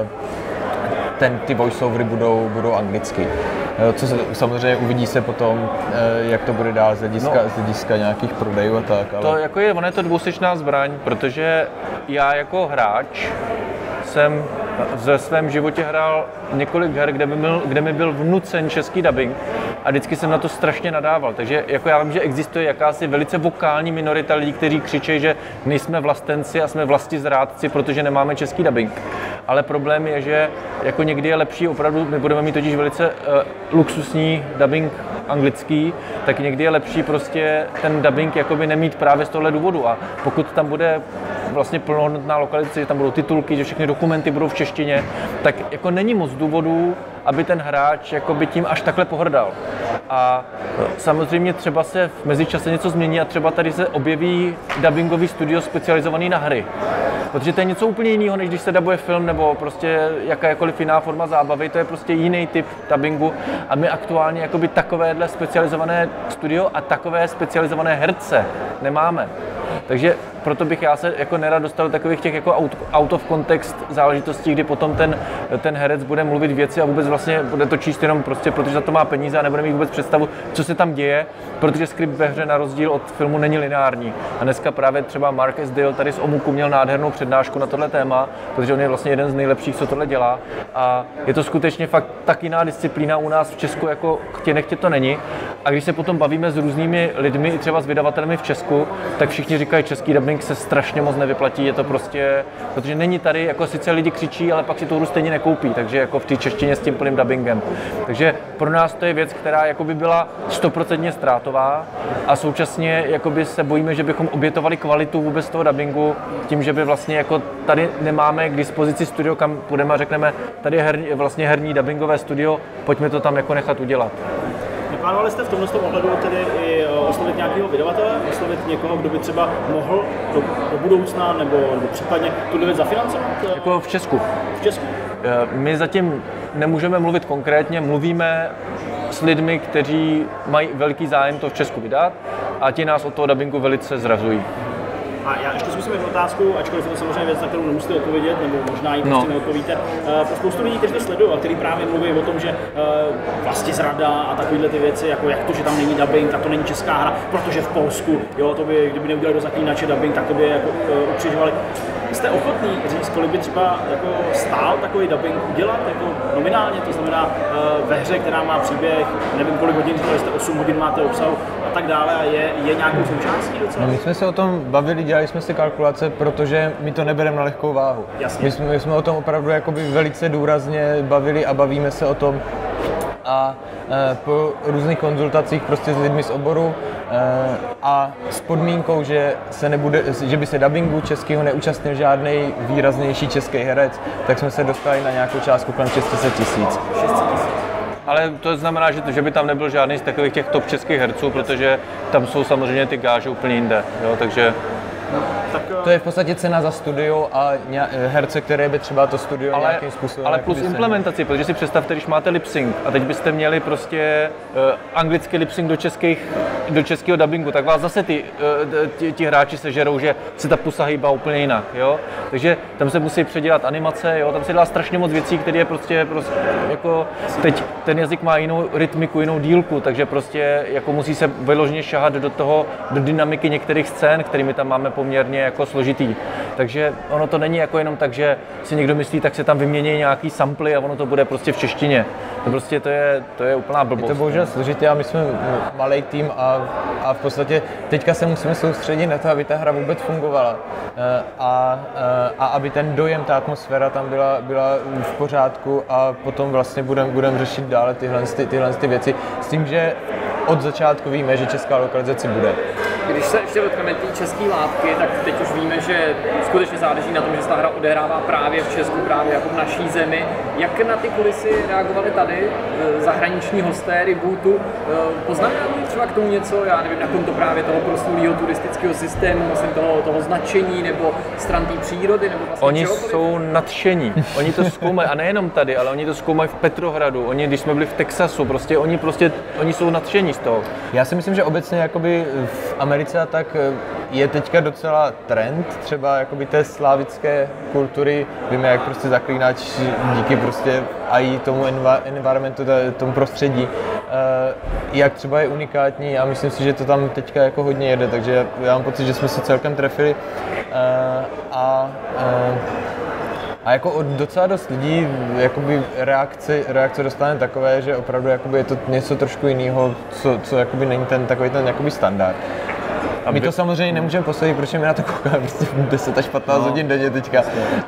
ten, ty voiceovery budou, budou anglicky. Co se, samozřejmě uvidí se potom, jak to bude dál z hlediska, no, z hlediska nějakých prodejů a tak. Ale... To jako je, ono je to dvousečná zbraň, protože já jako hráč jsem ve svém životě hrál několik her, kde, by byl, kde mi byl vnucen český dubbing a vždycky jsem na to strašně nadával. Takže jako já vím, že existuje jakási velice vokální minorita lidí, kteří křičejí, že nejsme vlastenci a jsme vlastizrádci, protože nemáme český dubbing. Ale problém je, že jako někdy je lepší opravdu, my budeme mít totiž velice uh, luxusní dubbing anglický, tak někdy je lepší prostě ten dubbing jakoby nemít právě z tohle důvodu. A pokud tam bude vlastně plnohodnotná lokalizace, že tam budou titulky, že všechny dokumenty budou v češtině, tak jako není moc důvodů, aby ten hráč jakoby tím až takhle pohrdal. A samozřejmě třeba se v mezičase něco změní a třeba tady se objeví dubbingový studio specializovaný na hry. Protože to je něco úplně jiného, než když se dabuje film nebo prostě jakákoliv jiná forma zábavy, to je prostě jiný typ dubbingu a my aktuálně jakoby takovéhle specializované studio a takové specializované herce nemáme. Takže proto bych já se jako nerad dostal do takových těch jako out, out of context záležitostí, kdy potom ten, ten herec bude mluvit věci a vůbec vlastně bude to číst jenom prostě, protože za to má peníze a nebude mít vůbec představu, co se tam děje, protože skript ve hře na rozdíl od filmu není lineární. A dneska právě třeba Mark S. Dale tady z Omuku měl nádhernou přednášku na tohle téma, protože on je vlastně jeden z nejlepších, co tohle dělá. A je to skutečně fakt tak jiná disciplína u nás v Česku, jako chtě nechtě to není. A když se potom bavíme s různými lidmi, i třeba s vydavatelemi v Česku, tak všichni říkají, český dubbing se strašně moc nevyplatí, je to prostě, protože není tady, jako sice lidi křičí, ale pak si tu hru stejně nekoupí, takže jako v té češtině s tím plným dubbingem. Takže pro nás to je věc, která jakoby byla stoprocentně ztrátová a současně jakoby se bojíme, že bychom obětovali kvalitu vůbec toho dubbingu tím, že by vlastně jako tady nemáme k dispozici studio, kam půjdeme a řekneme, tady je herní, vlastně herní dubbingové studio, pojďme to tam jako nechat udělat. Plánovali jste v tomhle ohledu tedy i oslovit nějakého vydavatele, oslovit někoho, kdo by třeba mohl do, do budoucna nebo, nebo případně tu věc zafinancovat? Jako v Česku. V Česku? My zatím nemůžeme mluvit konkrétně, mluvíme s lidmi, kteří mají velký zájem to v Česku vydat a ti nás od toho dubbingu velice zrazují. A já ještě zkusím jednu otázku, ačkoliv je to samozřejmě věc, na kterou nemusíte odpovědět, nebo možná ji prostě no. neodpovíte. Pro spoustu lidí, kteří to sledují a kteří právě mluví o tom, že vlastizrada a takovéhle ty věci, jako jak to, že tam není dubbing, tak to není česká hra, protože v Polsku, jo, to by, kdyby neudělali do Zaklínače dubbing, tak to by jako ukřižovali. Jste ochotný říct, kolik by třeba jako stál takový dubbing udělat, jako nominálně, to znamená ve hře, která má příběh, nevím kolik hodin, říkali jste osm hodin máte obsahu a tak dále a je, je nějakou součástí docela? No, my jsme se o tom bavili, dělali jsme si kalkulace, protože my to nebereme na lehkou váhu. Jasně. My jsme, my jsme o tom opravdu jakoby velice důrazně bavili a bavíme se o tom a e, po různých konzultacích prostě s lidmi z oboru e, a s podmínkou, že, se nebude, že by se dubbingu českého neúčastnil žádný výraznější český herec, tak jsme se dostali na nějakou částku kolem šest set tisíc. Ale to znamená, že, že by tam nebyl žádný z takových těch top českých herců, protože tam jsou samozřejmě ty gáže úplně jinde, jo, takže... No, tak, to je v podstatě cena za studio a herce, které by třeba to studio ale, nějakým způsobem... Ale plus implementaci, protože si představte, když máte lip-sync a teď byste měli prostě uh, anglický lip-sync do, českých, do českého dubbingu, tak vás zase ty, uh, ti, ti hráči sežerou, že se ta pusa hýbá úplně jinak, jo? Takže tam se musí předělat animace, jo? Tam se dělá strašně moc věcí, které je prostě, prostě jako... Teď ten jazyk má jinou rytmiku, jinou dílku, takže prostě jako musí se vyloženě šahat do toho, do dynamiky některých scén, kterými tam máme poměrně jako složitý. Takže ono to není jako jenom tak, že si někdo myslí, tak se tam vymění nějaký samply a ono to bude prostě v češtině. To prostě to je, to je úplná blbost. Je to bohužel složitý a my jsme malý tým a, a v podstatě teďka se musíme soustředit na to, aby ta hra vůbec fungovala a, a aby ten dojem, ta atmosféra tam byla, byla v pořádku a potom vlastně budeme budem řešit dále tyhle, ty, tyhle ty věci s tím, že od začátku víme, že česká lokalizace bude. Když se ještě dotkneme té české látky, tak teď už víme, že skutečně záleží na tom, že se ta hra odehrává právě v Česku, právě jako v naší zemi. Jak na ty kulisy reagovali tady zahraniční hosté Rebootu? Poznamenali třeba k tomu něco, já nevím, na konto právě toho proslulého turistického systému, vlastně toho, toho značení nebo stran té přírody? Nebo vlastně oni čehokoliv? jsou nadšení, oni to zkoumají a nejenom tady, ale oni to zkoumají v Petrohradu, oni, když jsme byli v Texasu, prostě oni, prostě, oni jsou nadšení z toho. Já si myslím, že obecně jakoby v Americe tak je teďka docela trend třeba jakoby té slavické kultury, víme, jak prostě zaklínač díky prostě i tomu enva- environmentu, tomu prostředí, jak třeba je unikátní a myslím si, že to tam teďka jako hodně jede, takže já mám pocit, že jsme se celkem trefili a A jako od docela dost lidí jakoby reakce, reakce dostaneme takové, že opravdu jakoby je to něco trošku jiného, co, co jakoby není ten takový ten jakoby standard. A my to samozřejmě nemůžeme postavit, protože my na to koukáme prostě deset až patnáct no. hodin denně teďka. Uh,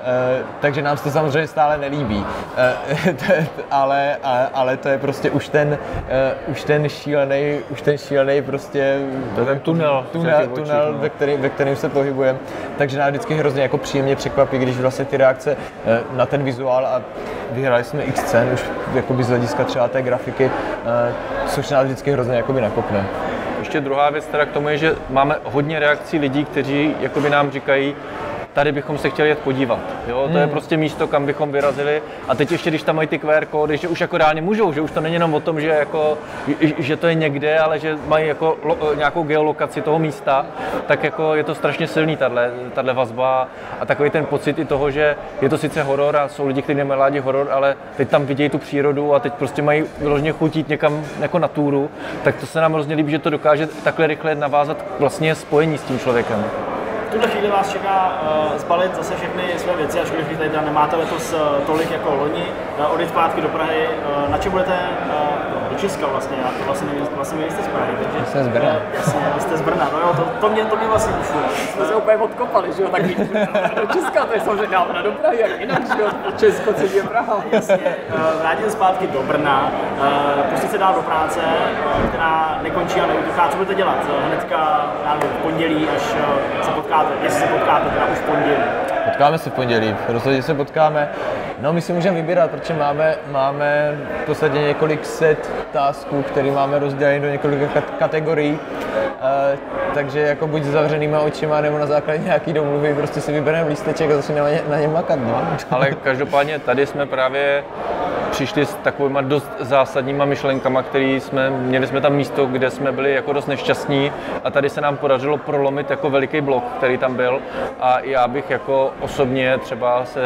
takže nám se to samozřejmě stále nelíbí. Uh, ale, ale to je prostě už ten, uh, už ten šílený, už ten šílený prostě to ten tunel, tunel, tunel očích, no. ve, který, ve kterým se pohybujeme. Takže nás vždycky hrozně jako příjemně překvapí, když vlastně ty reakce uh, na ten vizuál a vyhráli jsme x cen už jakoby z hlediska třeba té grafiky, uh, což nás vždycky hrozně jakoby nakopne. Ještě druhá věc teda k tomu je, že máme hodně reakcí lidí, kteří jakoby nám říkají, tady bychom se chtěli jet podívat. Jo? To je prostě místo, kam bychom vyrazili. A teď ještě, když tam mají ty Q R kódy, že už jako reálně můžou, že už to není jenom o tom, že, jako, že to je někde, ale že mají jako lo, nějakou geolokaci toho místa, tak jako je to strašně silný, tahle vazba a takový ten pocit i toho, že je to sice horor a jsou lidi, kteří nemají rádi horor, ale teď tam vidějí tu přírodu a teď prostě mají vyloženě chutit někam jako na túru, tak to se nám hrozně líbí, že to dokáže takhle rychle navázat vlastně spojení s tím člověkem. V tuhle chvíli vás čeká uh, zbalit zase všechny své věci, ačkoliv vy tady nemáte letos uh, tolik jako loni, uh, odejít zpátky do Prahy. Uh, na čem budete uh, do Česka vlastně? Já to vlastně nevím, vlastně vy jste z Prahy, takže... Jste z Brna. Uh, jasně, vy jste z Brna, no jo, to, to, mě, to mě vlastně ušlo. Jsme se úplně odkopali, že jo, tak do Česka, to je samozřejmě návrat do Prahy, jak jinak, že jo, Česko, co je Praha. Jasně, uh, vrátit se zpátky do Brna, uh, pustit se dál do práce, uh, která nekončí a neutuchá. Co budete dělat? Uh, hnedka, já nevím, v pondělí, až uh, se potkáte. Jestli se potkáte, teda už v pondělí. Potkáme se v pondělí, rozhodně se potkáme. No, my si můžeme vybírat, protože máme, máme v podstatě několik set tasků, které máme rozdělené do několika kategorií. Uh, takže jako buď s zavřenýma očima, nebo na základě nějaký domluvy, prostě si vybereme lísteček a začneme na něm makat, no. Ale každopádně tady jsme právě přišli s takovýma dost zásadníma myšlenkama, který jsme, měli jsme tam místo, kde jsme byli jako dost nešťastní a tady se nám podařilo prolomit jako veliký blok, který tam byl a já bych jako osobně třeba se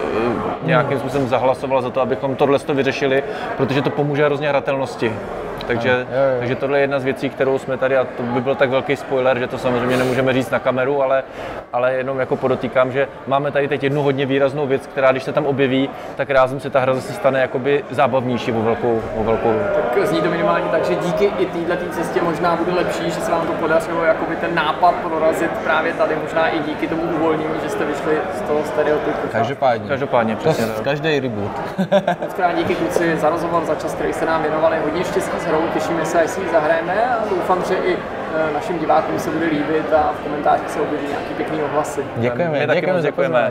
nějakým způsobem zahlasoval za to, abychom tohle to vyřešili, protože to pomůže hrozně hratelnosti. Takže, jo, jo. takže tohle je jedna z věcí, kterou jsme tady, a to by byl tak velký spoiler, že to samozřejmě nemůžeme říct na kameru, ale, ale jenom jako podotýkám, že máme tady teď jednu hodně výraznou věc, která když se tam objeví, tak rázem se ta hra zase stane jakoby zábavnější o velkou, o velkou. Tak zní to minimálně tak, že díky i této cestě možná bude lepší, že se vám to podařilo jakoby ten nápad prorazit právě tady, možná i díky tomu uvolnění, že jste vyšli z toho stereotypu. Každopádně. Každopádně, přesně. To každý reboot. Moc krát díky kluci za rozhovor, za čas, který jste nám věnovali, hodně štěstí s hrou, těšíme se, až si ji zahrajeme a doufám, že i našim divákům se bude líbit a v komentářích se objeví nějaký pěkný ohlasy. Děkujeme, děkujeme, děkujeme.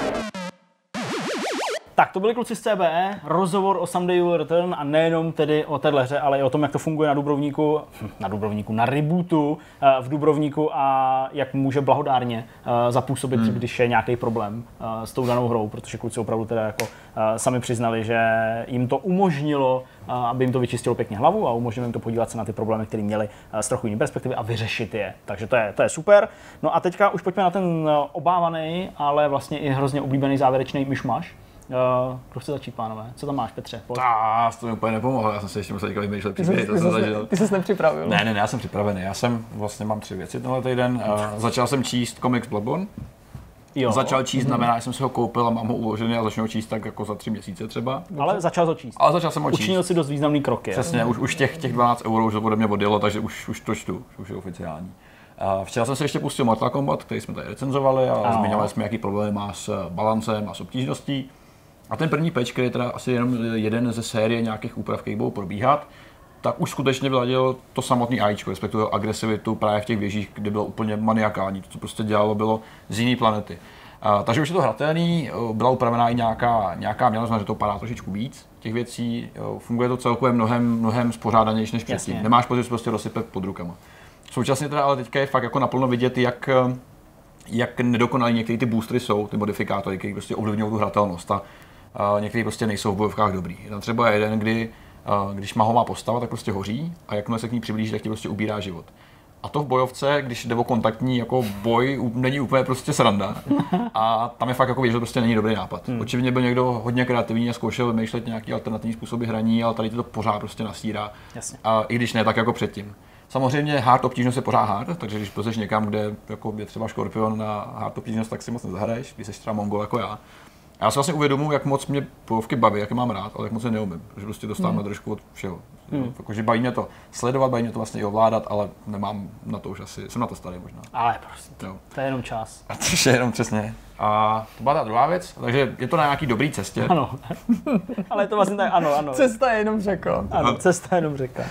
Tak, to byli kluci z C B E, rozhovor o Someday You'll Return a nejenom tedy o téhle hře, ale i o tom, jak to funguje na Dubrovníku, na Dubrovníku, na Rebootu v Dubrovníku a jak může blahodárně zapůsobit, hmm. když je nějaký problém s tou danou hrou, protože kluci opravdu teda jako sami přiznali, že jim to umožnilo, aby jim to vyčistilo pěkně hlavu a umožnilo jim to podívat se na ty problémy, které měli z trochu jiné perspektivy a vyřešit je. Takže to je, to je super. No a teďka už pojďme na ten obávaný, ale vlastně i hrozně oblíbený závěrečný myšmaš. Uh, kdo chce začít, pánové? Co tam máš, Petře? Tá, to mi úplně nepomohlo, já jsem se ještě musel teďka vymýšlet příběhy, to jsem zažil. Ty jsi nepřipravil. Ne, ne, ne, já jsem připravený, já jsem, vlastně mám tři věci tenhle týden. Uh, začal jsem číst komiks Bloodborne. Jo. Začal číst, znamená, že jsem si ho koupil a mám ho uložený a začnu ho číst tak jako za tři měsíce třeba. Ale začal ho číst. Ale začal jsem ho číst. Učinil si dost významný kroky. Přesně, už, už těch, těch dvanáct euro už ode mě odjelo, takže už, už to čtu, už je oficiální. Uh, včera jsem se ještě pustil Mortal Kombat, který jsme tady recenzovali a ano. Zmiňovali jsme, jaký problémy má s balancem a s obtížností. A ten první patch, který je teda asi jenom jeden ze série nějakých úprav, které budou probíhat, tak už skutečně vyladil to samotný AIčko, respektive agresivitu právě v těch věžích, kde bylo úplně maniakální. To, co prostě dělalo, bylo z jiné planety. Uh, takže už je to hratelný, byla upravená i nějaká, nějaká měla, znamená, že to padá trošičku víc těch věcí, jo, funguje to celkově mnohem, mnohem spořádanější než předtím. Nemáš pocit, že prostě rozsype pod rukama. Současně teda ale teďka je fakt jako naplno vidět, jak, jak nedokonalý některé ty boostery jsou, ty modifikátory, které prostě ovlivňují tu hratelnost a uh, některé prostě nejsou v bojovkách dobrý. Tam třeba je jeden, kdy uh, když ma ho má postava, tak prostě hoří a jakmile se k ní přiblíží, tak ti prostě ubírá život. A to v bojovce, když jde o kontaktní jako boj, není úplně prostě sranda. A tam je fakt jako vidět, že to prostě není dobrý nápad. Hmm. Očividně byl někdo hodně kreativní a zkoušel vymýšlet nějaký alternativní způsoby hraní, ale tady to pořád prostě nasírá. Jasně. A i když ne, tak jako předtím. Samozřejmě hard obtížnost je pořád hard, takže když pozeš někam, kde jako je třeba Škorpion na hard obtížnost, tak si moc nezahraješ, když jsi třeba Mongol jako já. A já si vlastně uvědomuji, jak moc mě bojovky baví, jak je mám rád, ale jak moc je neumím, protože prostě dostávám hmm. trošku od všeho. Hmm. Jakože baví mě to sledovat, baví mě to vlastně i ovládat, ale nemám na to už asi, jsem na to starý možná. Ale prostě, jo. To je jenom čas. A to je jenom přesně. A to byla ta druhá věc, takže je to na nějaký dobrý cestě. Ano, ale je to vlastně tak, ano, ano. Cesta je jenom řeka. Ano, cesta je jenom řeka.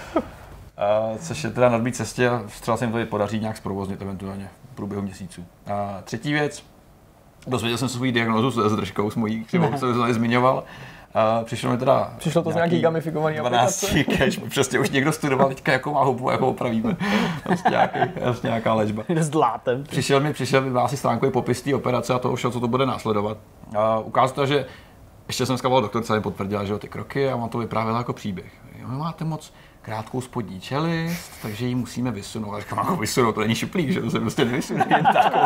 Uh, což je teda na dobrý cestě a třeba se jim to podaří nějak zprovoznit eventuálně v průběhu měsíců. A třetí věc, dozvěděl jsem se svou diagnózu s držkou, s mojí křivou, jsem se tady zmiňoval. Uh, přišlo mi teda Přišlo to z nějaký gamifikovaný dvanáct cash, přesně už někdo studoval teďka, jakou má hubu, jakou opravíme. Vlastně, nějaký, vlastně nějaká léčba. S dlátem. Přišel mi, přišel mi asi stránkový popis té operace a toho všeho, co to bude následovat. Uh, ukázalo to, že ještě jsem dneska volal doktorce, mi potvrdila, že jo, ty kroky a mám to vyprávěla jako příběh. Jo, máte moc krátkou spodní čelist, takže ji musíme vysunout. A říkám, jako vysunout, to není šuplík, že to se prostě nevysune jen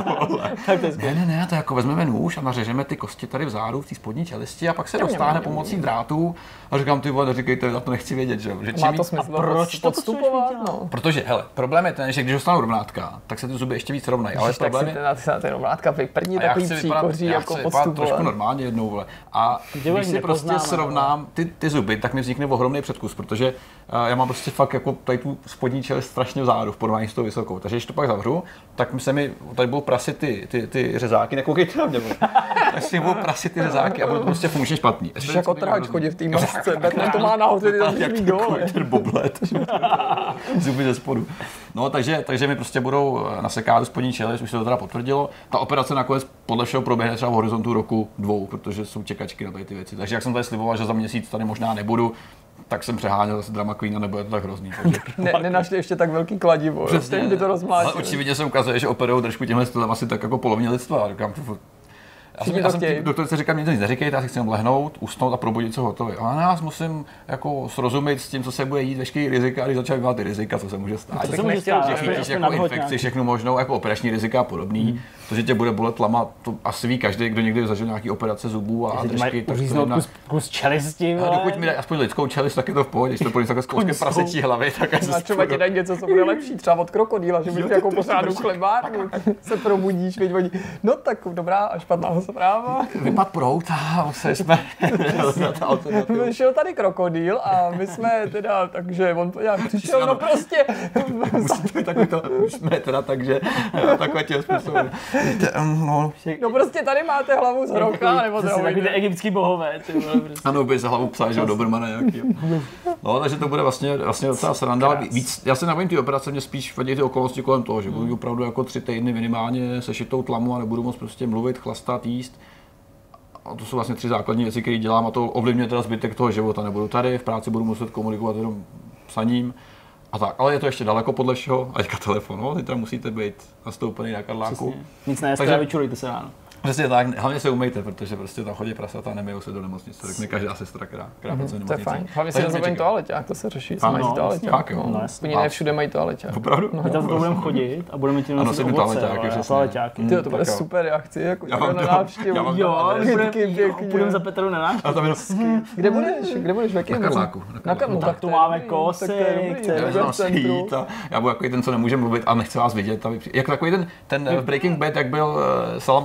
tak. Ne, ne, ne, to jako vezmeme nůž a nařežeme ty kosti tady vzadu v té spodní čelisti a pak se dostáhne pomocí drátů. A říkám, ty vole, neříkejte, já to nechci vědět, že jo. Má to smysl, proč to podstupovat? No. Protože, hele, problém je ten, že když dostanu rovnátka, tak se ty zuby ještě víc rovnají. Ale tak problém si na ty rovnátka vyprdní takový příkoří jako podstupovat. Trošku normálně jednou, vole. A když si prostě srovnám ty, ty zuby, tak mi vznikne ohromný předkus, protože uh, já mám prostě fakt jako tady tu spodní čelist strašně vzadu v porovnání s tou vysokou. Takže když to pak zavřu, tak se mi tady budou prasit ty, ty, ty řezáky, nekoukejte na mě. Tak si budou prasit ty řezáky a budou to prostě funkčně špatný. Jsi jako tráč chodí v té masce, Batman to má nahoře, ty tam musí dole. Ten boblet, zuby ze spodu. No takže, takže mi prostě budou nasekat spodní čelist, už se to teda potvrdilo. Ta operace nakonec podle všeho proběhne třeba v horizontu roku dvou, protože jsou čekačky na tady ty věci. Takže jak jsem tady sliboval, že za měsíc tady možná nebudu, tak jsem přeháněl zase drama queen a nebude to tak hrozný. Takže... ne, nenašli ještě tak velký kladivo, přesně, by to rozmlátili. Ale očividně se ukazuje, že operujou držku tímhle stylem asi tak jako polovině lidstva. Říkám, já jsem, já jsem doktorce říkal, mě to nic neříkejte, já si chci lehnout, usnout a probudit se hotový. Ale já musím jako srozumět s tím, co se bude jít, veškerý rizika, a když začal vyvolat ty rizika, co se může stát. Co se může stát? Že chytíš jako infekci, všechno možnou, jako operační rizika a podobný. Hmm. To, že tě bude bolet tlama, to asi ví každý, kdo někdy zažil nějaký operace zubů a držky. Uříznout kus, kus čelisti. A dokud mi dají aspoň lidskou čelist, tak je to v pohodě. Když to půjde takhle z kouskem prasečí hlavy, tak je to. A třeba ti dají něco, co bude lepší, třeba od krokodýla, že bys jako pořádnou chlebárnu, se probudíš, veď oni. No tak dobrá a špatná zpráva. Vypad prout a museli jsme šel tady krokodýl a my jsme teda, takže on nějak přišel, no prostě. Musíme takový to, už jsme teda, takže takové těm způsobem. No. no prostě tady máte hlavu z roka, nebo to takový ty egyptský bohové. Ano, by se hlavu psal, že jo, Dobermana nějaký. No, takže to bude vlastně, vlastně docela sranda. Víc, já se nebojím ty operace, mě spíš vadí ty okolnosti kolem toho, že budu opravdu jako tři týdny minimálně se šitou tlamu a nebudu moc prostě mluvit, chlastat, jíst. A to jsou vlastně tři základní věci, které dělám a to ovlivňuje teda zbytek toho života. Nebudu tady, v práci budu muset komunikovat jenom psaním a tak. Ale je to ještě daleko podle všeho. A teďka telefon, no, teď musíte být nastoupený na Karláku. Nic nejeste a vyčulujte se ráno. Přesně tak, hlavně se umejte, protože prostě tam chodí prasata a nemijou se do nemocnice, to řekne každá sestra, která, která pracuje v nemocnici. To je fajn. Hlavně si nezapomeň toaleťák, to se řeší, si mají toaleťák. Oni ne všude mají toaleťák. Opravdu? My tam to budeme chodit a budeme ti nosit ovoce a toaleťáky. Ty to bude super, já chci jako na návštěvu. Jo, půjdeme za Petrou na návštěvu. Kde budeš? Kde budeš? V jakém? Na Karláku. Na Karláku. Tak tu máme kosy, já budu takový ten, co nemůže mluvit a nechce vás vidět. Jak takový ten v Breaking Bad, jak byl Salamanca na tom,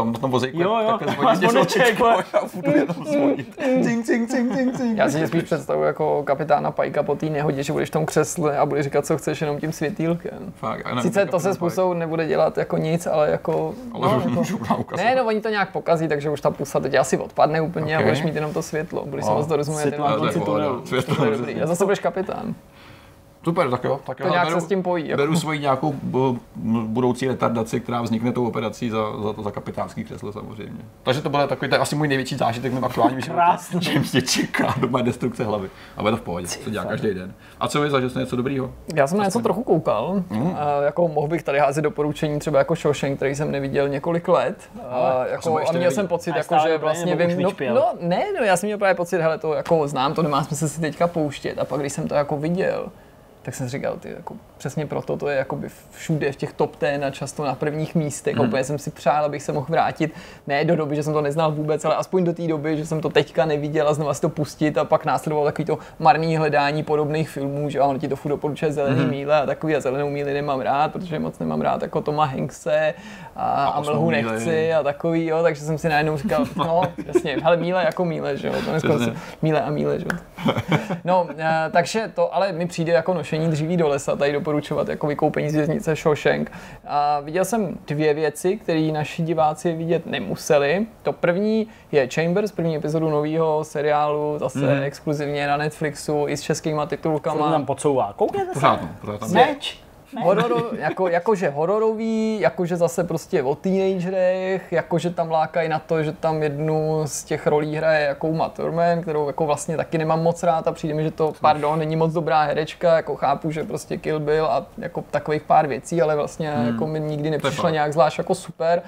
tam na tom vozejku. Jo, jo, takhle má zvoní zvoneček, a furt jenom zvoní. Cing, cing, cing, cing, cing. Já si tě spíš představuji jako kapitána Pajka po té nehodě, že budeš v tom křesle a budeš říkat, co chceš jenom tím světýlkem. Fakt, nevím, Sice to se spusou nebude dělat jako nic, ale jako... Ale no, už jako můžu nám ukazovat. ne, no oni to nějak pokazí, takže už ta pusa teď asi odpadne úplně Okay. a budeš mít jenom to světlo. Budeš se No. moc dorozumět Světlo jenom na to konci tunelu. Světlo. To je dobrý. A zase budeš kapitán. Super, tak jo. Tak To jo, nějak beru, se s tím pojí. Jako. beru svoji nějakou bu- budoucí retardaci, která vznikne tou operací za, za, to, za kapitánský křeslo samozřejmě. Takže to byl takový, to je asi můj největší zážitek v mém aktuálním životě. Krásný. Čím mě čeká doma destrukce hlavy. A bude to v pohodě, to dělá každý den. A co vy zažil jste něco dobrýho? Já jsem na něco trochu koukal. Mm. A jako mohl bych tady házet doporučení třeba jako Shawshank, který jsem neviděl několik let. A, jako, jsem ho a ještě měl neviděl. jsem pocit, A jako, stále že dobrý, vlastně nebo už vím, no, vyčpěl? no, ne, no, já jsem měl právě pocit, hele, to jako znám, to nemá smysl si teďka pouštět. A pak, když jsem to jako viděl, tak jsem si říkal, ty, jako, přesně proto to je jakoby všude v těch top ten a často na prvních místech. Hmm. Úplně jsem si přál, abych se mohl vrátit, ne do doby, že jsem to neznal vůbec, ale aspoň do té doby, že jsem to teďka neviděl a znova si to pustit a pak následovalo takový to marný hledání podobných filmů, že on ti to furt doporučuje Zelený hmm. míle a takový a Zelenou míli nemám rád, protože moc nemám rád jako Toma Hankse a, a, a Mlhu nechci a takový, jo, takže jsem si najednou říkal, no jasně, hele míle jako míle, že jo, to neskonce, míle a míle, že jo. No, a, takže to ale mi přijde jako nošení dříví do lesa, tady doporučovat jako vykoupení z věznice Shawshank. A viděl jsem dvě věci, které naši diváci vidět nemuseli. To první je Chambers, první epizodu nového seriálu, zase mm. exkluzivně na Netflixu i s českýma titulkama. Co tam podsouvá? Koukněte se. Pořád, no, pořád tam. Meč. Hororo, jako, jakože hororový, jakože zase prostě o teenagerech, jakože tam lákají na to, že tam jednu z těch rolí hraje jako Uma Thurman, kterou jako vlastně taky nemám moc rád a přijde mi, že to, pardon, není moc dobrá herečka, jako chápu, že prostě Kill Bill a jako takových pár věcí, ale vlastně hmm. jako mi nikdy nepřišla nějak zvlášť jako super.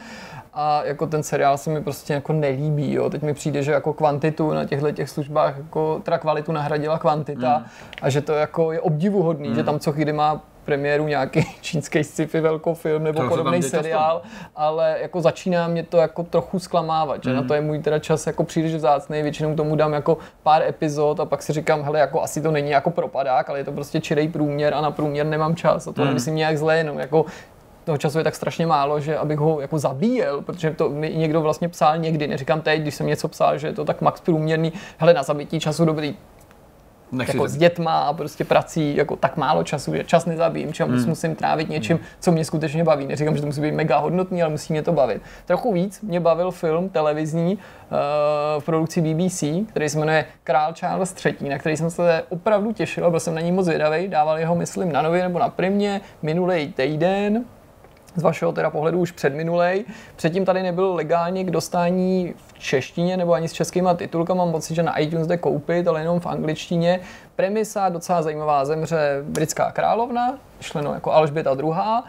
A jako ten seriál se mi prostě jako nelíbí, jo. Teď mi přijde, že jako kvantitu na těchto těch službách, jako teda kvalitu nahradila kvantita hmm. a že to jako je obdivuhodný, hmm. že tam co chvíli má premiéru nějaký čínský sci-fi velkofilm nebo podobný seriál, často. Ale jako začíná mě to jako trochu zklamávat, že mm. na to je můj teda čas jako příliš vzácný, většinou tomu dám jako pár epizod a pak si říkám, hele, jako asi to není jako propadák, ale je to prostě čirej průměr a na průměr nemám čas a to mm. nemyslím nějak zlé, jenom jako toho času je tak strašně málo, že abych ho jako zabíjel, protože to mi někdo vlastně psal někdy, neříkám teď, když jsem něco psal, že je to tak max průměrný, hele, na zabití času dobrý. Nechci jako s dětma a prostě prací jako tak málo času, že čas nezabijím, čím hmm. musím trávit něčím, co mě skutečně baví. Neříkám, že to musí být mega hodnotný, ale musí mě to bavit. Trochu víc mě bavil film televizní uh, v produkci B B C, který se jmenuje Král Charles třetí, na který jsem se opravdu těšil, byl jsem na ní moc zvědavý, dával jeho, myslím, na Nově nebo na Primě minulý týden. Z vašeho teda pohledu už předminulej. Předtím tady nebyl legálně k dostání v češtině nebo ani s českýma titulkama. Mám pocit, že na iTunes jde koupit, ale jenom v angličtině. Premisa docela zajímavá, zemře britská královna, myšleno jako Alžběta druhá.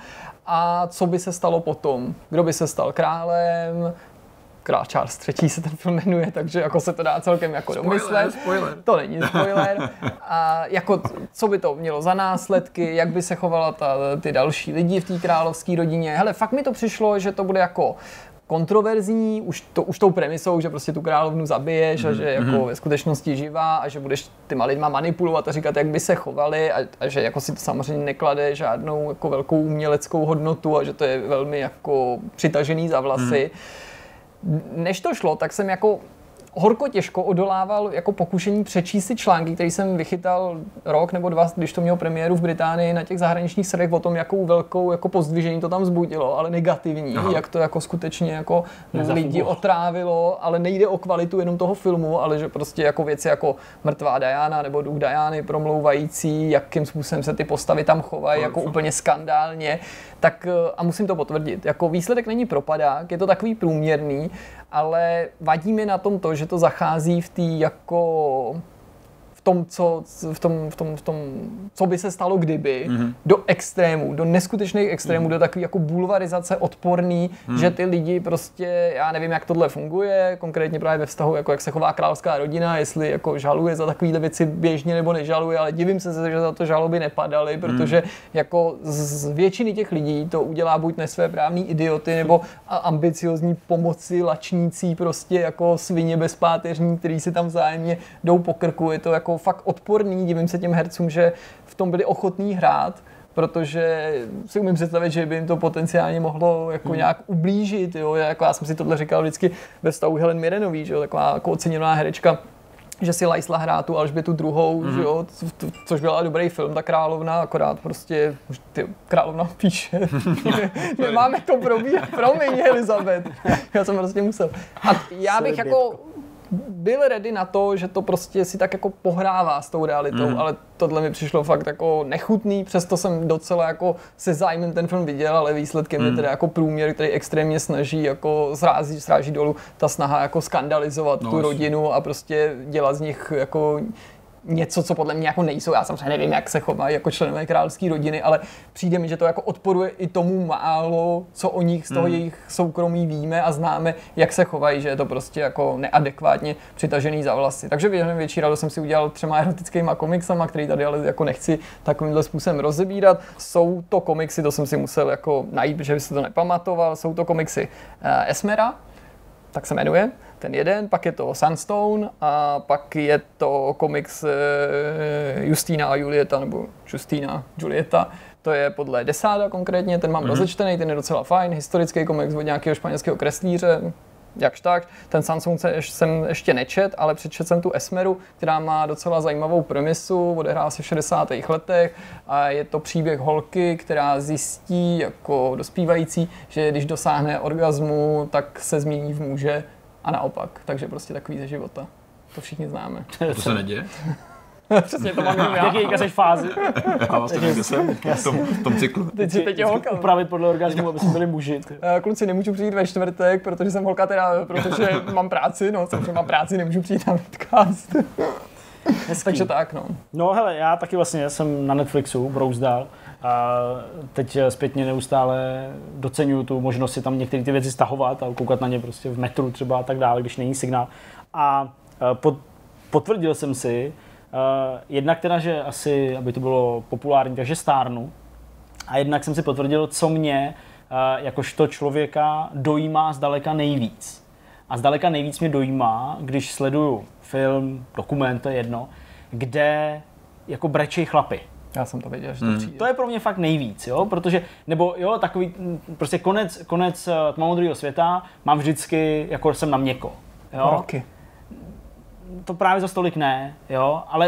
A co by se stalo potom? Kdo by se stal králem? Král Charles třetí se ten film jmenuje, takže jako se to dá celkem jako spoiler, domyslet. Spoiler. To není spoiler. A jako co by to mělo za následky, jak by se chovala ta, ty další lidi v té královské rodině. Hele, fakt mi to přišlo, že to bude jako kontroverzní, už, to, už tou premisou, že prostě tu královnu zabiješ mm-hmm. a že je jako ve skutečnosti živá a že budeš těma lidma manipulovat a říkat, jak by se chovali a, a že jako si to samozřejmě neklade žádnou jako velkou uměleckou hodnotu a že to je velmi jako přitažený za vlasy. Mm-hmm. Než to šlo, tak jsem jako horko těžko odolával jako pokušení přečíst si články, který jsem vychytal rok nebo dva, když to mělo premiéru v Británii na těch zahraničních serech o tom, jakou velkou jako pozdvižení to tam vzbudilo, ale negativní, Aha. jak to jako skutečně jako lidi otrávilo, ale nejde o kvalitu jenom toho filmu, ale že prostě jako věci jako mrtvá Diana nebo duch Diany promlouvající, jakým způsobem se ty postavy tam chovají, jako úplně skandálně, tak a musím to potvrdit, jako výsledek není propadák, je to takový průměrný, ale vadí mi na tom to, že to zachází v té jako v tom, co, v tom, v tom, v tom, co by se stalo kdyby, mm-hmm. do extrémů, do neskutečných extrémů, mm-hmm. do takové jako bulvarizace odporný, mm-hmm. že ty lidi prostě, já nevím, jak tohle funguje, konkrétně právě ve vztahu, jako jak se chová královská rodina, jestli jako žaluje za takovýhle věci běžně nebo nežaluje, ale divím se, že za to žaloby nepadaly, protože mm-hmm. jako z většiny těch lidí to udělá buď nesvéprávný idioty, nebo ambiciozní pomoci, lačnící, prostě jako svině bezpáteřní, který si tam vzájemně jdou po krku, je to jako fakt odporný, divím se těm hercům, že v tom byli ochotní hrát protože si umím představit, že by jim to potenciálně mohlo jako hmm. nějak ublížit, jo, jako já jsem si tohle říkal vždycky ve vztahu Helen Mirrenový, že jo, taková jako oceněná herečka, že si lajsla hrát tu Alžbětu druhou, mm. že jo, což byla dobrý film, ta Královna, akorát prostě, ty, Královna píše, nemáme to probíhat, promiň Elizabeth, já jsem prostě musel. A já bych jako byl ready na to, že to prostě si tak jako pohrává s tou realitou, mm. ale tohle mi přišlo fakt jako nechutný, přesto jsem docela jako se zájmem ten film viděl, ale výsledkem mm. je teda jako průměr, který extrémně snaží jako zrází, sráží dolů ta snaha jako skandalizovat no, tu rodinu a prostě dělat z nich jako něco, co podle mě jako nejsou. Já samozřejmě nevím, jak se chovají jako členové královské rodiny, ale přijde mi, že to jako odporuje i tomu málo, co o nich z toho mm. jejich soukromí víme a známe, jak se chovají, že je to prostě jako neadekvátně přitažený za vlasy. Takže během větší radost jsem si udělal třema erotickýma komiksama, který tady ale jako nechci takovýmhle způsobem rozebírat. Jsou to komiksy, to jsem si musel jako najít, protože bych si to nepamatoval. Jsou to komiksy uh, Esmera, tak se jmenuje, ten jeden, pak je to Sunstone a pak je to komiks Justína a Julieta, nebo Justína, Julieta. To je podle Desáda konkrétně, ten mám mm-hmm. rozečtený, ten je docela fajn, historický komiks od nějakého španělského kreslíře, jakž tak. Ten Sunstone jsem ještě nečet, ale přečet jsem tu Esmeru, která má docela zajímavou premisu, odehrává se v šedesátých letech a je to příběh holky, která zjistí jako dospívající, že když dosáhne orgazmu, tak se změní v muže a naopak. Takže prostě takový ze života. To všichni známe. To se neděje? Přesně to mám jenom já. Jaký jsi fázi? A vlastně někde jsem v tom, v tom cyklu. Teď si teď je holka. Upravit podle orgazmu, aby jsme byli muži. Kluci, nemůžu přijít ve čtvrtek, protože jsem holka teda, protože mám práci, no, samozřejmě mám práci, nemůžu přijít na podcast. Takže tak, no. No hele, já taky vlastně jsem na Netflixu brouzdal a teď zpětně neustále doceňuju tu možnost si tam některé ty věci stahovat a koukat na ně prostě v metru třeba a tak dále, když není signál. A pod, potvrdil jsem si, Uh, jednak teda, že asi, aby to bylo populární, takže stárnu. A jednak jsem si potvrdil, co mě uh, jakožto člověka dojímá zdaleka nejvíc. A zdaleka nejvíc mě dojímá, když sleduju film, dokument, to je jedno, kde jako brečej chlapy. Já jsem to věděl, že to hmm. přijde. To je pro mě fakt nejvíc, jo, protože, nebo jo, takový, prostě konec, konec Tmavomodrýho světa mám vždycky, jako jsem na měko. Jo. Roky. To právě za tolik ne, jo, ale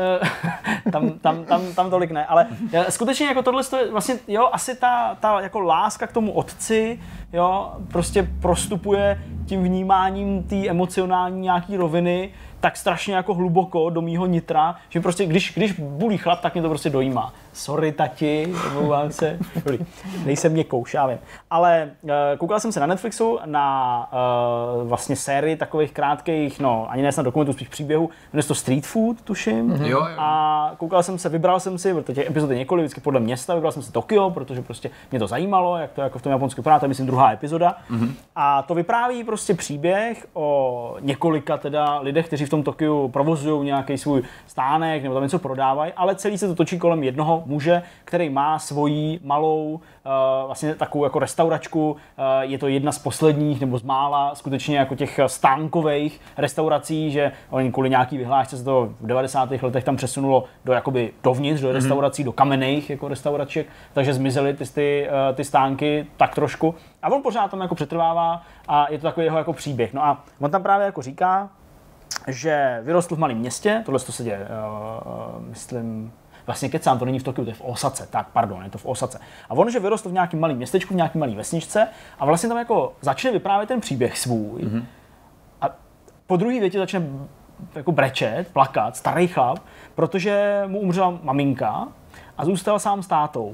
e, tam, tam, tam, tam tolik ne, ale e, skutečně jako tohle je vlastně, jo, asi ta, ta jako láska k tomu otci, jo, prostě prostupuje tím vnímáním té emocionální nějaký roviny tak strašně jako hluboko do mýho nitra, že prostě když, když bulí chlap, tak mě to prostě dojímá. Sorry tati, omlouvám se, nejsem měkouš, já vím. Ale uh, koukal jsem se na Netflixu na uh, vlastně sérii takových krátkých, no ani ne snad dokumentů, spíš příběhů, jmenuje se to Street Food, tuším. Mm-hmm. Jo, jo. A koukal jsem se, vybral jsem si, protože těch epizod je několik, vždycky podle města, vybral jsem si Tokio, protože prostě mě to zajímalo, jak to jako v tom Japonsku vypadá, to je myslím druhá epizoda. Mm-hmm. A to vypráví prostě příběh o několika teda lidech, kteří v tom Tokiu provozují nějaký svůj stánek nebo tam něco prodávají, ale celý se to točí kolem jednoho muže, který má svoji malou uh, vlastně takovou jako restauračku. Uh, je to jedna z posledních nebo z mála skutečně jako těch stánkových restaurací, že oni kvůli nějaký vyhlášce se to v devadesátých letech tam přesunulo do jakoby dovnitř, do restaurací, mm-hmm. do kamenných jako restauraček, takže zmizely ty, ty, uh, ty stánky tak trošku. A on pořád tam jako přetrvává a je to takový jeho jako příběh. No a on tam právě jako říká, že vyrostl v malém městě, tohle to se děje, uh, myslím, vlastně kecám, to není v Tokiu, to je v Osace, tak pardon, je to v Osace. A on, že vyrostl v nějakém malém městečku, v nějaké malé vesničce a vlastně tam jako začne vyprávět ten příběh svůj mm-hmm. a po druhé větě začne jako brečet, plakat, starý chlap, protože mu umřela maminka a zůstal sám s tátou.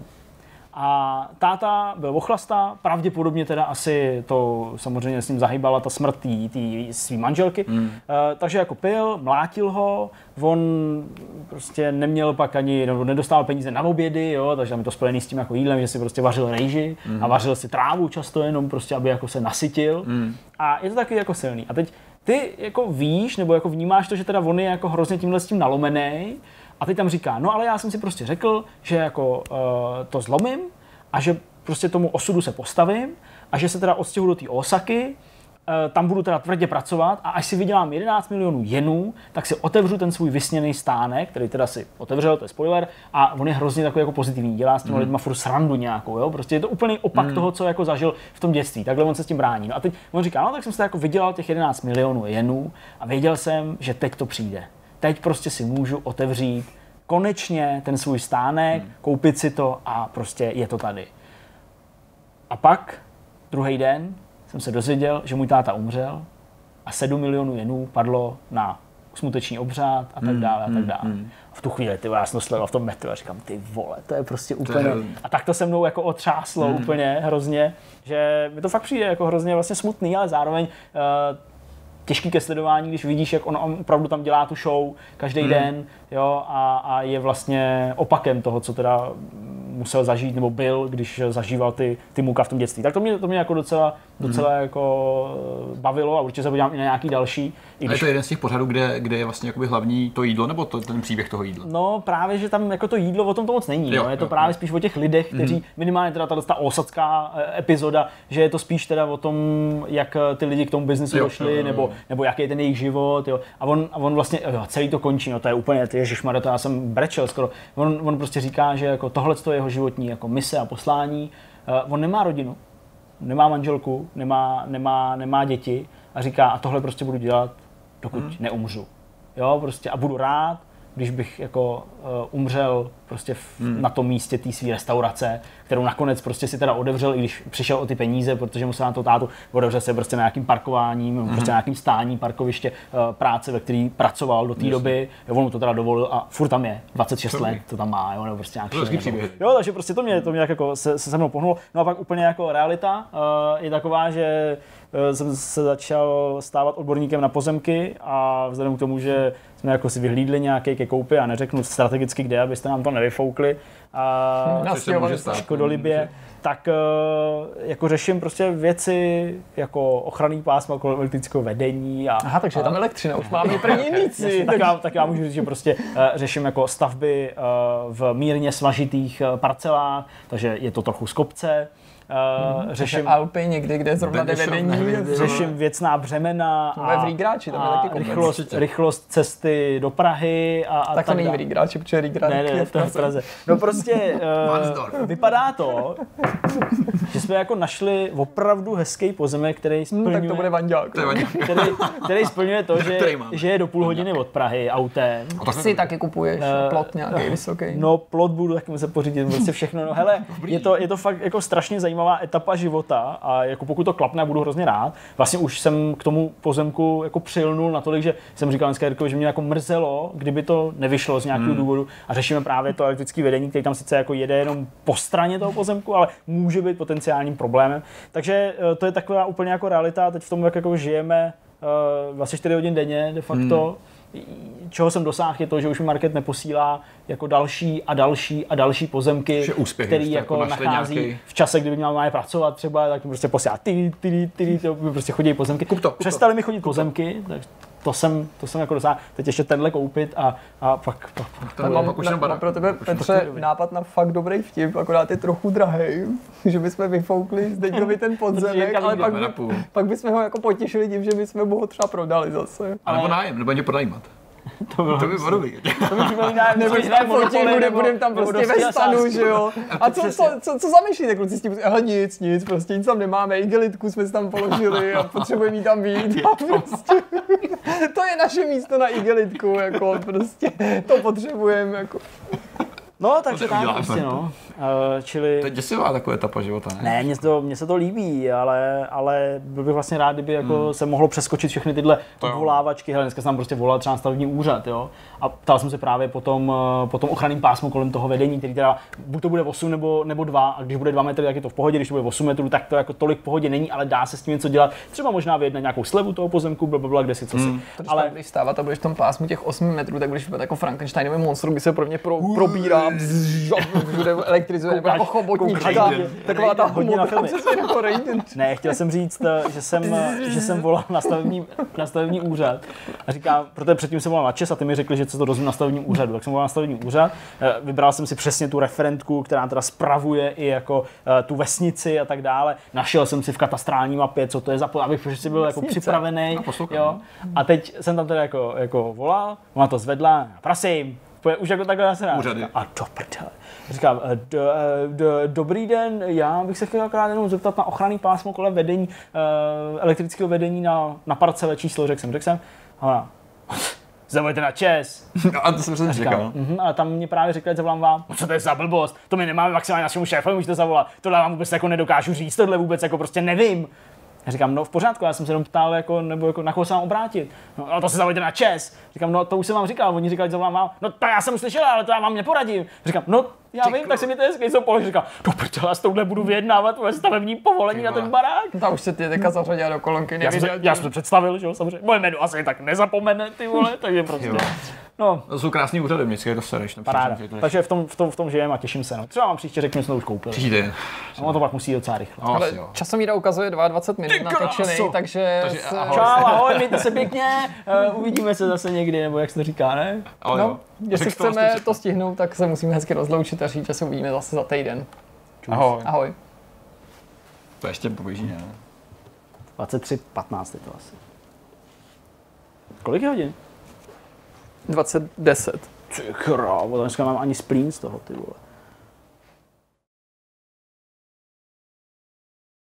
A táta byl ochlasta, pravděpodobně teda asi to samozřejmě s ním zahýbala ta smrt té svý manželky. Mm. Uh, takže jako pil, mlátil ho, on prostě neměl pak ani, nebo nedostal peníze na obědy, jo, takže tam je to spojený s tím jako jídlem, že si prostě vařil rejži mm. a vařil si trávu často jenom prostě, aby jako se nasytil. Mm. A je to taky jako silný. A teď ty jako víš, nebo jako vnímáš to, že teda on je jako hrozně tímhle s tím nalomenej. A teď tam říká, no ale já jsem si prostě řekl, že jako uh, to zlomím a že prostě tomu osudu se postavím a že se teda odstěhuji do té Osaky tam budu teda tvrdě pracovat a až si vydělám jedenáct milionů jenů, tak si otevřu ten svůj vysněný stánek, který teda si otevřel, to je spoiler, a on je hrozně takový jako pozitivní, dělá s těmi mm. lidma furt srandu nějakou, jo? Prostě je to úplný opak mm. toho, co jako zažil v tom dětství, takhle on se s tím brání. No a teď on říká, no tak jsem si jako vydělal těch jedenáct milionů jenů a věděl jsem, že teď to přijde. Teď prostě si můžu otevřít konečně ten svůj stánek, mm. koupit si to a prostě je to tady. A pak druhý den jsem se dozvěděl, že můj táta umřel a sedm milionů jenů padlo na smuteční obřád a tak dále a tak dále. Mm, mm. V tu chvíli, ty já jsem sledoval v tom metru a říkám, ty vole, to je prostě úplně... Je... A tak to se mnou jako otřáslo mm. úplně hrozně, že mi to fakt přijde jako hrozně vlastně smutný, ale zároveň uh, těžký ke sledování, když vidíš, jak on, on opravdu tam dělá tu show každý hmm. den, jo, a, a je vlastně opakem toho, co teda musel zažít nebo byl, když zažíval ty, ty muka v tom dětství. Tak to mě, to mě jako docela, docela hmm. jako bavilo a určitě se podívám i na nějaký další. I když... A je to jeden z těch pořadů, kde, kde je vlastně jakoby hlavní to jídlo, nebo to, ten příběh toho jídla? No právě, že tam jako to jídlo o tom to moc není, jo, no. Je to jo, právě jo. spíš o těch lidech, kteří hmm. minimálně teda ta osadská epizoda, že je to spíš teda o tom, jak ty lidi k tomu biznesu jo, došli, jo, jo, nebo, nebo jaký je ten jejich život, jo. A on, a on vlastně, jo, celý to končí, no to je úplně, ty ježišmarja, to já jsem brečel skoro. On, on prostě říká, že jako tohle je jeho životní jako mise a poslání. Uh, on nemá rodinu, nemá manželku, nemá, nemá, nemá děti a říká, a tohle prostě budu dělat, dokud hmm. neumřu. Jo, prostě a budu rád, když bych jako uh, umřel prostě v, hmm. na tom místě té své restaurace, kterou nakonec prostě si teda otevřel, i když přišel o ty peníze, protože musel na to tátu, otevřel se prostě na nějakým parkováním, hmm. prostě na nějakým stání parkoviště uh, práce, ve který pracoval do té doby, jo, on mu to teda dovolil a furt tam je, dvacet šest let to tam má, jo, nebo prostě nějaký příběh. Jo, takže prostě to mě, to mě jako se, se se mnou pohnulo. No a pak úplně jako realita uh, je taková, že jsem se začal stávat odborníkem na pozemky a vzhledem k tomu, že jsme jako si vyhlídli nějaké ke koupi a neřeknu strategicky kde, abyste nám to nevyfoukli a škodolibě, tak jako řeším prostě věci jako ochranný pásmo, kolem elektrického vedení. A, Aha, takže je tam elektřina, už máme první indici. tak, já, tak já můžu říct, že prostě řeším jako stavby v mírně svažitých parcelách, takže je to trochu z kopce. Uh, řeším Alpy někdy, kde zrovna jde vedení. Řeším věcná břemena a, a, Rígráči, tam je taky rychlost, rychlost cesty do Prahy. A, a tak to není v Rígráči, protože Rígrák ne, ne, je v Praze. v Praze. No prostě uh, vypadá to, že jsme jako našli opravdu hezký pozemek, který splňuje, hmm, tak to bude Vanďák. který, který splňuje to, že, že je do půl hodiny od Prahy autem. A tak si taky kupuješ uh, plot nějaký vysoký. No plot budu taky muset pořídit, prostě všechno. No hele, je to, je to fakt jako strašně zajímavá etapa života a jako pokud to klapne, budu hrozně rád. Vlastně už jsem k tomu pozemku jako přilnul natolik, že jsem říkal dneska Jirkovi, že mě jako mrzelo, kdyby to nevyšlo z nějakého hmm. důvodu a řešíme právě to elektrické vedení, který tam sice jako jede jenom po straně toho pozemku, ale může být potenciálním problémem. Takže to je taková úplně jako realita, teď v tom, jak jako žijeme vlastně čtyři hodin denně de facto. Hmm. Čeho jsem dosáhl je to, že už mi market neposílá jako další a další a další pozemky, úspěch, který jako, jako nachází nějaký... v čase, kdyby měl máme pracovat třeba, tak mi prostě posílá ty, ty, ty, ty, prostě chodí pozemky. Kup to, kup Přestali to. mi chodit pozemky, tak to jsem, to jsem jako dosáhl. Teď ještě tenhle koupit a, a pak... pak, pak to mám, mám, mám pro tebe, Petře, nápad na fakt dobrý vtip, akorát je trochu drahej, že bychom vyfoukli Zdeňkovi ten podzemek, ale pak, by, pak bychom ho jako potěšili tím, že bychom mu ho třeba prodali zase. Ale nebo nájem, nebo mě pronajímat. To bylo to by podobný. To mi připomíná, nebo jsme fotili, nebudeme tam prostě ve stanu, že jo. A co, co, co, co zamýšlíte, kluci, s tím? Hele, nic, nic, prostě nic tam nemáme, igelitku jsme si tam položili a potřebujeme jí tam být. A prostě, to je naše místo na igelitku, jako prostě, to potřebujeme, jako. No, takže tak prostě, no. Uh, čili... To je děsivá taková etapa života, ne? Ne, mně to, mně se to líbí, ale, ale byl bych vlastně rád, kdyby jako hmm. se mohlo přeskočit všechny tyhle odvolávačky. Hele, dneska se nám prostě volal třeba stavební úřad, jo. A ptal jsem se právě po tom, po tom ochranným pásmu kolem toho vedení, který teda buď to bude osm nebo, nebo dva, a když bude dva metry, tak je to v pohodě, když to bude osm metrů, tak to jako tolik v pohodě není, ale dá se s tím něco dělat. Třeba možná vyjednat nějakou slevu toho pozemku, blablabla, kde si co si. Hmm. Ale když stávat a budeš v tom pásmu těch osm metrů, tak budeš jako Frankensteinový monstrum, by se pro mě pro, probírá všude elektrizuje, nebo jako chobotnička, taková ta hodně na filmy. filmy. Ne, chtěl jsem říct, že jsem, že jsem volal na stavební, na stavební úřad a říkám, protože předtím jsem volal na ČES a ty mi řekli, že se to dozvím na stavebním úřadu, tak jsem volal na stavební úřad, vybral jsem si přesně tu referentku, která teda spravuje i jako tu vesnici a tak dále, našel jsem si v katastrální mapě, co to je za, abych si byl jako připravený, jo. A teď jsem tam teda jako, jako volal, ona to zvedla, prosím, už jako takhle nasená. A do prdele. Říkám, do, do, dobrý den, já bych se chtěl akorát jenom zeptat na ochranný pásmo kolem vedení, uh, elektrického vedení na, na parcele číslo, řekl jsem, řekl jsem. A ona, zavolejte na ČES. No, a to jsem přesně říkal. Uh-huh, ale tam mě právě řekli, zavolám vám. No co to je za blbost? To my nemáme maximálně našemu šéfovi, můžete zavolat. Tohle vám vůbec jako nedokážu říct, tohle vůbec jako prostě nevím. Já říkám, no v pořádku, já jsem se jenom ptal, jako, nebo jako, na koho se mám obrátit. No, no to se zavolejte na ČES. Říkám, no to už jsem vám říkal, oni říkali, že zavolám vám. No to já jsem slyšel, ale to já vám neporadím. Říkám, no já vím, tak se mi to hezky jsou položit. Říkám, no protože já s touhle budu vyjednávat stavební povolení na ten barák. Ta už se ty teďka zařadila do kolonky. Já jsem, se, já jsem to představil, že jo, samozřejmě. Moje jméno asi tak nezapomene, ty vole, takže prostě. No. To jsou krásný úřady, vždycky je to sereš. Paráda. Takže v tom, v tom, v tom žijem a těším se. No. Třeba vám příště řeknu, že jsme to už koupili. Příští den. No to pak musí docela rychle. No, ale časomíra ukazuje dvacet dva minut natočený, takže... takže s... ahoj. Čau, ahoj, mějte se pěkně. Uh, uvidíme se zase někdy, nebo jak se to říká, ne? Ale no, jestli chceme to stihnout, tak se musíme hezky rozloučit a říct, že se uvidíme zase za týden. Čus. Ahoj. Ahoj. To ještě poběží, ne? dvacet tři patnáct je to asi. Kolik je hodin? dvacet deset. Ty krávo, dneska mám ani splín z toho, ty vole.